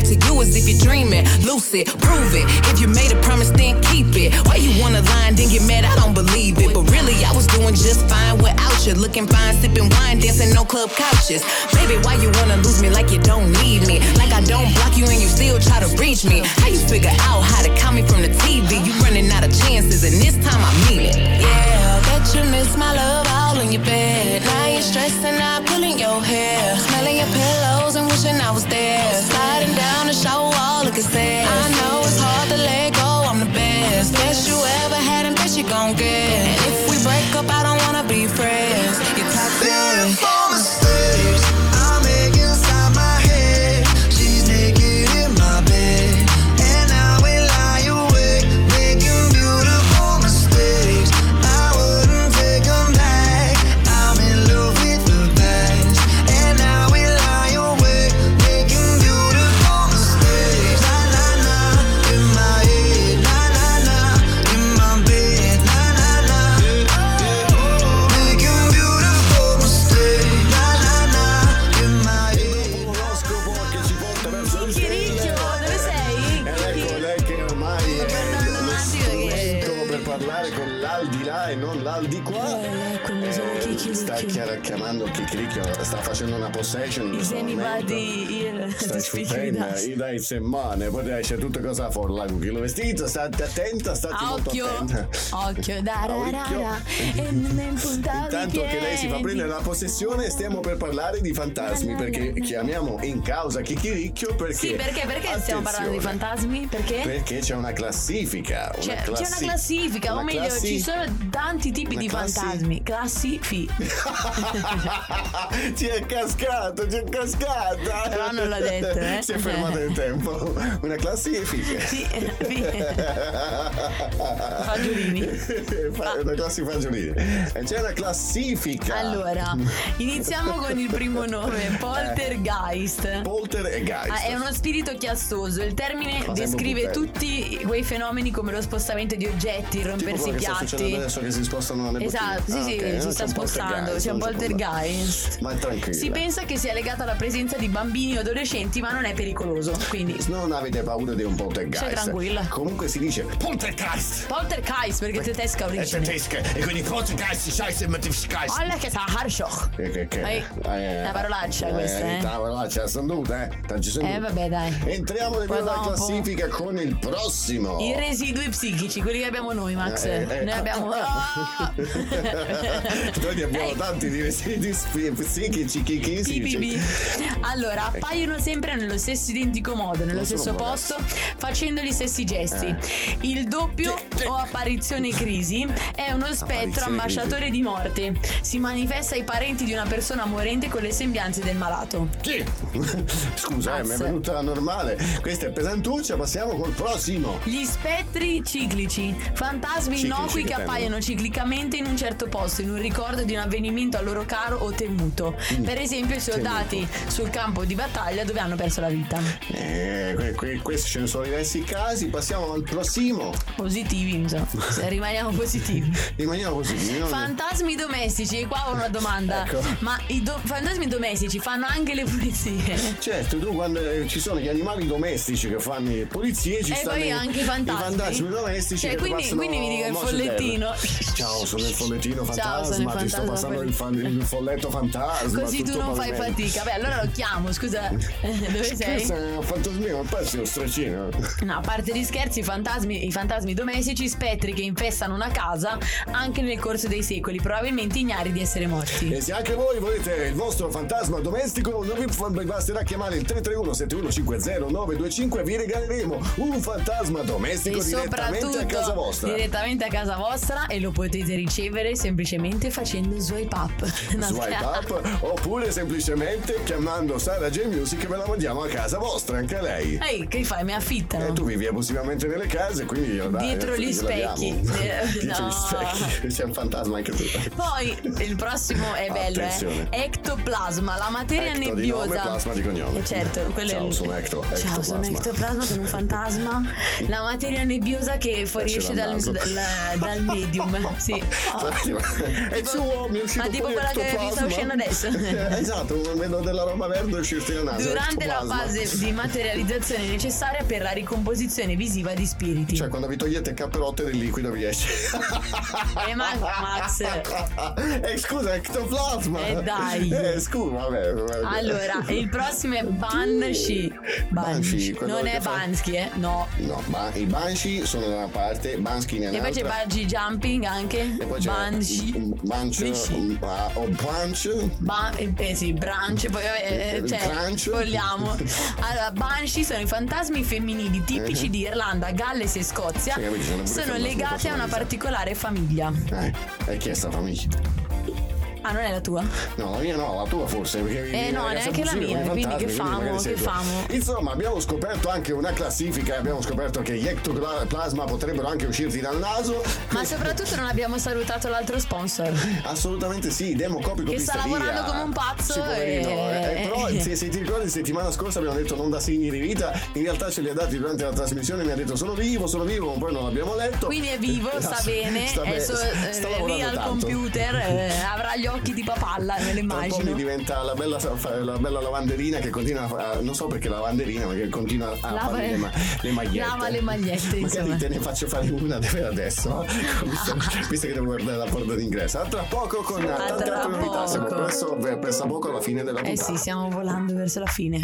to you as if you're dreaming. Lucid, prove it. If you made a promise, then keep it. Why you wanna lie and then get mad? I don't believe it. But really, I was doing just fine without you. Looking fine, sipping wine, dancing on club couches. Baby, why you wanna lose me like you don't need me? Like I don't block you and you still try to reach me. How you figure out how to count me from the TV? You running out of chances and this time I mean it. Yeah, bet you miss my love all in your bed. Now you're stressing out, pulling your hair, smelling your pillows and wishing I was there. Sliding down the shower wall, looking sad. I know it's hard to let go, I'm the best. Best you ever had and best you gon' get. And if we break up, I don't wanna be friends. You're toxic. For mistakes I make inside my head. She's naked in my bed, and I will lie awake, making beautiful mistakes. I wouldn't take them back. I'm in love with the best, and I will lie awake, making beautiful mistakes. Na na na, in my head, na na na, in my bed, na na na, making beautiful mistakes. Na na na, in my head. L'oroscopo che ci porta verso le stelle. Dove sei? Ed ecco lei che ormai è pronto per parlare con l'aldilà e non l'aldiquà. Sta chiamando il chicchiricchio, sta facendo una possession. Is anybody here to speak with us? Dai il semmane, poi c'è tutte cose a fuori là con chi lo vestito, state attenta, state molto attenta. Occhio, da. E non puntavi Intanto che lei si fa piedi. prendere la possessione, stiamo per parlare di fantasmi, perché chiamiamo in causa chicchiricchio perché... Sì, perché stiamo parlando di fantasmi? Perché? Perché c'è una classifica. C'è una classifica, o meglio, ci sono tanti tipi di fantasmi. Ci è cascata. Però non l'ho detto, eh. Si è fermato nel tempo. Una classifica. Sì. Fagiolini. Una classifica fagiolini. C'è una classifica. Allora, iniziamo con il primo nome, Poltergeist. Poltergeist. È uno spirito chiassoso. Il termine descrive tutti quei fenomeni come lo spostamento di oggetti, il rompersi i piatti. Adesso che si spostano le bottiglie. Esatto, sì, si sta spostando. C'è un poltergeist. Ma tranquillo. Si pensa che sia legato alla presenza di bambini o adolescenti, ma non è pericoloso. Quindi non avete paura di un poltergeist. Stai tranquilla. Comunque si dice Poltergeist. Poltergeist perché tedesca origine. È tedesca. E quindi Poltergeist scheiße mit dem Geist. Alla che sa Harshoch. Una parolaccia questa, Una parolaccia sanduta, vabbè, dai. Entriamo nella classifica con il prossimo. I residui psichici, quelli che abbiamo noi, Max. Noi abbiamo noi ne abbiamo tanti di residui psichici. Allora, appaiono sempre nello stesso identico modo, nello stesso posto, facendo gli stessi gesti. Il doppio o apparizione crisi è uno spettro ambasciatore di morte. Si manifesta ai parenti di una persona morente con le sembianze del malato. Chi? Scusa, mi è venuta normale. Questa è pesantuccia, passiamo col prossimo. Gli spettri ciclici, fantasmi innocui che appaiono ciclicamente in un certo posto, in un ricordo di un avvenimento a loro caro o temuto. Per esempio i soldati sul campo di battaglia dove hanno perso la vita. Questi ce ne sono diversi casi. Passiamo al prossimo. Positivi, insomma. Rimaniamo positivi. Fantasmi domestici. E qua ho una domanda. Ecco. Ma i fantasmi domestici fanno anche le pulizie? Certo, tu quando ci sono gli animali domestici che fanno le pulizie, ci stanno poi anche i fantasmi domestici, cioè, quindi mi dico il follettino. Ciao, sono il follettino fantasma. Ti sto passando il folletto fantasma. Così tu non fai fatica. Beh, allora lo chiamo, scusa. Dove sei? Questo è un fantasmino, passi lo stracino. No, a parte gli scherzi, i fantasmi domestici, spettri che infestano una casa anche nel corso dei secoli, probabilmente ignari di essere morti. E se anche voi volete il vostro fantasma domestico, non vi basterà chiamare il 331 7150 925 e vi regaleremo un fantasma domestico direttamente a casa vostra. Direttamente a casa vostra, e lo potete ricevere semplicemente facendo swipe up. Oppure semplicemente chiamando Sara J Music e ve la mandiamo a casa vostra, anche lei. Ehi, che fai? Mi affittano? Tu vivi abusivamente nelle case, quindi dietro gli specchi. Dietro gli specchi. C'è un fantasma anche tu. Poi il prossimo è bello. Ectoplasma, la materia nebbiosa. Di nome, plasma di cognome. Certo, Ciao, sono Ciao, sono ectoplasma, sono un fantasma. La materia nebbiosa che fuoriesce dal medium, sì. È il suo, mi è uscito ma tipo quella che mi sta uscendo adesso. Esatto, vedo della roba verde uscirti nel naso. Durante la fase di materializzazione necessaria per la ricomposizione visiva di spiriti. Cioè quando vi togliete il capperotte del liquido vi esce. Max. Scusa, ectoplasma. Dai. Scusa, vabbè. Allora, il prossimo è Banshee. Non è Bansky, no. No, i Banshee sono da una parte, Bansky nell'altra. E poi c'è Bungee Jumping anche. E poi c'è Banshee. O Bunch. Sì, Branch. Poi Crunch. vogliamo. Allora, Banshee sono i fantasmi femminili tipici di Irlanda, Galles e Scozia. Sono legati a una particolare famiglia. E chi è sta famiglia? Ah, non è la tua? No, la mia no, la tua forse. Perché no, neanche la mia, quindi che famo? Insomma, abbiamo scoperto anche una classifica, abbiamo scoperto che gli ectoplasma potrebbero anche uscirti dal naso. Ma soprattutto non abbiamo salutato l'altro sponsor. Assolutamente sì, Democopico che sta lavorando come un pazzo. Sì, però se ti ricordi, settimana scorsa abbiamo detto non dà segni di vita, in realtà ce li ha dati durante la trasmissione, mi ha detto sono vivo, ma poi non l'abbiamo letto. Quindi è vivo, sta bene, sta lì al computer, avrà gli occhi di papalla, me lo immagino. Poi diventa la bella lavanderina che continua a non so perché lavanderina, ma che continua a fare le magliette. Lava le magliette, insomma. Magari te ne faccio fare una per adesso, visto che devo guardare la porta d'ingresso. A tra poco con tante altre novità. Siamo presso poco alla fine della puntata. Sì, stiamo volando verso la fine.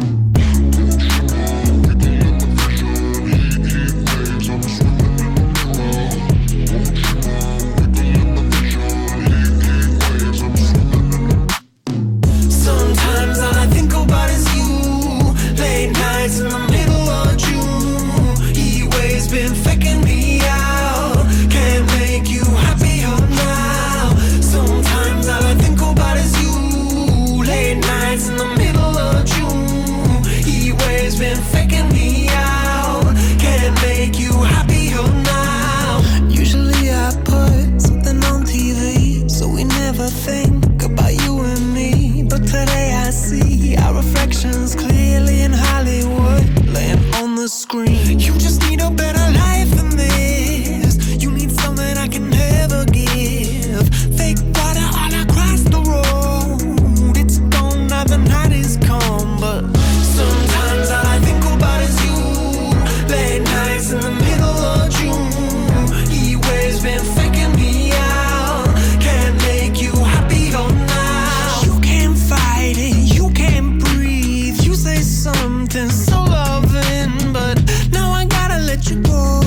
In the middle of June, he waves been faking me out. Can't make you happier now. Sometimes all I think about is you. Late nights in the middle of June, he waves been faking me out. Can't make you happier now. Usually I put something on TV, so we never think about you and me. But today I see our reflections clearly in Hollywood, laying on the screen. You just need a better life than this. You need something I can never give. Fake water all across the road. It's gone now, the night is come. But sometimes all I think about is you. Late nights in the middle of June. He waves been faking me out. Can't make you happier now. You can't fight it, you can't breathe. You say something so loving, but now I gotta let you go.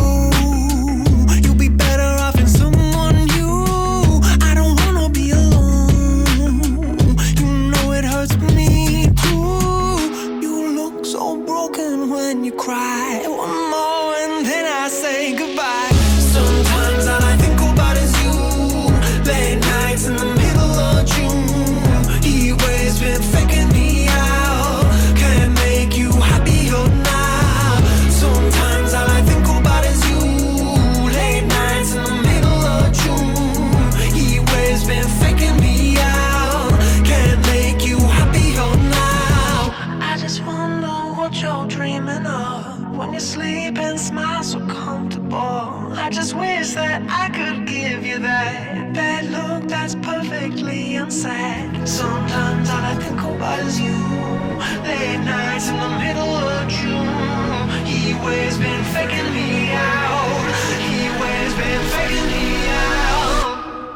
You'll be better off in someone new. I don't wanna be alone. You know it hurts me too. You look so broken when you cry. One more and then I say goodbye. Sometimes all I think about is you. Late nights in the middle of June. He waves been faking me out. Can't make you happier now. Sometimes all I think about is you. Late nights in the middle of June. He waves been faking me out. Can't make you happier now. I just wonder what you're dreaming of when you sleep and smile so comfortable. I just wish that I could give you that bad look that's perfectly unsaid. Sometimes all I think about is you. Late nights in the middle of June. He always been faking me out. He always been faking me out.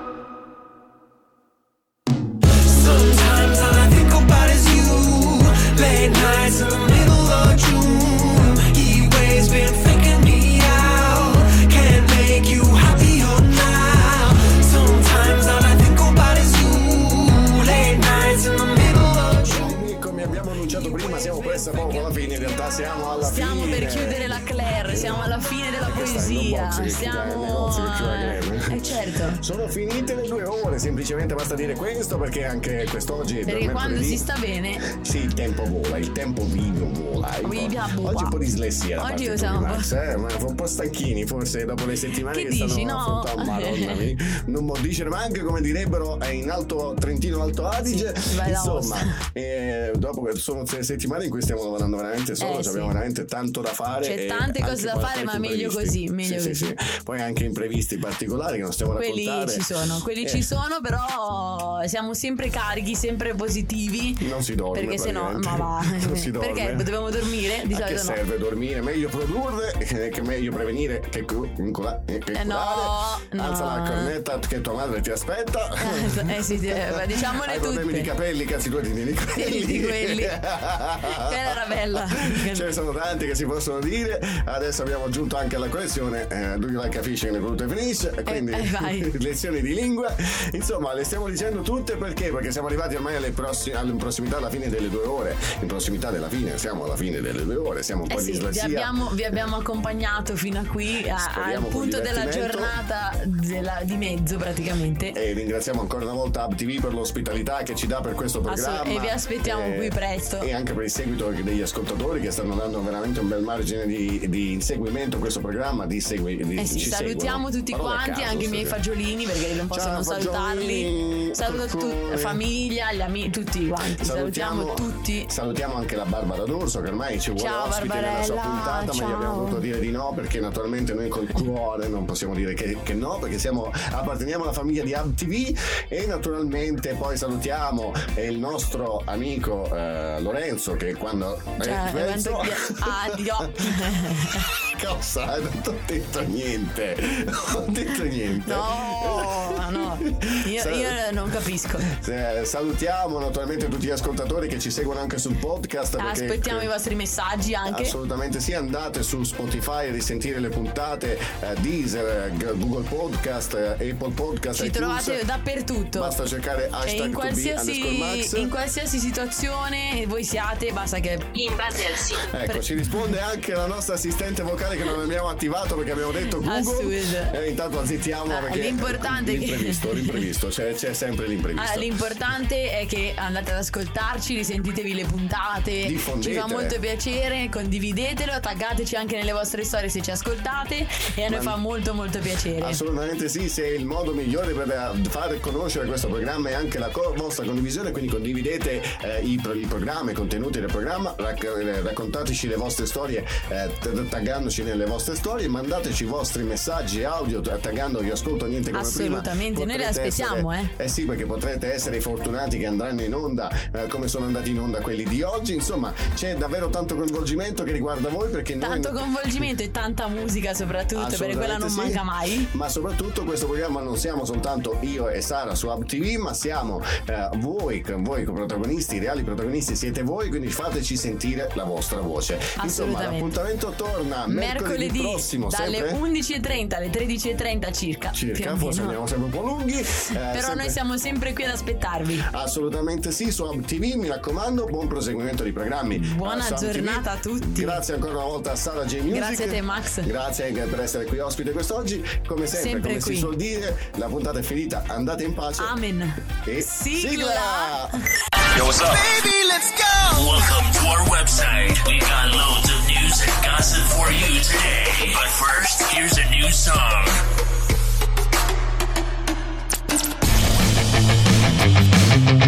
Sometimes all I think about is you. Late nights in the middle of June. He always been faking me out. Can't make you happier now. Sometimes all I think about is you. Late nights in the middle of June. Come abbiamo annunciato prima, siamo presso poco alla fine. In realtà siamo alla fine. Stiamo per chiudere la Claire, siamo alla fine della poesia. Certo. Sono finite le 2 ore, semplicemente basta dire questo perché anche quest'oggi. Perché quando si sta bene. Sì, il tempo vola, il tempo vivo vola. Oggi un po' di dislessia. Oggi usiamo ma un po' stanchini forse dopo le settimane che stanno affrontando. Madonna mia. Non può dicere, ma anche come direbbero in Alto Trentino Alto Adige. Insomma, dopo che sono 3 settimane in cui stiamo lavorando veramente solo, abbiamo veramente tanto da fare. fare. C'è tante cose da fare, ma meglio così. Sì. Poi anche imprevisti particolari che non stiamo a raccontare. Quelli ci sono, però siamo sempre carichi, sempre positivi. Non si dorme. Perché sennò, ma va. Non si dorme. Perché dobbiamo dormire? Di solito che serve dormire? Meglio produrre che meglio prevenire che curare. Alza la cornetta che tua madre ti aspetta. Sì, diciamole tutte. Hai problemi di capelli, cazzi tu ti tieni quelli. Quella era bella. Ce ne sono tanti che si possono dire. Adesso abbiamo aggiunto anche alla collezione lui la capisce che ne produce finisce, quindi lezioni di lingua. Insomma, le stiamo dicendo tutte perché siamo arrivati ormai in prossimità alla fine delle 2 ore. In prossimità della fine, siamo alla fine delle 2 ore, siamo un po' di dislessia. Vi abbiamo accompagnato fino a qui al punto della giornata di mezzo praticamente. E ringraziamo ancora una volta ABTV per l'ospitalità che ci dà per questo programma. E vi aspettiamo qui presto. E anche per il seguito degli ascoltatori che stanno dando veramente un bel margine di inseguimento a questo programma. Salutiamo tutti quanti, anche i miei fagiolini, perché non posso non salutarli. Saluto famiglia, gli amici, tutti quanti. Salutiamo tutti. Salutiamo anche la Barbara D'Urso che ormai ci vuole ospite nella sua puntata, ma gli abbiamo dovuto dire di no perché naturalmente noi col cuore non possiamo dire che no, perché apparteniamo alla famiglia di ABTV. E naturalmente poi salutiamo il nostro amico Lorenzo che quando cosa? Non ho detto niente. No, io non capisco. Salutiamo naturalmente tutti gli ascoltatori che ci seguono anche sul podcast. Aspettiamo i vostri messaggi anche. Assolutamente sì, andate su Spotify a risentire le puntate, Deezer, Google Podcast, Apple Podcast. Ci trovate dappertutto. Basta cercare hashtag in qualsiasi situazione voi siate, basta che in base al sito. Ecco, ci risponde anche la nostra assistente vocale che non abbiamo attivato perché abbiamo detto Google. Intanto azzittiamo perché l'importante l'imprevisto, c'è sempre l'imprevisto. L'importante è che andate ad ascoltarci, risentitevi le puntate, ci fa molto piacere, condividetelo, taggateci anche nelle vostre storie se ci ascoltate e a noi fa molto molto piacere. Assolutamente sì, se è il modo migliore per far conoscere questo programma e anche la vostra condivisione, quindi condividete i programmi, i contenuti del programma, raccontateci le vostre storie taggandoci nelle vostre storie, mandateci i vostri messaggi audio taggando Io Ascolto Niente Come Prima. Assolutamente, noi le aspettiamo sì, perché potrete essere i fortunati che andranno in onda come sono andati in onda quelli di oggi. Insomma, c'è davvero tanto coinvolgimento che riguarda voi, perché coinvolgimento e tanta musica soprattutto, perché quella non manca mai. Ma soprattutto questo programma non siamo soltanto io e Sara su ABTV, ma siamo voi protagonisti, i reali protagonisti siete voi, quindi fateci sentire la vostra voce. Insomma, l'appuntamento torna mercoledì prossimo dalle 11:30 alle 13:30 circa, forse andiamo sempre un po' lunghi, però noi siamo sempre qui ad aspettarvi. Assolutamente sì, su ABTV, mi raccomando, buon proseguimento di programmi. Buona giornata a tutti. Grazie ancora una volta a Sara J Music. Grazie a te, Max. Grazie anche per essere qui ospite quest'oggi. Come sempre come qui si suol dire, la puntata è finita, andate in pace. Amen. E sigla. Yo, what's up? Baby, let's go. Welcome to our website. We got loads of news and gossip for you today. But first, here's a new song.